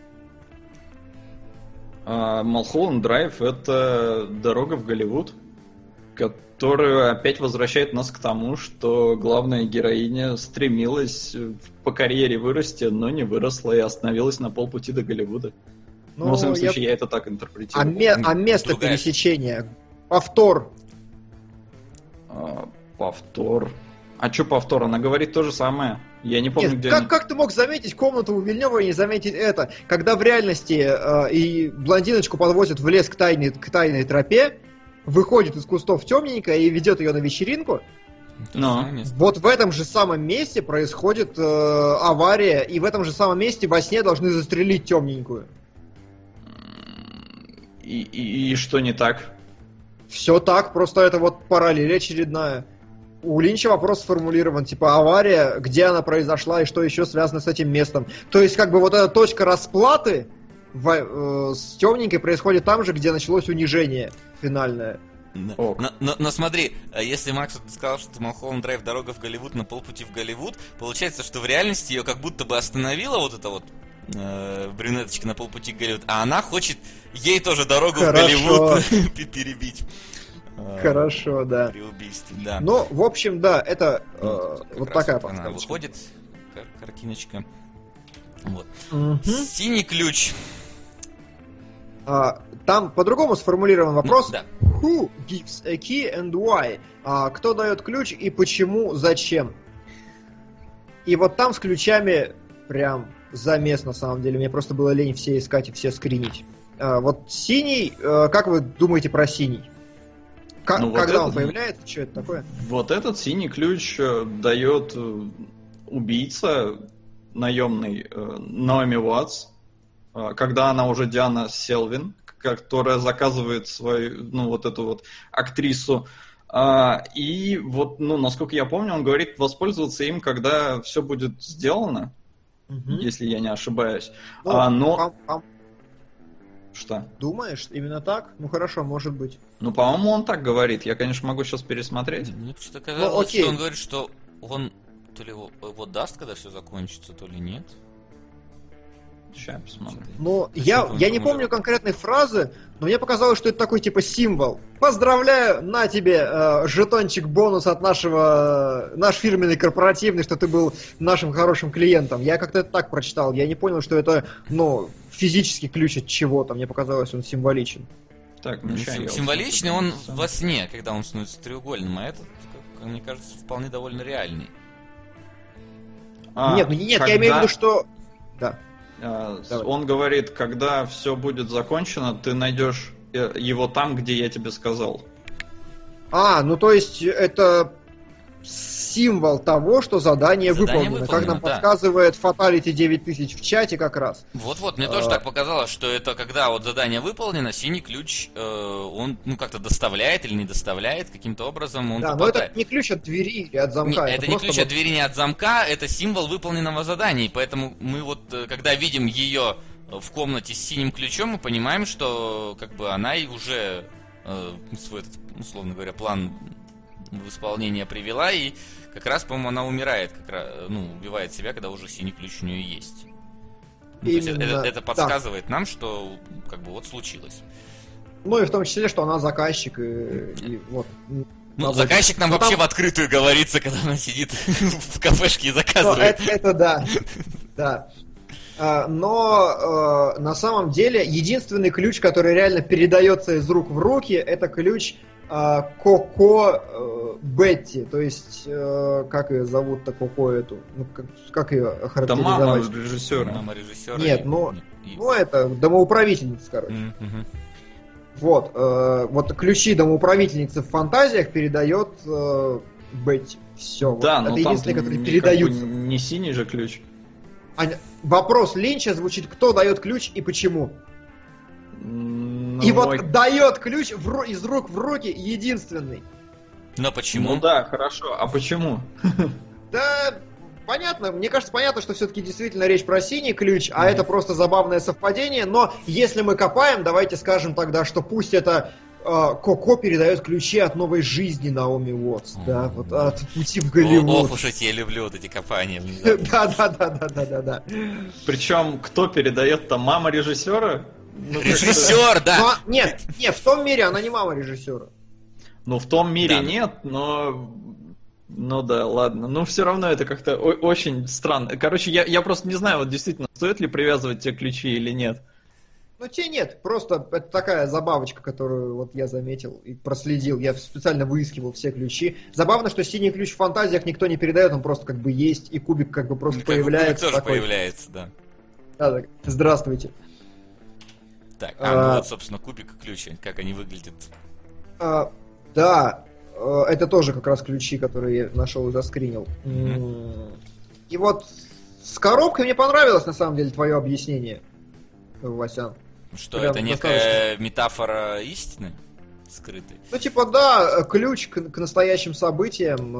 Малхолланд Драйв — это дорога в Голливуд, которая опять возвращает нас к тому, что главная героиня стремилась по карьере вырасти, но не выросла и остановилась на полпути до Голливуда. Ну, в любом случае, я это так интерпретирую. А место пересечения? Повтор. Повтор. А что повтор? Она говорит то же самое. Я не помню, где... Как ты мог заметить комнату у Вильнёва и не заметить это? Когда в реальности и блондиночку подвозят в лес к тайной тропе, выходит из кустов темненько и ведет ее на вечеринку, вот в этом же самом месте происходит авария, и в этом же самом месте во сне должны застрелить темненькую. И что не так? Все так, просто это вот параллель очередная. У Линча вопрос сформулирован, типа авария, где она произошла и что еще связано с этим местом. То есть как бы вот эта точка расплаты с темненькой происходит там же, где началось унижение финальное. Но смотри, если Макс сказал, что Малхолланд Драйв дорога в Голливуд на полпути в Голливуд, получается, что в реальности ее как будто бы остановила вот эта вот брюнеточка на полпути к Голливуд, а она хочет ей тоже дорогу в Голливуд перебить. Хорошо, да. При убийстве, да. Ну, в общем, да, это вот такая подсказка. Она выходит, картиночка. Вот. Синий ключ. Там по-другому сформулирован вопрос. Да. Who gives a key and why? Кто дает ключ и почему, зачем? И вот там с ключами прям замес, на самом деле. Мне просто было лень все искать и все скринить. Вот синий, как вы думаете про синий? Когда он появляется, что это такое? Вот этот синий ключ дает убийца наемный Наоми Уотс, когда она уже Диана Селвин, которая заказывает свою, вот эту вот актрису. И вот, насколько я помню, он говорит воспользоваться им, когда все будет сделано, если я не ошибаюсь. Что? Думаешь, именно так? Ну хорошо, может быть. По-моему, он так говорит. Я, конечно, могу сейчас пересмотреть. Мне почему-то казалось, что он говорит, что он то ли его даст, когда все закончится, то ли нет. Сейчас посмотрим. Я не помню конкретной фразы, но мне показалось, что это такой типа символ. Поздравляю, на тебе жетончик бонус от наш фирменный корпоративный, что ты был нашим хорошим клиентом. Я как-то это так прочитал. Я не понял, что это, физический ключ от чего-то. Мне показалось, он символичен. Так, символичный он во сне, когда он становится треугольным, а этот, мне кажется, вполне довольно реальный. Нет, я имею в виду, что... Да. Он говорит, когда все будет закончено, ты найдешь его там, где я тебе сказал. То есть это символ того, что задание выполнено. Как нам подсказывает Fatality 9000 в чате как раз. Вот, мне тоже так показалось, что это когда вот задание выполнено, синий ключ, он как-то доставляет или не доставляет каким-то образом. Он но это не ключ от двери или от замка. Это не ключ от двери, не от замка, это символ выполненного задания. И поэтому мы когда видим ее в комнате с синим ключом, мы понимаем, что она и уже свой этот, условно говоря, план в исполнение привела, и как раз, по-моему, она умирает, убивает себя, когда уже синий ключ у нее есть. То есть это подсказывает нам, что случилось. И в том числе, что она заказчик, и вот. Заказчик нам вообще в открытую говорится, когда она сидит в кафешке и заказывает. Это да. Да. Но на самом деле единственный ключ, который реально передается из рук в руки, это ключ Коко Бетти, то есть, как ее зовут-то эту? Ну, как ее Да охарактеризовать? мама режиссера. Мама режиссера. Нет, ну это домоуправительница, короче. Вот, вот ключи домоуправительницы в фантазиях передает Бетти. Все. Да, вот. но Это там единственные, которые как передаются. бы не синий же ключ. Вопрос Линча звучит: кто дает ключ и почему? Ну, И вот дает ключ из рук в руки единственный. Но почему? Ну да, хорошо. А почему? Да, понятно. Мне кажется, понятно, что все-таки действительно речь про синий ключ, а это просто забавное совпадение. Но если мы копаем, давайте скажем тогда, что пусть это Коко передает ключи от новой жизни Наоми Уотс, да, вот от пути в Голливуд. Ох уж эти, я люблю вот эти копания. Да. Причем кто передает-то? Мама режиссера? Режиссер, да! Нет, в том мире она не мама режиссера. Ну, в том мире Да. нет, но... Ну да, ладно. Но все равно это как-то очень странно. Короче, я просто не знаю, вот действительно, стоит ли привязывать те ключи или нет. Ну, те нет, просто это такая забавочка, которую вот я заметил и проследил. Я специально выискивал все ключи. Забавно, что синий ключ в фантазиях никто не передает, он просто как бы есть, и кубик как бы просто Ну, как бы появляется. кубик тоже такой. появляется, да. Да, так, здравствуйте. Так, ну вот, собственно, кубик и ключи, как они выглядят. Да, это тоже как раз ключи, которые я нашел и заскринил. И вот с коробкой мне понравилось, на самом деле, твое объяснение, Васян. Что, Прям это некая метафора истины скрытой? Ну, типа, да, ключ к настоящим событиям.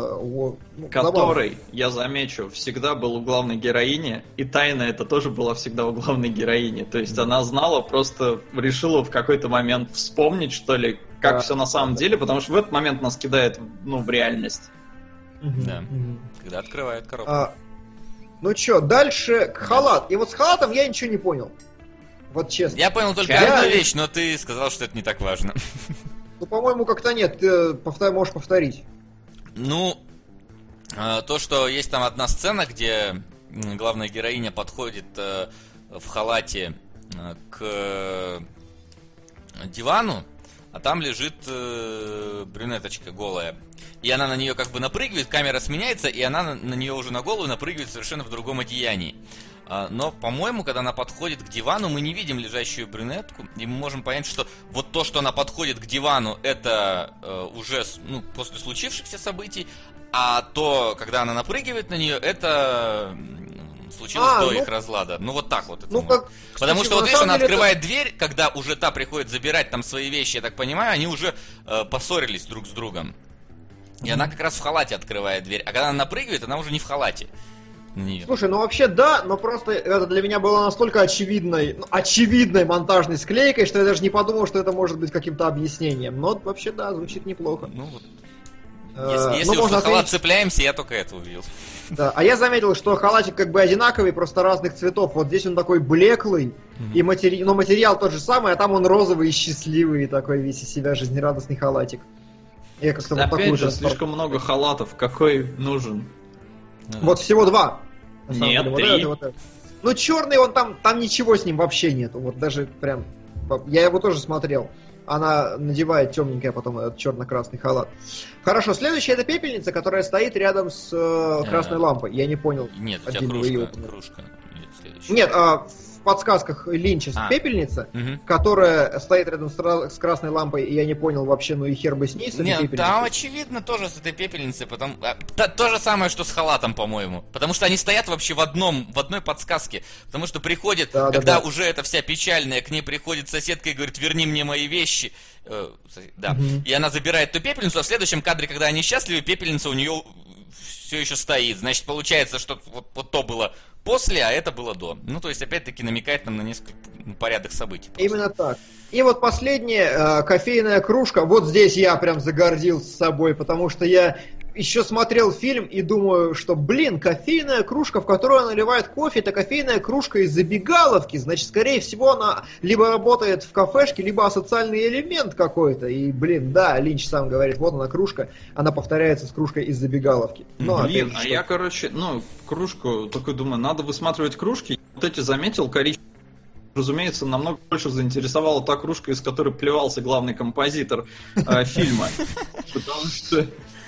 Который, я замечу, всегда был у главной героини, и тайна это тоже была всегда у главной героини. То есть она знала, просто решила в какой-то момент вспомнить, что ли, как все на самом деле, потому что в этот момент нас кидает, в реальность. Да, когда открывают коробку. Ну чё, дальше халат. И вот с халатом я ничего не понял. Вот честно. Я понял только одну вещь, но ты сказал, что это не так важно. Ну, по-моему, как-то нет. Ты можешь повторить. Ну, то, что есть там одна сцена, где главная героиня подходит в халате к дивану, а там лежит брюнеточка голая. И она на нее как бы напрыгивает, камера сменяется, и она на нее уже на голову напрыгивает совершенно в другом одеянии. Но, по-моему, когда она подходит к дивану, мы не видим лежащую брюнетку, и мы можем понять, что вот то, что она подходит к дивану, это уже после случившихся событий, а то, когда она напрыгивает на нее, это случилось до их разлада. Ну, вот так вот. Потому что, вот видишь, она открывает дверь, когда уже та приходит забирать там свои вещи, я так понимаю, они уже поссорились друг с другом. И она как раз в халате открывает дверь, а когда она напрыгивает, она уже не в халате. Нет. Слушай, ну вообще да, но просто это для меня было настолько очевидной монтажной склейкой, что я даже не подумал, что это может быть каким-то объяснением. Но вообще да, звучит неплохо. Ну вот. Если уж на халат цепляемся, я только это увидел. Да, а я заметил, что халатик как бы одинаковый, просто разных цветов. Вот здесь он такой блеклый, и материал тот же самый, а там он розовый и счастливый, такой весь из себя жизнерадостный халатик. Я как-то вот опять же, слишком много халатов, какой нужен? Вот всего два. Нет, деле. 3. Вот это. Ну, черный он там ничего с ним вообще нету. Вот даже прям. Я его тоже смотрел. Она надевает темненький, а потом этот черно-красный халат. Хорошо, следующая это пепельница, которая стоит рядом с красной лампой. Я не понял. Нет, у тебя кружка. Нет, в подсказках Линча пепельница, которая стоит рядом с красной лампой, и я не понял вообще, ну и хер бы с ней, с этой пепельницей. Нет, там очевидно тоже с этой пепельницей, то же самое, что с халатом, по-моему. Потому что они стоят вообще в одной подсказке. Потому что приходит, когда уже эта вся печальная, к ней приходит соседка и говорит: верни мне мои вещи. И она забирает ту пепельницу, а в следующем кадре, когда они счастливы, пепельница у нее все еще стоит. Значит, получается, что вот то было после, а это было до. Ну, то есть, опять-таки, намекает нам на несколько порядок событий. Просто. Именно так. И вот последняя кофейная кружка. Вот здесь я прям загордился собой, потому что я еще смотрел фильм и думаю, что, кофейная кружка, в которую она наливает кофе, это кофейная кружка из забегаловки. Значит, скорее всего, она либо работает в кафешке, либо асоциальный элемент какой-то. И, Линч сам говорит, вот она кружка, она повторяется с кружкой из забегаловки. Я, кружку, такой думаю, надо высматривать кружки. Вот эти заметил коричневые. разумеется, намного больше заинтересовала та кружка, из которой плевался главный композитор фильма. Потому что...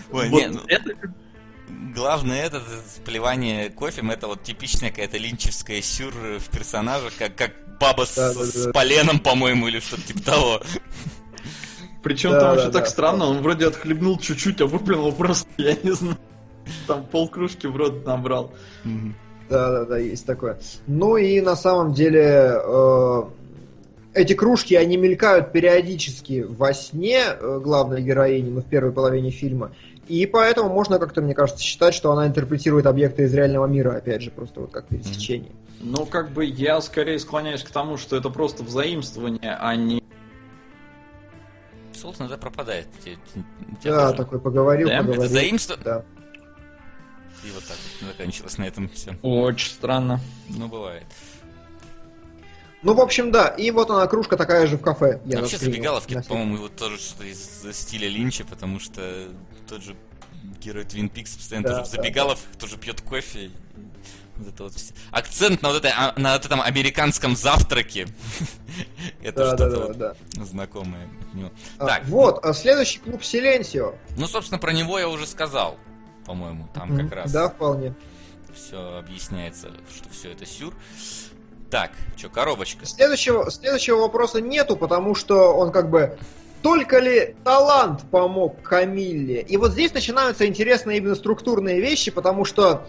Главное, это плевание кофем, это вот типичная какая-то линчевская сюр в персонажах, как баба с поленом, по-моему, или что-то типа того. Причем там еще так странно, он вроде отхлебнул чуть-чуть, а выплюнул просто, я не знаю, там полкружки в рот набрал. Да, есть такое. Ну и на самом деле эти кружки, они мелькают периодически во сне главной героини, в первой половине фильма. И поэтому можно как-то, мне кажется, считать, что она интерпретирует объекты из реального мира, опять же, просто вот как пересечение. Ну, как бы я скорее склоняюсь к тому, что это просто взаимствование, а не... Солнце иногда пропадает. Да, тоже... такой поговорил. Это заимство? Да. И вот так заканчивалось на этом все. Очень странно. Ну, бывает. Ну, в общем, да. И вот она, кружка такая же в кафе. Вообще, забегаловки, по-моему, вот тоже что-то из стиля Линча, потому что тот же герой Твин Пикс постоянно тоже в забегаловках тоже пьет кофе. Вот это вот все. Акцент на вот этом американском завтраке. Это что-то знакомое от него. Вот, следующий клуб Силенсио. Ну, собственно, про него я уже сказал, по-моему. Там как раз... Да, вполне. Все объясняется, что все это сюр. Так, что, коробочка? Следующего вопроса нету, потому что он как бы... Только ли талант помог Камилле? И вот здесь начинаются интересные именно структурные вещи, потому что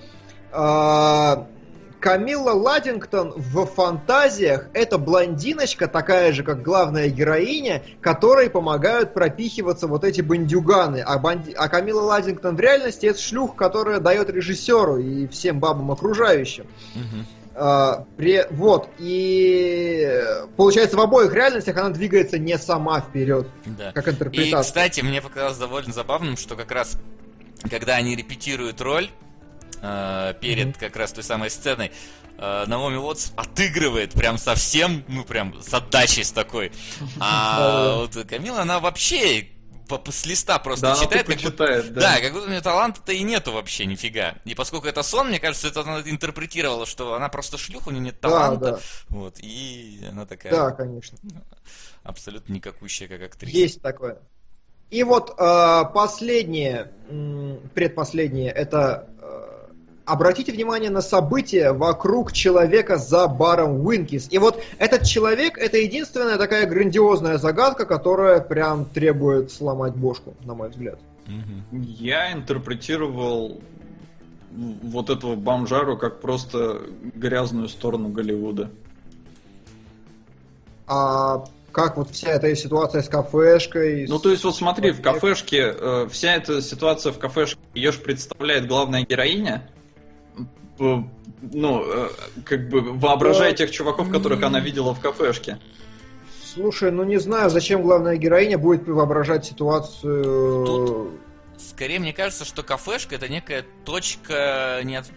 Камилла Ладдингтон в фантазиях это блондиночка, такая же, как главная героиня, которой помогают пропихиваться вот эти бандюганы. А Камилла Ладдингтон в реальности это шлюх, которая дает режиссеру и всем бабам окружающим. Вот, и получается в обоих реальностях она двигается не сама вперед, как интерпретация. И, кстати, мне показалось довольно забавным, что как раз, когда они репетируют роль перед как раз той самой сценой, Наоми Уотс отыгрывает прям совсем, ну прям с отдачей с такой. А вот Камилла, она вообще... с листа просто читает, как будто, как будто у нее таланта-то и нету вообще нифига. И поскольку это сон, мне кажется, это она интерпретировала, что она просто шлюха, у нее нет таланта. Вот, и она такая... Да, конечно. Абсолютно никакущая, как актриса. Есть такое. И вот предпоследнее, это... Обратите внимание на события вокруг человека за баром Уинкис. И вот этот человек, это единственная такая грандиозная загадка, которая прям требует сломать бошку, на мой взгляд. Я интерпретировал вот этого бомжару как просто грязную сторону Голливуда. А как вот вся эта ситуация с кафешкой? Ну, то есть, вот смотри, в кафешке, вся эта ситуация в кафешке, ее же представляет главная героиня. Ну, как бы воображая тех чуваков, которых она видела в кафешке. Слушай, ну не знаю, зачем главная героиня будет воображать ситуацию... Тут, скорее, мне кажется, что кафешка это некая точка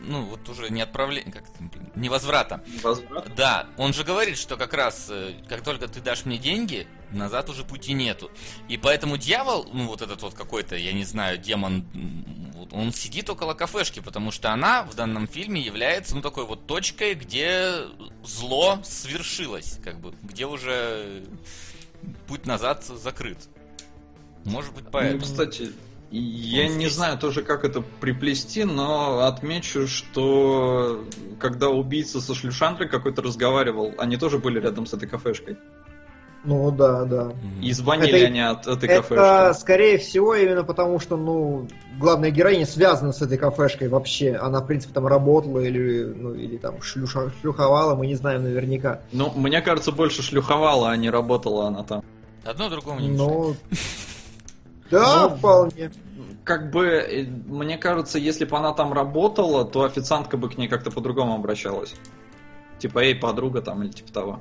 невозврата. Невозврат? Да, он же говорит, что как раз, как только ты дашь мне деньги, назад уже пути нету. И поэтому дьявол, ну вот этот вот какой-то, я не знаю, демон, он сидит около кафешки, потому что она в данном фильме является, ну, такой вот точкой, где зло свершилось, как бы, где уже путь назад закрыт. Может быть, поэтому. Ну, кстати, я не знаю тоже, как это приплести, но отмечу, что когда убийца со шлюшандрой какой-то разговаривал, они тоже были рядом с этой кафешкой. Ну да. И звонили они от этой кафешки. Это, скорее всего, именно потому, что, ну, главная героиня связана с этой кафешкой вообще. Она, в принципе, там работала или там шлюховала, мы не знаем наверняка. Ну, мне кажется, больше шлюховала, а не работала она там. Одно другому не мешает. Да, вполне. Как бы, мне кажется, если бы она там работала, то официантка бы к ней как-то по-другому обращалась. Типа, эй, подруга там, или типа того.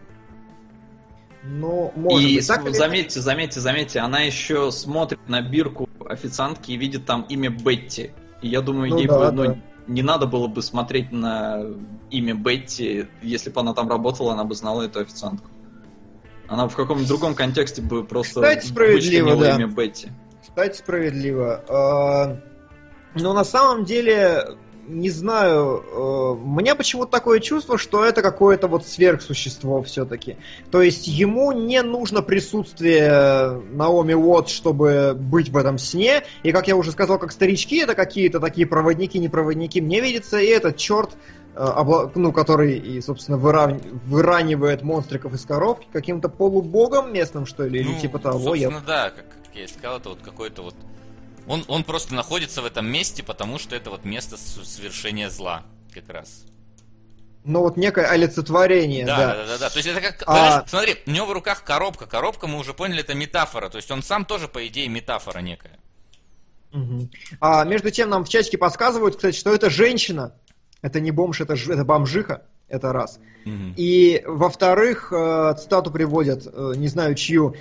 Ну, может и быть. Так заметьте, она еще смотрит на бирку официантки и видит там имя Бетти. И я думаю, ей не надо было бы смотреть на имя Бетти, если бы она там работала, она бы знала эту официантку. Она в каком-нибудь другом контексте бы просто вычленила имя Бетти. Кстати, справедливо. Но на самом деле, не знаю, у меня почему-то такое чувство, что это какое-то вот сверхсущество все-таки. То есть ему не нужно присутствие Наоми Уотс, чтобы быть в этом сне. И, как я уже сказал, как старички, это какие-то такие проводники, не проводники. Мне видится и этот черт, который, и, собственно, выранивает монстриков из коробки, каким-то полубогом местным, что ли, или типа того. Собственно, да, как я сказал, это вот какой-то вот... Он просто находится в этом месте, потому что это вот место совершения зла, как раз. Ну вот некое олицетворение, да. Да. То есть это как... Смотри, у него в руках коробка. Коробка, мы уже поняли, это метафора. То есть он сам тоже, по идее, метафора некая. Угу. Между тем нам в чатике подсказывают, кстати, что это женщина. Это не бомж, это бомжиха. Это раз. Угу. И, во-вторых, цитату приводят, не знаю чью.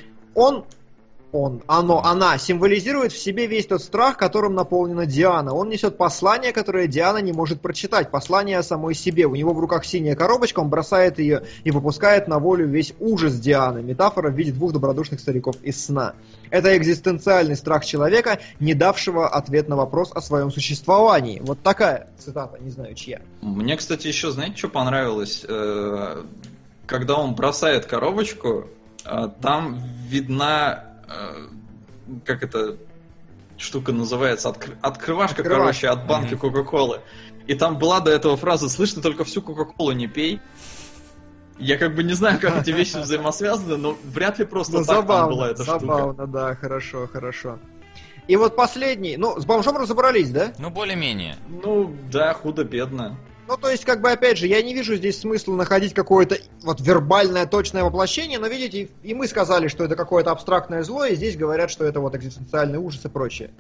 Она символизирует в себе весь тот страх, которым наполнена Диана. Он несет послание, которое Диана не может прочитать. Послание о самой себе. У него в руках синяя коробочка, он бросает ее и выпускает на волю весь ужас Дианы. Метафора в виде двух добродушных стариков из сна. Это экзистенциальный страх человека, не давшего ответ на вопрос о своем существовании. Вот такая цитата, не знаю чья. Мне, кстати, еще, знаете, что понравилось? Когда он бросает коробочку, там видна... как эта штука называется? Открывашка, короче, от банки Кока-Колы. И там была до этого фраза «Слышно, только всю Кока-Колу не пей». Я как бы не знаю, как эти вещи взаимосвязаны, но вряд ли просто так забавно, там была эта штука. Забавно, да, хорошо. И вот последний, с бомжом разобрались, да? Ну, более-менее. Ну, да, худо-бедно. Ну, то есть, как бы, опять же, я не вижу здесь смысла находить какое-то вот вербальное точное воплощение, но, видите, и мы сказали, что это какое-то абстрактное зло, и здесь говорят, что это вот экзистенциальный ужас и прочее.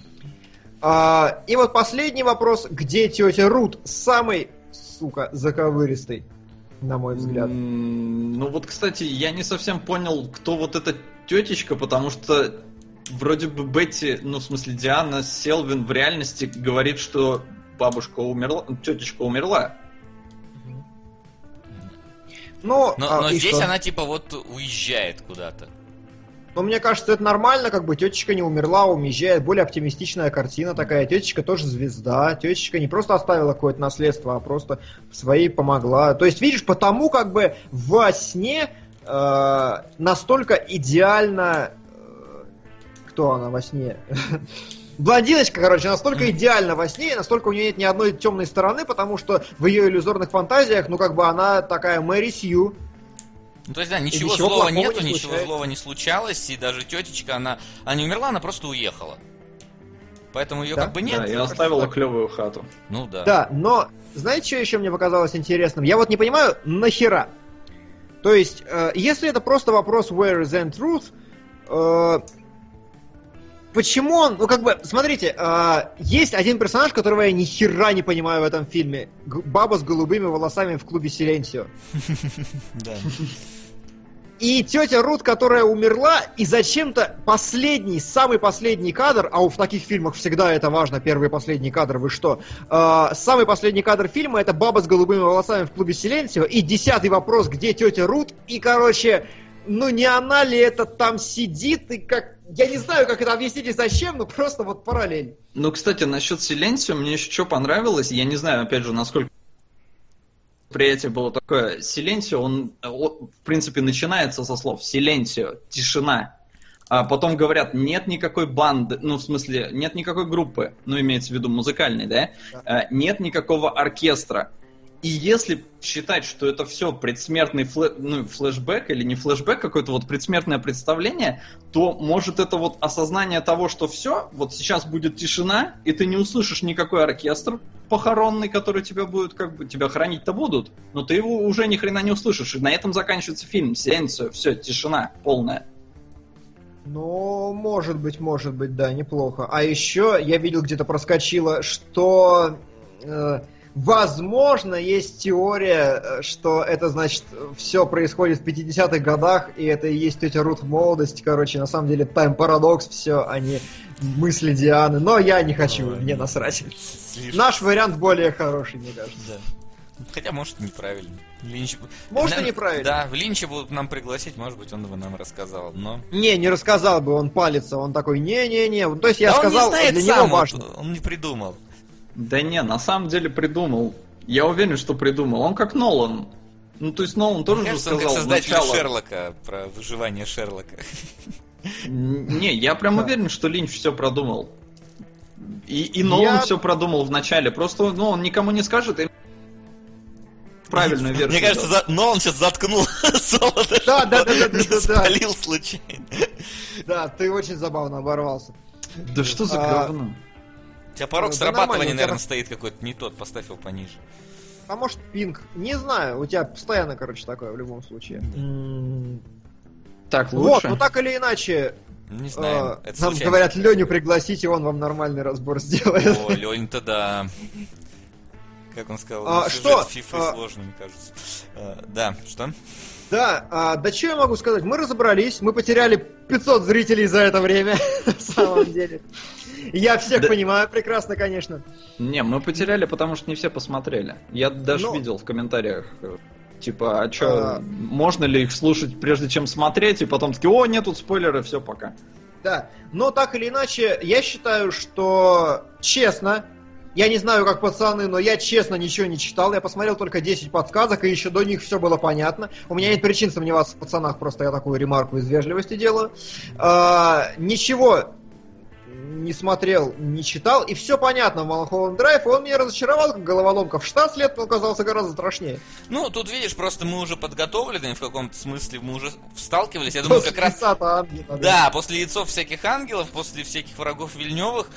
И вот последний вопрос. Где тетя Рут? Самый, заковыристый, на мой взгляд. Ну вот, кстати, я не совсем понял, кто вот эта тетечка, потому что вроде бы Бетти, в смысле Диана Селвин в реальности говорит, что бабушка умерла, тетечка умерла. Но здесь она типа вот уезжает куда-то. Но мне кажется, это нормально, как бы тетечка не умерла, уезжает. Более оптимистичная картина такая. Тетечка тоже звезда. Тетечка не просто оставила какое-то наследство, а просто своей помогла. То есть, видишь, потому как бы во сне настолько идеально... Кто она во сне? Блондиночка, короче, настолько идеальна во сне, и настолько у нее нет ни одной темной стороны, потому что в ее иллюзорных фантазиях, она такая Мэри Сью. Ну, то есть, да, ничего злого нету, ничего злого не случалось, и даже тетечка, она не умерла, она просто уехала. Поэтому ее как бы нет. Да, и оставила клевую хату. Ну да. Да, но знаете, что еще мне показалось интересным? Я вот не понимаю, нахера? То есть, если это просто вопрос where is the truth, почему он... смотрите, есть один персонаж, которого я ни хера не понимаю в этом фильме. Баба с голубыми волосами в клубе Силенсио. Да. И тетя Рут, которая умерла, и зачем-то самый последний кадр, а в таких фильмах всегда это важно, первый и последний кадр, вы что? Самый последний кадр фильма — это баба с голубыми волосами в клубе Силенсио, и 10-й вопрос, где тетя Рут, и, не она ли это там сидит, и как... Я не знаю, как это объяснить и зачем, но просто вот параллель. Кстати, насчет Силенсио мне еще что понравилось, я не знаю, опять же, насколько восприятие было такое. Силенсио, он, в принципе, начинается со слов «Силенсио», «тишина». А потом говорят, нет никакой банды, в смысле, нет никакой группы, имеется в виду музыкальной, да? Нет никакого оркестра. И если считать, что это все предсмертный флешбэк или не флешбэк, какое-то вот предсмертное представление, то может это вот осознание того, что все, вот сейчас будет тишина, и ты не услышишь никакой оркестр похоронный, который тебя будет, тебя хоронить-то будут, но ты его уже ни хрена не услышишь. И на этом заканчивается фильм. Силенсио, все, тишина полная. Может быть, да, неплохо. А еще я видел, где-то проскочило, что... Возможно, есть теория, что это, значит, все происходит в 50-х годах, и это и есть тетя Рут в молодости. На самом деле, тайм-парадокс все, а не мысли Дианы. Но я не хочу, мне насрать. Наш вариант более хороший, мне кажется. Да. Хотя, может, неправильно. Может, и неправильно. Да, в Линча будут нам пригласить, может быть, он бы нам рассказал, но... Не рассказал бы, он палится, он такой, не-не-не. То есть я сказал, он не знает для сам, него важно. Он не придумал. Да не, на самом деле придумал. Я уверен, что придумал. Он как Нолан. Ну, то есть Нолан тоже же сказал... он как создатель начало... Шерлока, про выживание Шерлока. Не, я прям уверен, что Линч все продумал. И Нолан все продумал в начале. Просто, ну, он никому не скажет, и правильную версию. Мне кажется, Нолан сейчас заткнул золото, не спалил случайно. Да, ты очень забавно оборвался. Да что за говно? У тебя порог срабатывания, наверное, стоит какой-то не тот, поставь его пониже. А может пинг? Не знаю, у тебя постоянно, короче, такое в любом случае. Так, лучше? Вот, ну так или иначе, не знаю, это нам говорят, Леню пригласите, он вам нормальный разбор сделает. О, Лень-то да. Как он сказал, сюжет FIFA сложный, мне кажется. Да, что? Да, да что я могу сказать? Мы разобрались, мы потеряли 500 зрителей за это время, на самом деле. Я всех понимаю прекрасно, конечно. Не, мы потеряли, потому что не все посмотрели. Я даже видел в комментариях, типа, а что, можно ли их слушать прежде чем смотреть, и потом такие, о, нет, тут спойлеры, все, пока. Да, но так или иначе, я считаю, что честно, я не знаю, как пацаны, но я честно ничего не читал. Я посмотрел только 10 подсказок, и еще до них все было понятно. У меня нет причин сомневаться в пацанах, просто я такую ремарку из вежливости делаю. Ничего не смотрел, не читал, и все понятно в Малхолланд Драйв, он меня разочаровал, как головоломка в 16 лет, он оказался гораздо страшнее. Ну, тут, видишь, просто мы уже подготовлены, в каком-то смысле мы уже сталкивались, я думаю, как раз... Да, после яйцов всяких ангелов, после всяких врагов Вильнёвых,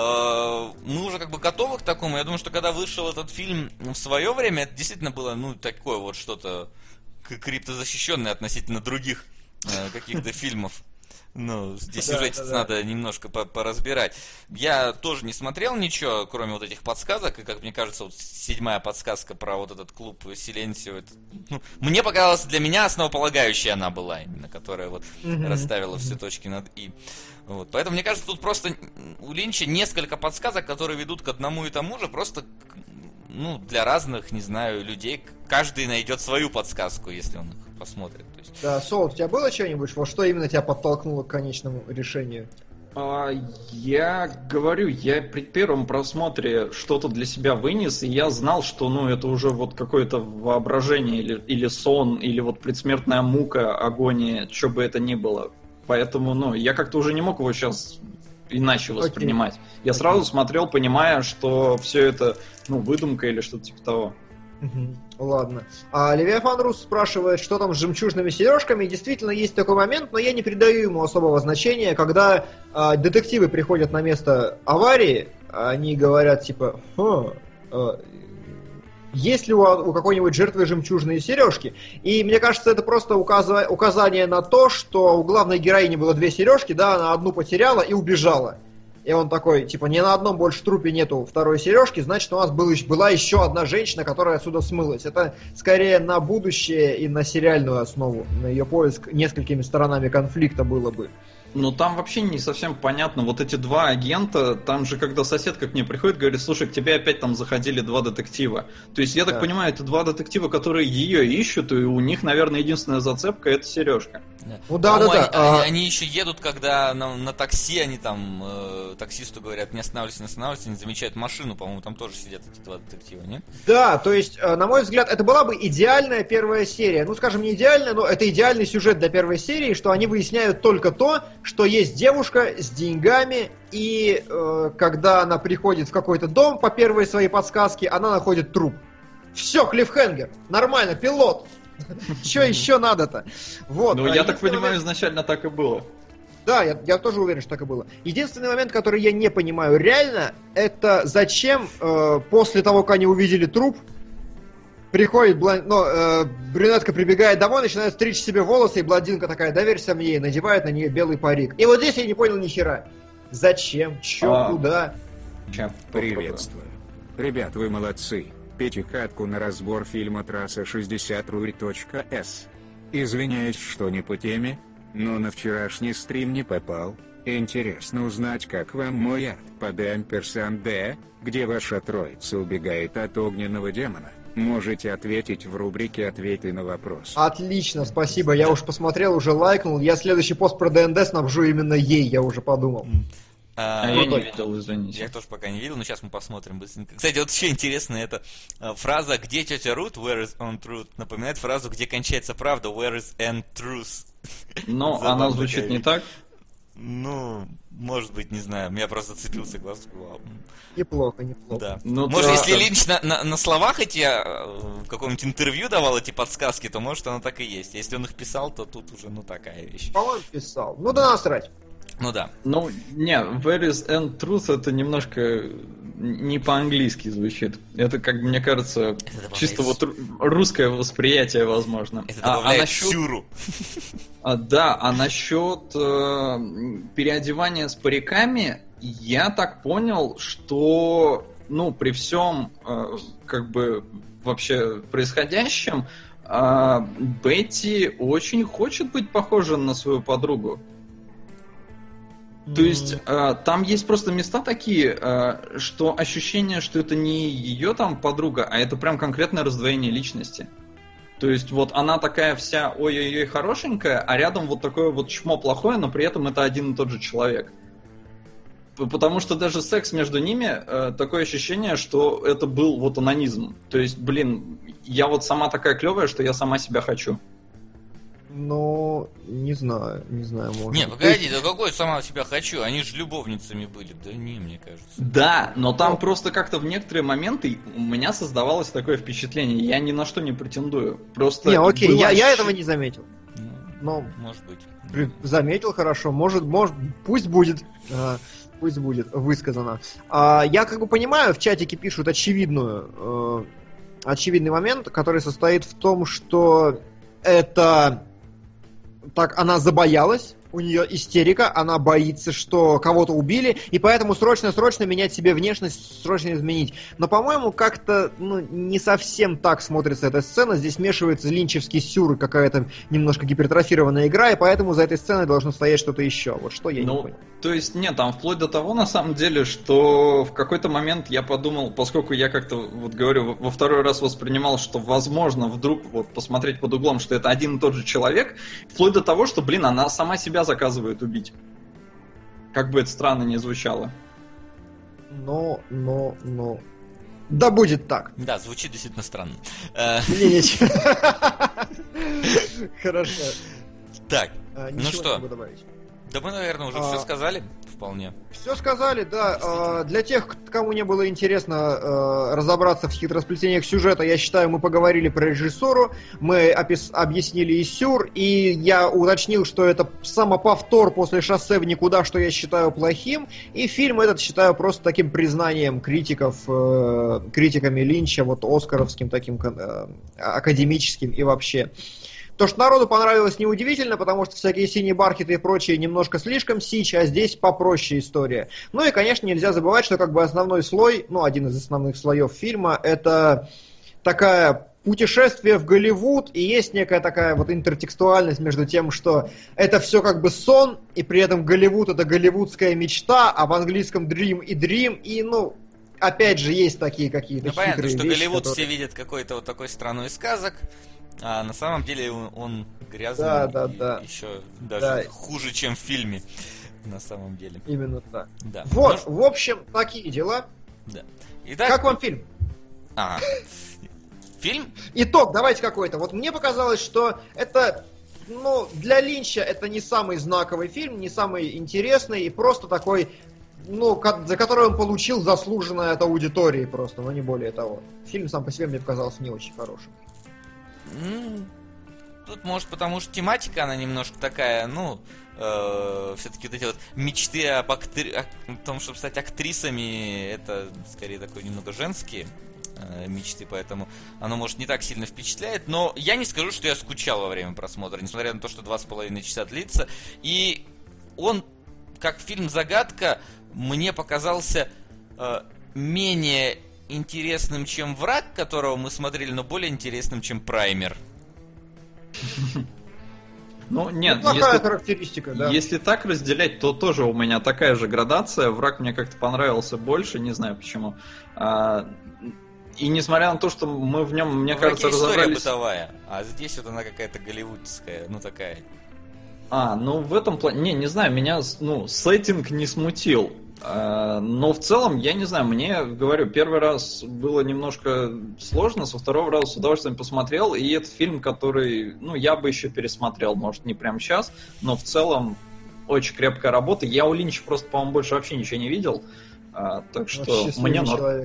мы уже как бы готовы к такому. Я думаю, что когда вышел этот фильм в свое время, это действительно было, ну, такое вот что-то криптозащищенное относительно других каких-то фильмов. Ну, здесь сюжетец надо немножко поразбирать. Я тоже не смотрел ничего, кроме вот этих подсказок. И, как мне кажется, вот 7-я подсказка про вот этот клуб Силенсио. Ну, мне показалось, для меня основополагающая она была именно, которая вот расставила все точки над «и». Вот. Поэтому, мне кажется, тут просто у Линча несколько подсказок, которые ведут к одному и тому же, просто ну, для разных, не знаю, людей. Каждый найдет свою подсказку, если он их посмотрит. То есть... Да, Сол, у тебя было что-нибудь? Вот что именно тебя подтолкнуло к конечному решению? Я говорю, я при первом просмотре что-то для себя вынес, и я знал, что ну это уже вот какое-то воображение или сон, или вот предсмертная мука, агония, что бы это ни было. Поэтому, ну, я как-то уже не мог его сейчас иначе воспринимать. Я сразу смотрел, понимая, что все это, ну, выдумка или что-то типа того. Ладно. А Левиафан Рус спрашивает, что там с жемчужными сережками. И действительно есть такой момент, но я не придаю ему особого значения, когда детективы приходят на место аварии, они говорят типа, есть ли у какой-нибудь жертвы жемчужные сережки? И мне кажется, это просто указание на то, что у главной героини было 2 сережки, да, она одну потеряла и убежала. И он такой, типа, ни на одном больше трупе нету второй сережки, значит, у нас была еще одна женщина, которая отсюда смылась. Это скорее на будущее и на сериальную основу, на ее поиск несколькими сторонами конфликта было бы. Ну, там вообще не совсем понятно. Вот эти 2 агента, там же, когда соседка к ней приходит, говорит, слушай, к тебе опять там заходили 2 детектива. То есть, я так понимаю, это 2 детектива, которые ее ищут, и у них, наверное, единственная зацепка — это сережка. Ну да. Они еще едут, когда на такси, они там таксисту говорят, не останавливайся, они замечают машину, по-моему, там тоже сидят эти 2 детектива, нет? Да, то есть, на мой взгляд, это была бы идеальная первая серия. Ну, скажем, не идеальная, но это идеальный сюжет для первой серии, что они выясняют только то, что есть девушка с деньгами, и когда она приходит в какой-то дом по первой своей подсказке, она находит труп. Все, клиффхенгер, нормально, пилот. Че еще надо-то? Вот. Ну, я так понимаю, изначально так и было. Да, я тоже уверен, что так и было. Единственный момент, который я не понимаю реально, это зачем после того, как они увидели труп, приходит брюнетка прибегает домой, начинает стричь себе волосы, и блондинка такая, доверься мне, и надевает на нее белый парик. И вот здесь я не понял ни хера. Зачем? Че? Куда? Приветствую. Ребят, вы молодцы. Пятихатку на разбор фильма «Трасса 60 Рури.С». Извиняюсь, что не по теме, но на вчерашний стрим не попал. Интересно узнать, как вам мой ад под &D, где ваша троица убегает от огненного демона. Можете ответить в рубрике «Ответы на вопрос». Отлично, спасибо. Я уж посмотрел, уже лайкнул. Я следующий пост про ДНД снабжу именно ей, я уже подумал. Я не видел, извините. Я тоже пока не видел, но сейчас мы посмотрим быстренько. Кстати, вот еще интересно, эта фраза «Где тетя Рут? Where is Aunt Ruth?» напоминает фразу «Где кончается правда? Where is Aunt Truth?» Но она звучит не так. Ну, может быть, не знаю. Я просто зацепился глаз. Неплохо. Да. Ну, может, да. если Линч на словах эти в каком-нибудь интервью давал эти подсказки, то может оно так и есть. Если он их писал, то тут уже, такая вещь. По-моему, писал. Ну да насрать. Ну да. Ну, не, Where is Aunt Truth это немножко не по-английски звучит. Это, как мне кажется, чисто вот русское восприятие, возможно. Это добавляет насчет... сюру. Да, а насчет переодевания с париками, я так понял, что, при всем, вообще происходящем, Бетти очень хочет быть похожа на свою подругу. То есть там есть просто места такие, что ощущение, что это не ее там подруга, а это прям конкретное раздвоение личности. То есть вот она такая вся ой-ой-ой хорошенькая, а рядом вот такое вот чмо плохое, но при этом это один и тот же человек. Потому что даже секс между ними, такое ощущение, что это был вот онанизм. То есть, я вот сама такая клевая, что я сама себя хочу. Ну, не знаю, может. Не, погоди, да какой сама себя хочу? Они же любовницами были, да не, мне кажется. Да, но там просто как-то в некоторые моменты у меня создавалось такое впечатление, я ни на что не претендую. Просто. Не, окей, я этого не заметил. Но может быть. Заметил, хорошо, может, пусть будет. Пусть будет высказано. Я понимаю, в чатике пишут очевидный момент, который состоит в том, что это так она забоялась, у нее истерика, она боится, что кого-то убили, и поэтому срочно менять себе внешность, срочно изменить. Но, по-моему, как-то не совсем так смотрится эта сцена. Здесь смешивается линчевский сюр и какая-то немножко гипертрофированная игра, и поэтому за этой сценой должно стоять что-то еще. Вот что я не понял. То есть, нет, там вплоть до того, на самом деле, что в какой-то момент я подумал, поскольку я как-то, говорю, во второй раз воспринимал, что возможно вдруг посмотреть под углом, что это один и тот же человек, вплоть до того, что, она сама себя заказывает убить. Как бы это странно ни звучало. Но. Да будет так. Да, звучит действительно странно. Ничего. Хорошо. Так, ну что? Добавить. Да мы, наверное, уже все сказали, вполне. Все сказали, да. Для тех, кому не было интересно разобраться в хитросплетениях сюжета, я считаю, мы поговорили про режиссуру, мы объяснили и сюр, и я уточнил, что это самоповтор после «Шоссе в никуда», что я считаю плохим, и фильм этот считаю просто таким признанием критиками Линча, оскаровским, таким академическим и вообще. То, что народу понравилось, неудивительно, потому что всякие синие бархеты и прочее немножко слишком сич, а здесь попроще история. Ну и, конечно, нельзя забывать, что основной слой, один из основных слоев фильма, это такая путешествие в Голливуд, и есть некая такая интертекстуальность между тем, что это все сон, и при этом Голливуд — это голливудская мечта, а в английском dream и dream, и, опять же, есть такие какие-то хитрые понятно, что вещи, Голливуд которые... все видят какой-то такой страной сказок, а на самом деле он грязный да. еще даже хуже, чем в фильме. На самом деле. Именно так. Да. В общем, такие дела. Да. Итак, как вам фильм? Фильм? Итог давайте какой-то. Мне показалось, что это, для Линча это не самый знаковый фильм, не самый интересный, и просто такой, за который он получил заслуженное от аудитории просто, но не более того. Фильм сам по себе мне показался не очень хорошим. Тут, может, потому что тематика, она немножко такая, все-таки эти мечты о том, чтобы стать актрисами, это скорее такой немного женские мечты, поэтому оно, может, не так сильно впечатляет, но я не скажу, что я скучал во время просмотра, несмотря на то, что 2,5 часа длится, и он, как фильм-загадка, мне показался менее интересным, чем «Враг», которого мы смотрели, но более интересным, чем «Праймер». Нет, плохая характеристика, да. Если так разделять, то тоже у меня такая же градация. «Враг» мне как-то понравился больше, не знаю почему. И несмотря на то, что мы в нем, мне кажется, разобрались... история разобрались... бытовая, а здесь она какая-то голливудская, такая... Ну в этом плане... Не знаю, меня, сеттинг не смутил. Но в целом, я не знаю, мне, говорю, первый раз было немножко сложно, со второго раза с удовольствием посмотрел, и это фильм, который, я бы еще пересмотрел, может, не прямо сейчас, но в целом очень крепкая работа. Я у Линча просто, по-моему, больше вообще ничего не видел, так что мне... человек.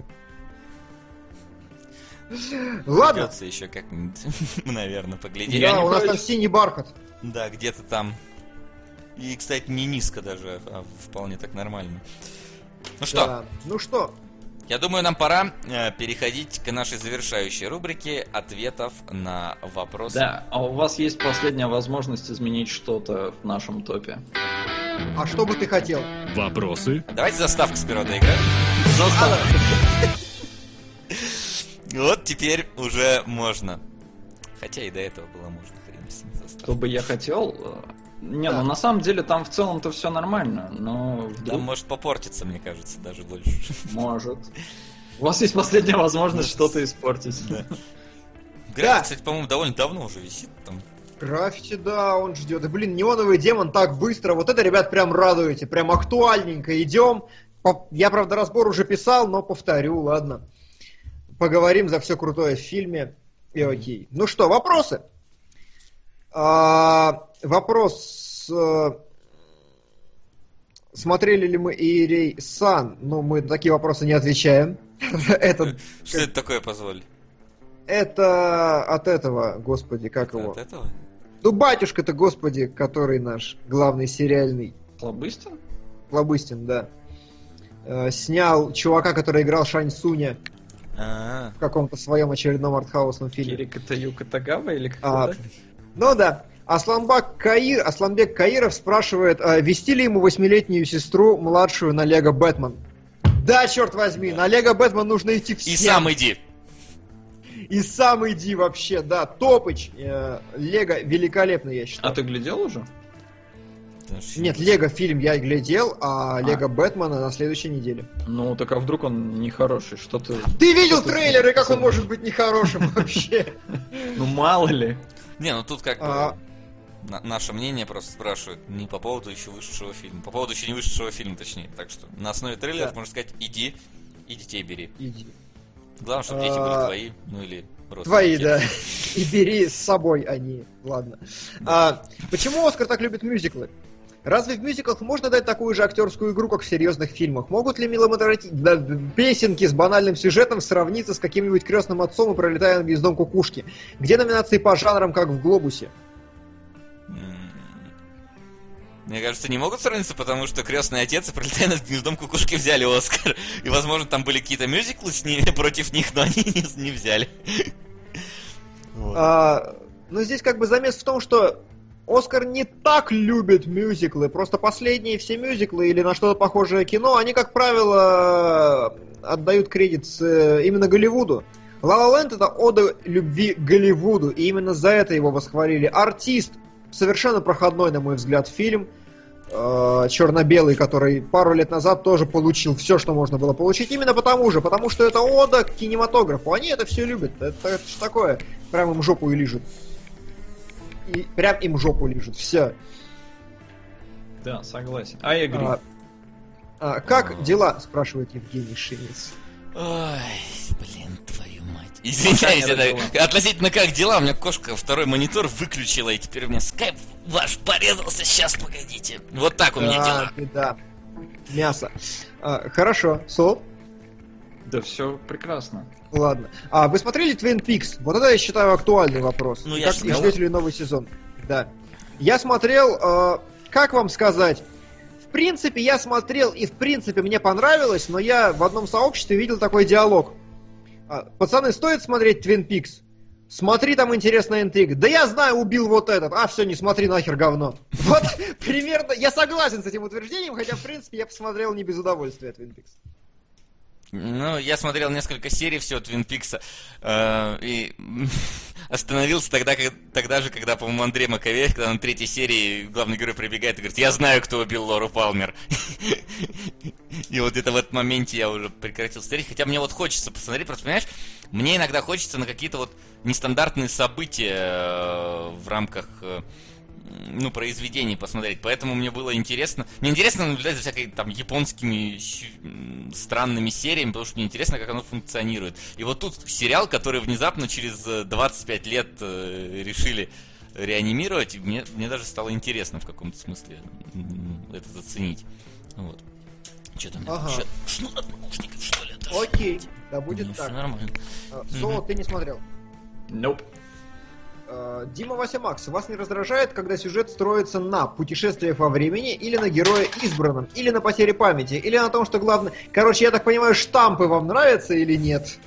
Ладно. Придется еще как-нибудь, наверное, поглядеть. Да, у нас там синий бархат. Да, где-то там. И, кстати, не низко даже, а вполне так нормально. Ну что? Да. Ну что? Я думаю, нам пора переходить к нашей завершающей рубрике ответов на вопросы. Да, а у вас есть последняя возможность изменить что-то в нашем топе. А что бы ты хотел? Вопросы? Давайте заставку сперва доиграем. Заставку. Вот теперь уже можно. Хотя и до этого было можно, хрен с ним заставку. Что бы я хотел... на самом деле там в целом-то все нормально, но... Там может попортиться, мне кажется, даже дольше. Может. У вас есть последняя возможность что-то испортить. Да. График, кстати, по-моему, довольно давно уже висит там. Граффити, да, он ждет. И, неоновый демон так быстро. Вот это, ребят, прям радуете. Прям актуальненько идем. Я, правда, разбор уже писал, но повторю, ладно. Поговорим за все крутое в фильме. И окей. Ну что, вопросы? Вопрос, смотрели ли мы Иерей Сан? Но мы на такие вопросы не отвечаем. Что это такое, позволь? Это от этого, господи, как его? От этого? Ну, батюшка-то, господи, который наш главный сериальный. Лобыстин? Лобыстин, да. Снял чувака, который играл Шань Суня в каком-то своем очередном артхаусном фильме. Кирика Юка Тагава или как-то так? Ну да. Асланбек Каиров спрашивает, вести ли ему 8-летнюю сестру младшую на Лего Бэтмен. Да, черт возьми, на Лего Бэтмен нужно идти всем. И сам иди. И сам иди вообще, да. Топыч. Лего великолепный, я считаю. А ты глядел уже? Нет, Лего фильм я глядел, а Лего Бэтмена на следующей неделе. Ну, так а вдруг он нехороший? Что ты... Ты видел трейлер, и как он может быть нехорошим вообще? Ну, мало ли. Не, ну тут как бы наше мнение просто спрашивают не по поводу еще вышедшего фильма, по поводу еще не вышедшего фильма, точнее. Так что на основе трейлеров можно сказать, иди и детей бери. Иди. Главное, чтобы дети были твои, ну или родственники. Твои, да. И бери с собой они. Ладно. Почему Оскар так любит мюзиклы? Разве в мюзиклах можно дать такую же актерскую игру, как в серьезных фильмах? Могут ли песенки с банальным сюжетом сравниться с каким-нибудь крестным отцом и пролетая над гнездом кукушки? Где номинации по жанрам, как в «Глобусе»? Мне кажется, не могут сравниться, потому что «Крестный отец» и «Пролетая над гнездом кукушки» взяли Оскар. И, возможно, там были какие-то мюзиклы с ними против них, но они не взяли. Но здесь как бы замес в том, что Оскар не так любит мюзиклы, просто последние все мюзиклы или на что-то похожее кино, они, как правило, отдают кредит именно Голливуду. «Ла Ла Ленд» — это ода любви к Голливуду, и именно за это его восхвалили. «Артист» — совершенно проходной, на мой взгляд, фильм, черно-белый, который пару лет назад тоже получил все, что можно было получить, именно потому что это ода к кинематографу. Они это все любят, это что такое, прям им жопу и лижут. И прям им жопу лижут, все. Да, согласен. I agree. Как дела, спрашивает Евгений Шинец. Ой, блин, твою мать. Извиняюсь, относительно как дела, у меня кошка второй монитор выключила, и теперь у меня скайп ваш порезался. Сейчас, погодите. Вот так у меня дела. Да, мясо. Хорошо, Сол? Да все прекрасно. Ладно. Вы смотрели Twin Peaks? Вот это, я считаю, актуальный вопрос. Ну, как и ждете ли новый сезон? Да. Я смотрел, как вам сказать... В принципе, я смотрел, и в принципе мне понравилось, но я в одном сообществе видел такой диалог. Пацаны, стоит смотреть Twin Peaks? Смотри, там интересная интрига. Да я знаю, убил вот этот. Все, не смотри, нахер говно. Вот примерно, я согласен с этим утверждением, хотя в принципе я посмотрел не без удовольствия Twin Peaks. Ну, я смотрел несколько серий всего Твин Пикса и остановился тогда же, когда, по-моему, Андрей Маковеев, когда на третьей серии главный герой прибегает и говорит: я знаю, кто убил Лору Палмер. И вот это в этот моменте я уже прекратил смотреть. Хотя мне вот хочется посмотреть, просто, понимаешь, мне иногда хочется на какие-то вот нестандартные события в рамках произведений посмотреть, поэтому мне было интересно. Мне интересно наблюдать за всякой там японскими странными сериями, потому что мне интересно, как оно функционирует. И вот тут сериал, который внезапно через 25 лет решили реанимировать, и мне даже стало интересно в каком-то смысле это заценить. Вот. Что там? Шнур от наушников, что ли? Окей, да будет так. Нормально. Соло ты не смотрел? Nope. Дима Вася Макс, вас не раздражает, когда сюжет строится на путешествиях во времени, или на герое избранном, или на потере памяти, или на том, что главное... Короче, я так понимаю, штампы вам нравятся или нет?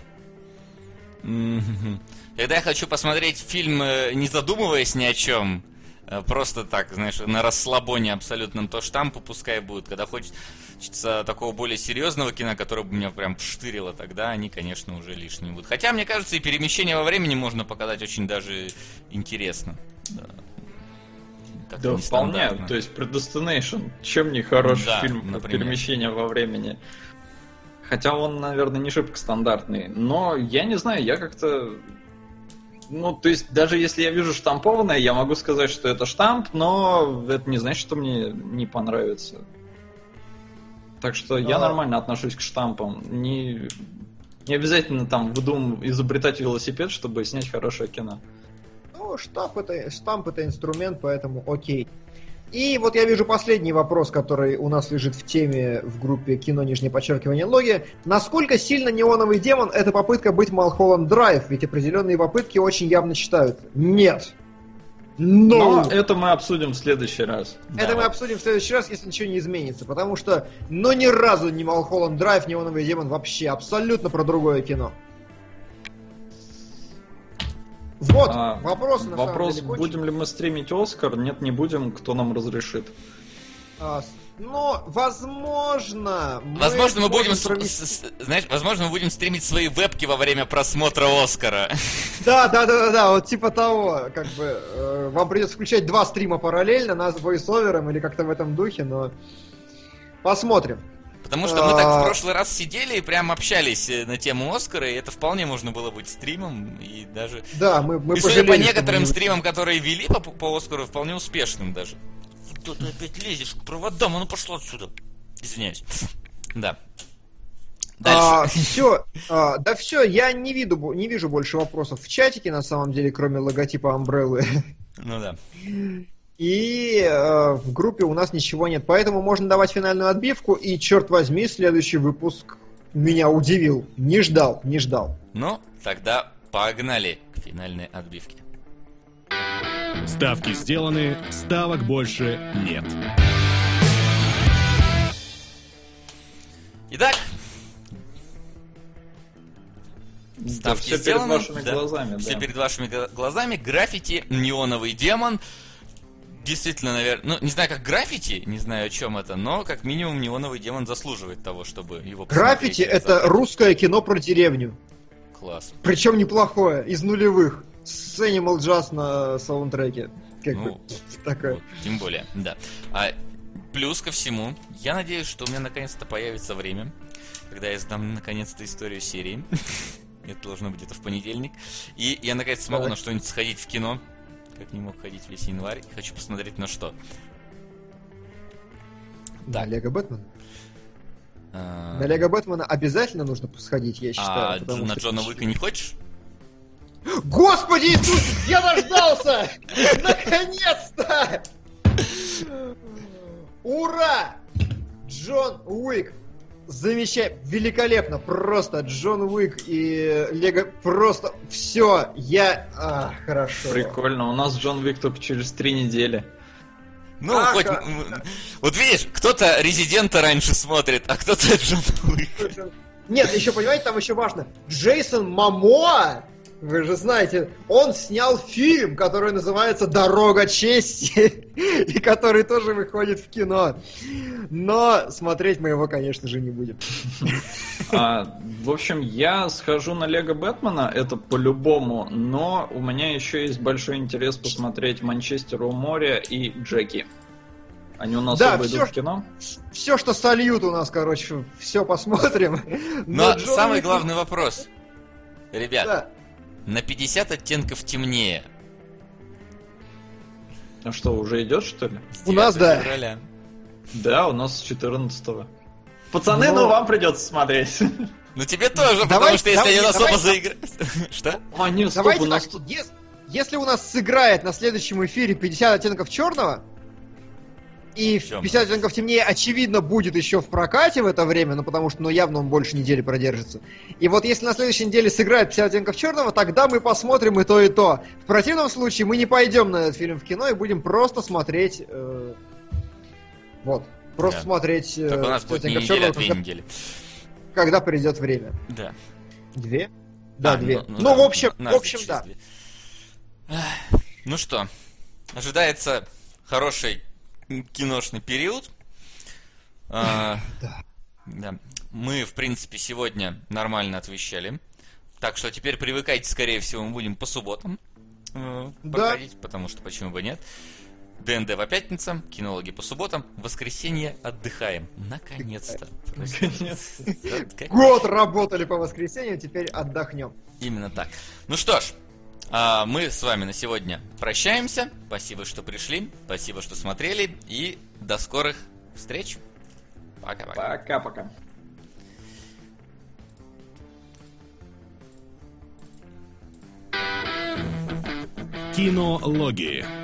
Когда я хочу посмотреть фильм, не задумываясь ни о чем, просто так, знаешь, на расслабоне абсолютном, то штампы пускай будут. Когда хочется такого более серьезного кино, которое бы меня прям штырило, тогда они, конечно, уже лишние будут. Хотя, мне кажется, и перемещение во времени можно показать очень даже интересно. Да, вполне. То есть Predestination, чем не хороший фильм про например. перемещение во времени. Хотя он, наверное, не шибко стандартный. Но я не знаю, я как-то... то есть, даже если я вижу штампованное, я могу сказать, что это штамп, но это не значит, что мне не понравится. Так что я нормально отношусь к штампам. Не обязательно там изобретать велосипед, чтобы снять хорошее кино. Штамп это инструмент, поэтому окей. И вот я вижу последний вопрос, который у нас лежит в теме в группе кино _ логи. Насколько сильно «Неоновый демон» — это попытка быть Малхолланд Драйв? Ведь определенные попытки очень явно читают. Нет. Но это мы обсудим в следующий раз. Это мы обсудим в следующий раз, если ничего не изменится. Потому что, ни разу не Малхолланд Драйв, «Неоновый демон» вообще абсолютно про другое кино. Вот, вопрос на самом деле будем ли мы стримить «Оскар»? Нет, не будем, кто нам разрешит. Возможно... Возможно, мы будем возможно, мы будем стримить свои вебки во время просмотра «Оскара». Да, вот типа того, как бы, вам придется включать 2 стрима параллельно, нас войсовером или как-то в этом духе, но посмотрим. Потому что мы так в прошлый раз сидели и прям общались на тему «Оскара», и это вполне можно было быть стримом, и даже... Да, мы и судя по некоторым стримам, которые вели по «Оскару», вполне успешным даже. Кто ты опять лезешь к проводам? А ну пошло отсюда. Извиняюсь. Да. Дальше. Все, я не вижу больше вопросов в чатике, на самом деле, кроме логотипа Umbrella. Ну да. И в группе у нас ничего нет, поэтому можно давать финальную отбивку, и, черт возьми, следующий выпуск меня удивил. Не ждал. Ну, тогда погнали к финальной отбивке. Ставки сделаны, ставок больше нет. Итак, ставки все сделаны, перед вашими глазами. Все перед вашими глазами. Граффити, «Неоновый демон». Действительно, наверное, не знаю, как граффити, не знаю, о чем это, но как минимум «Неоновый демон» заслуживает того, чтобы его посмотреть. Граффити — это русское кино про деревню. Класс. Причем неплохое, из нулевых. С Animal Jazz на саундтреке. Такое. Вот, тем более, да. Плюс ко всему, я надеюсь, что у меня наконец-то появится время, когда я сдам наконец-то историю серии. Это должно быть где-то в понедельник. И я наконец-то смогу на что-нибудь сходить в кино. Как не мог ходить весь январь. И хочу посмотреть на что. Да, Лего Бэтмен. На Лего Бэтмена обязательно нужно сходить, я считаю. А на Джона Уика не хочешь? Господи Иисус, я дождался! Наконец-то! Ура! Джон Уик. Замечательно, великолепно, просто Джон Уик и Лего, просто все, хорошо. Прикольно, у нас Джон Уик только через 3 недели. Вот видишь, кто-то Резидента раньше смотрит, а кто-то Джон Уик. Нет, еще, понимаете, там еще важно, Джейсон Момоа, вы же знаете, он снял фильм, который называется «Дорога чести», и который тоже выходит в кино. Но смотреть мы его, конечно же, не будем. В общем, я схожу на Лего Бэтмена, это по-любому, но у меня еще есть большой интерес посмотреть «Манчестер у моря» и «Джеки». Они у нас оба идут в кино. Все, что сольют у нас, короче, все посмотрим. Но самый главный вопрос. Ребят, на 50 оттенков темнее. А что, уже идет, что ли? У нас, да. Февраля. Да, у нас с 14-го. Пацаны, ну вам придется смотреть. Ну тебе тоже, потому Давай- что если они давай- особо давай- заиграют... Что? А, нет, стоп, Давайте у нас так, тут... если у нас сыграет на следующем эфире 50 оттенков черного, и Чёрного. 50 оттенков темнее, очевидно, будет еще в прокате в это время, ну потому что, ну, явно он больше недели продержится. И вот если на следующей неделе сыграет 50 оттенков черного, тогда мы посмотрим и то, и то. В противном случае мы не пойдем на этот фильм в кино и будем просто смотреть... Просто Да. смотреть... Так у нас 50 будет не оттенков неделя, а черного, 2 недели. когда придет время. Да. 2? Да, 2. Ну, Ну, да, в общем, нас через да. 2. Ну что, ожидается хороший киношный период. Да. Мы, в принципе, сегодня нормально отвечали. Так что теперь привыкайте, скорее всего, мы будем по субботам проходить, потому что почему бы нет. ДНД по пятницам, кинологи по субботам, в воскресенье отдыхаем. Наконец-то. Год работали по воскресеньям, теперь отдохнем. Именно так. Ну что ж, мы с вами на сегодня прощаемся. Спасибо, что пришли. Спасибо, что смотрели. И до скорых встреч. Пока-пока. Пока-пока. Кинологии.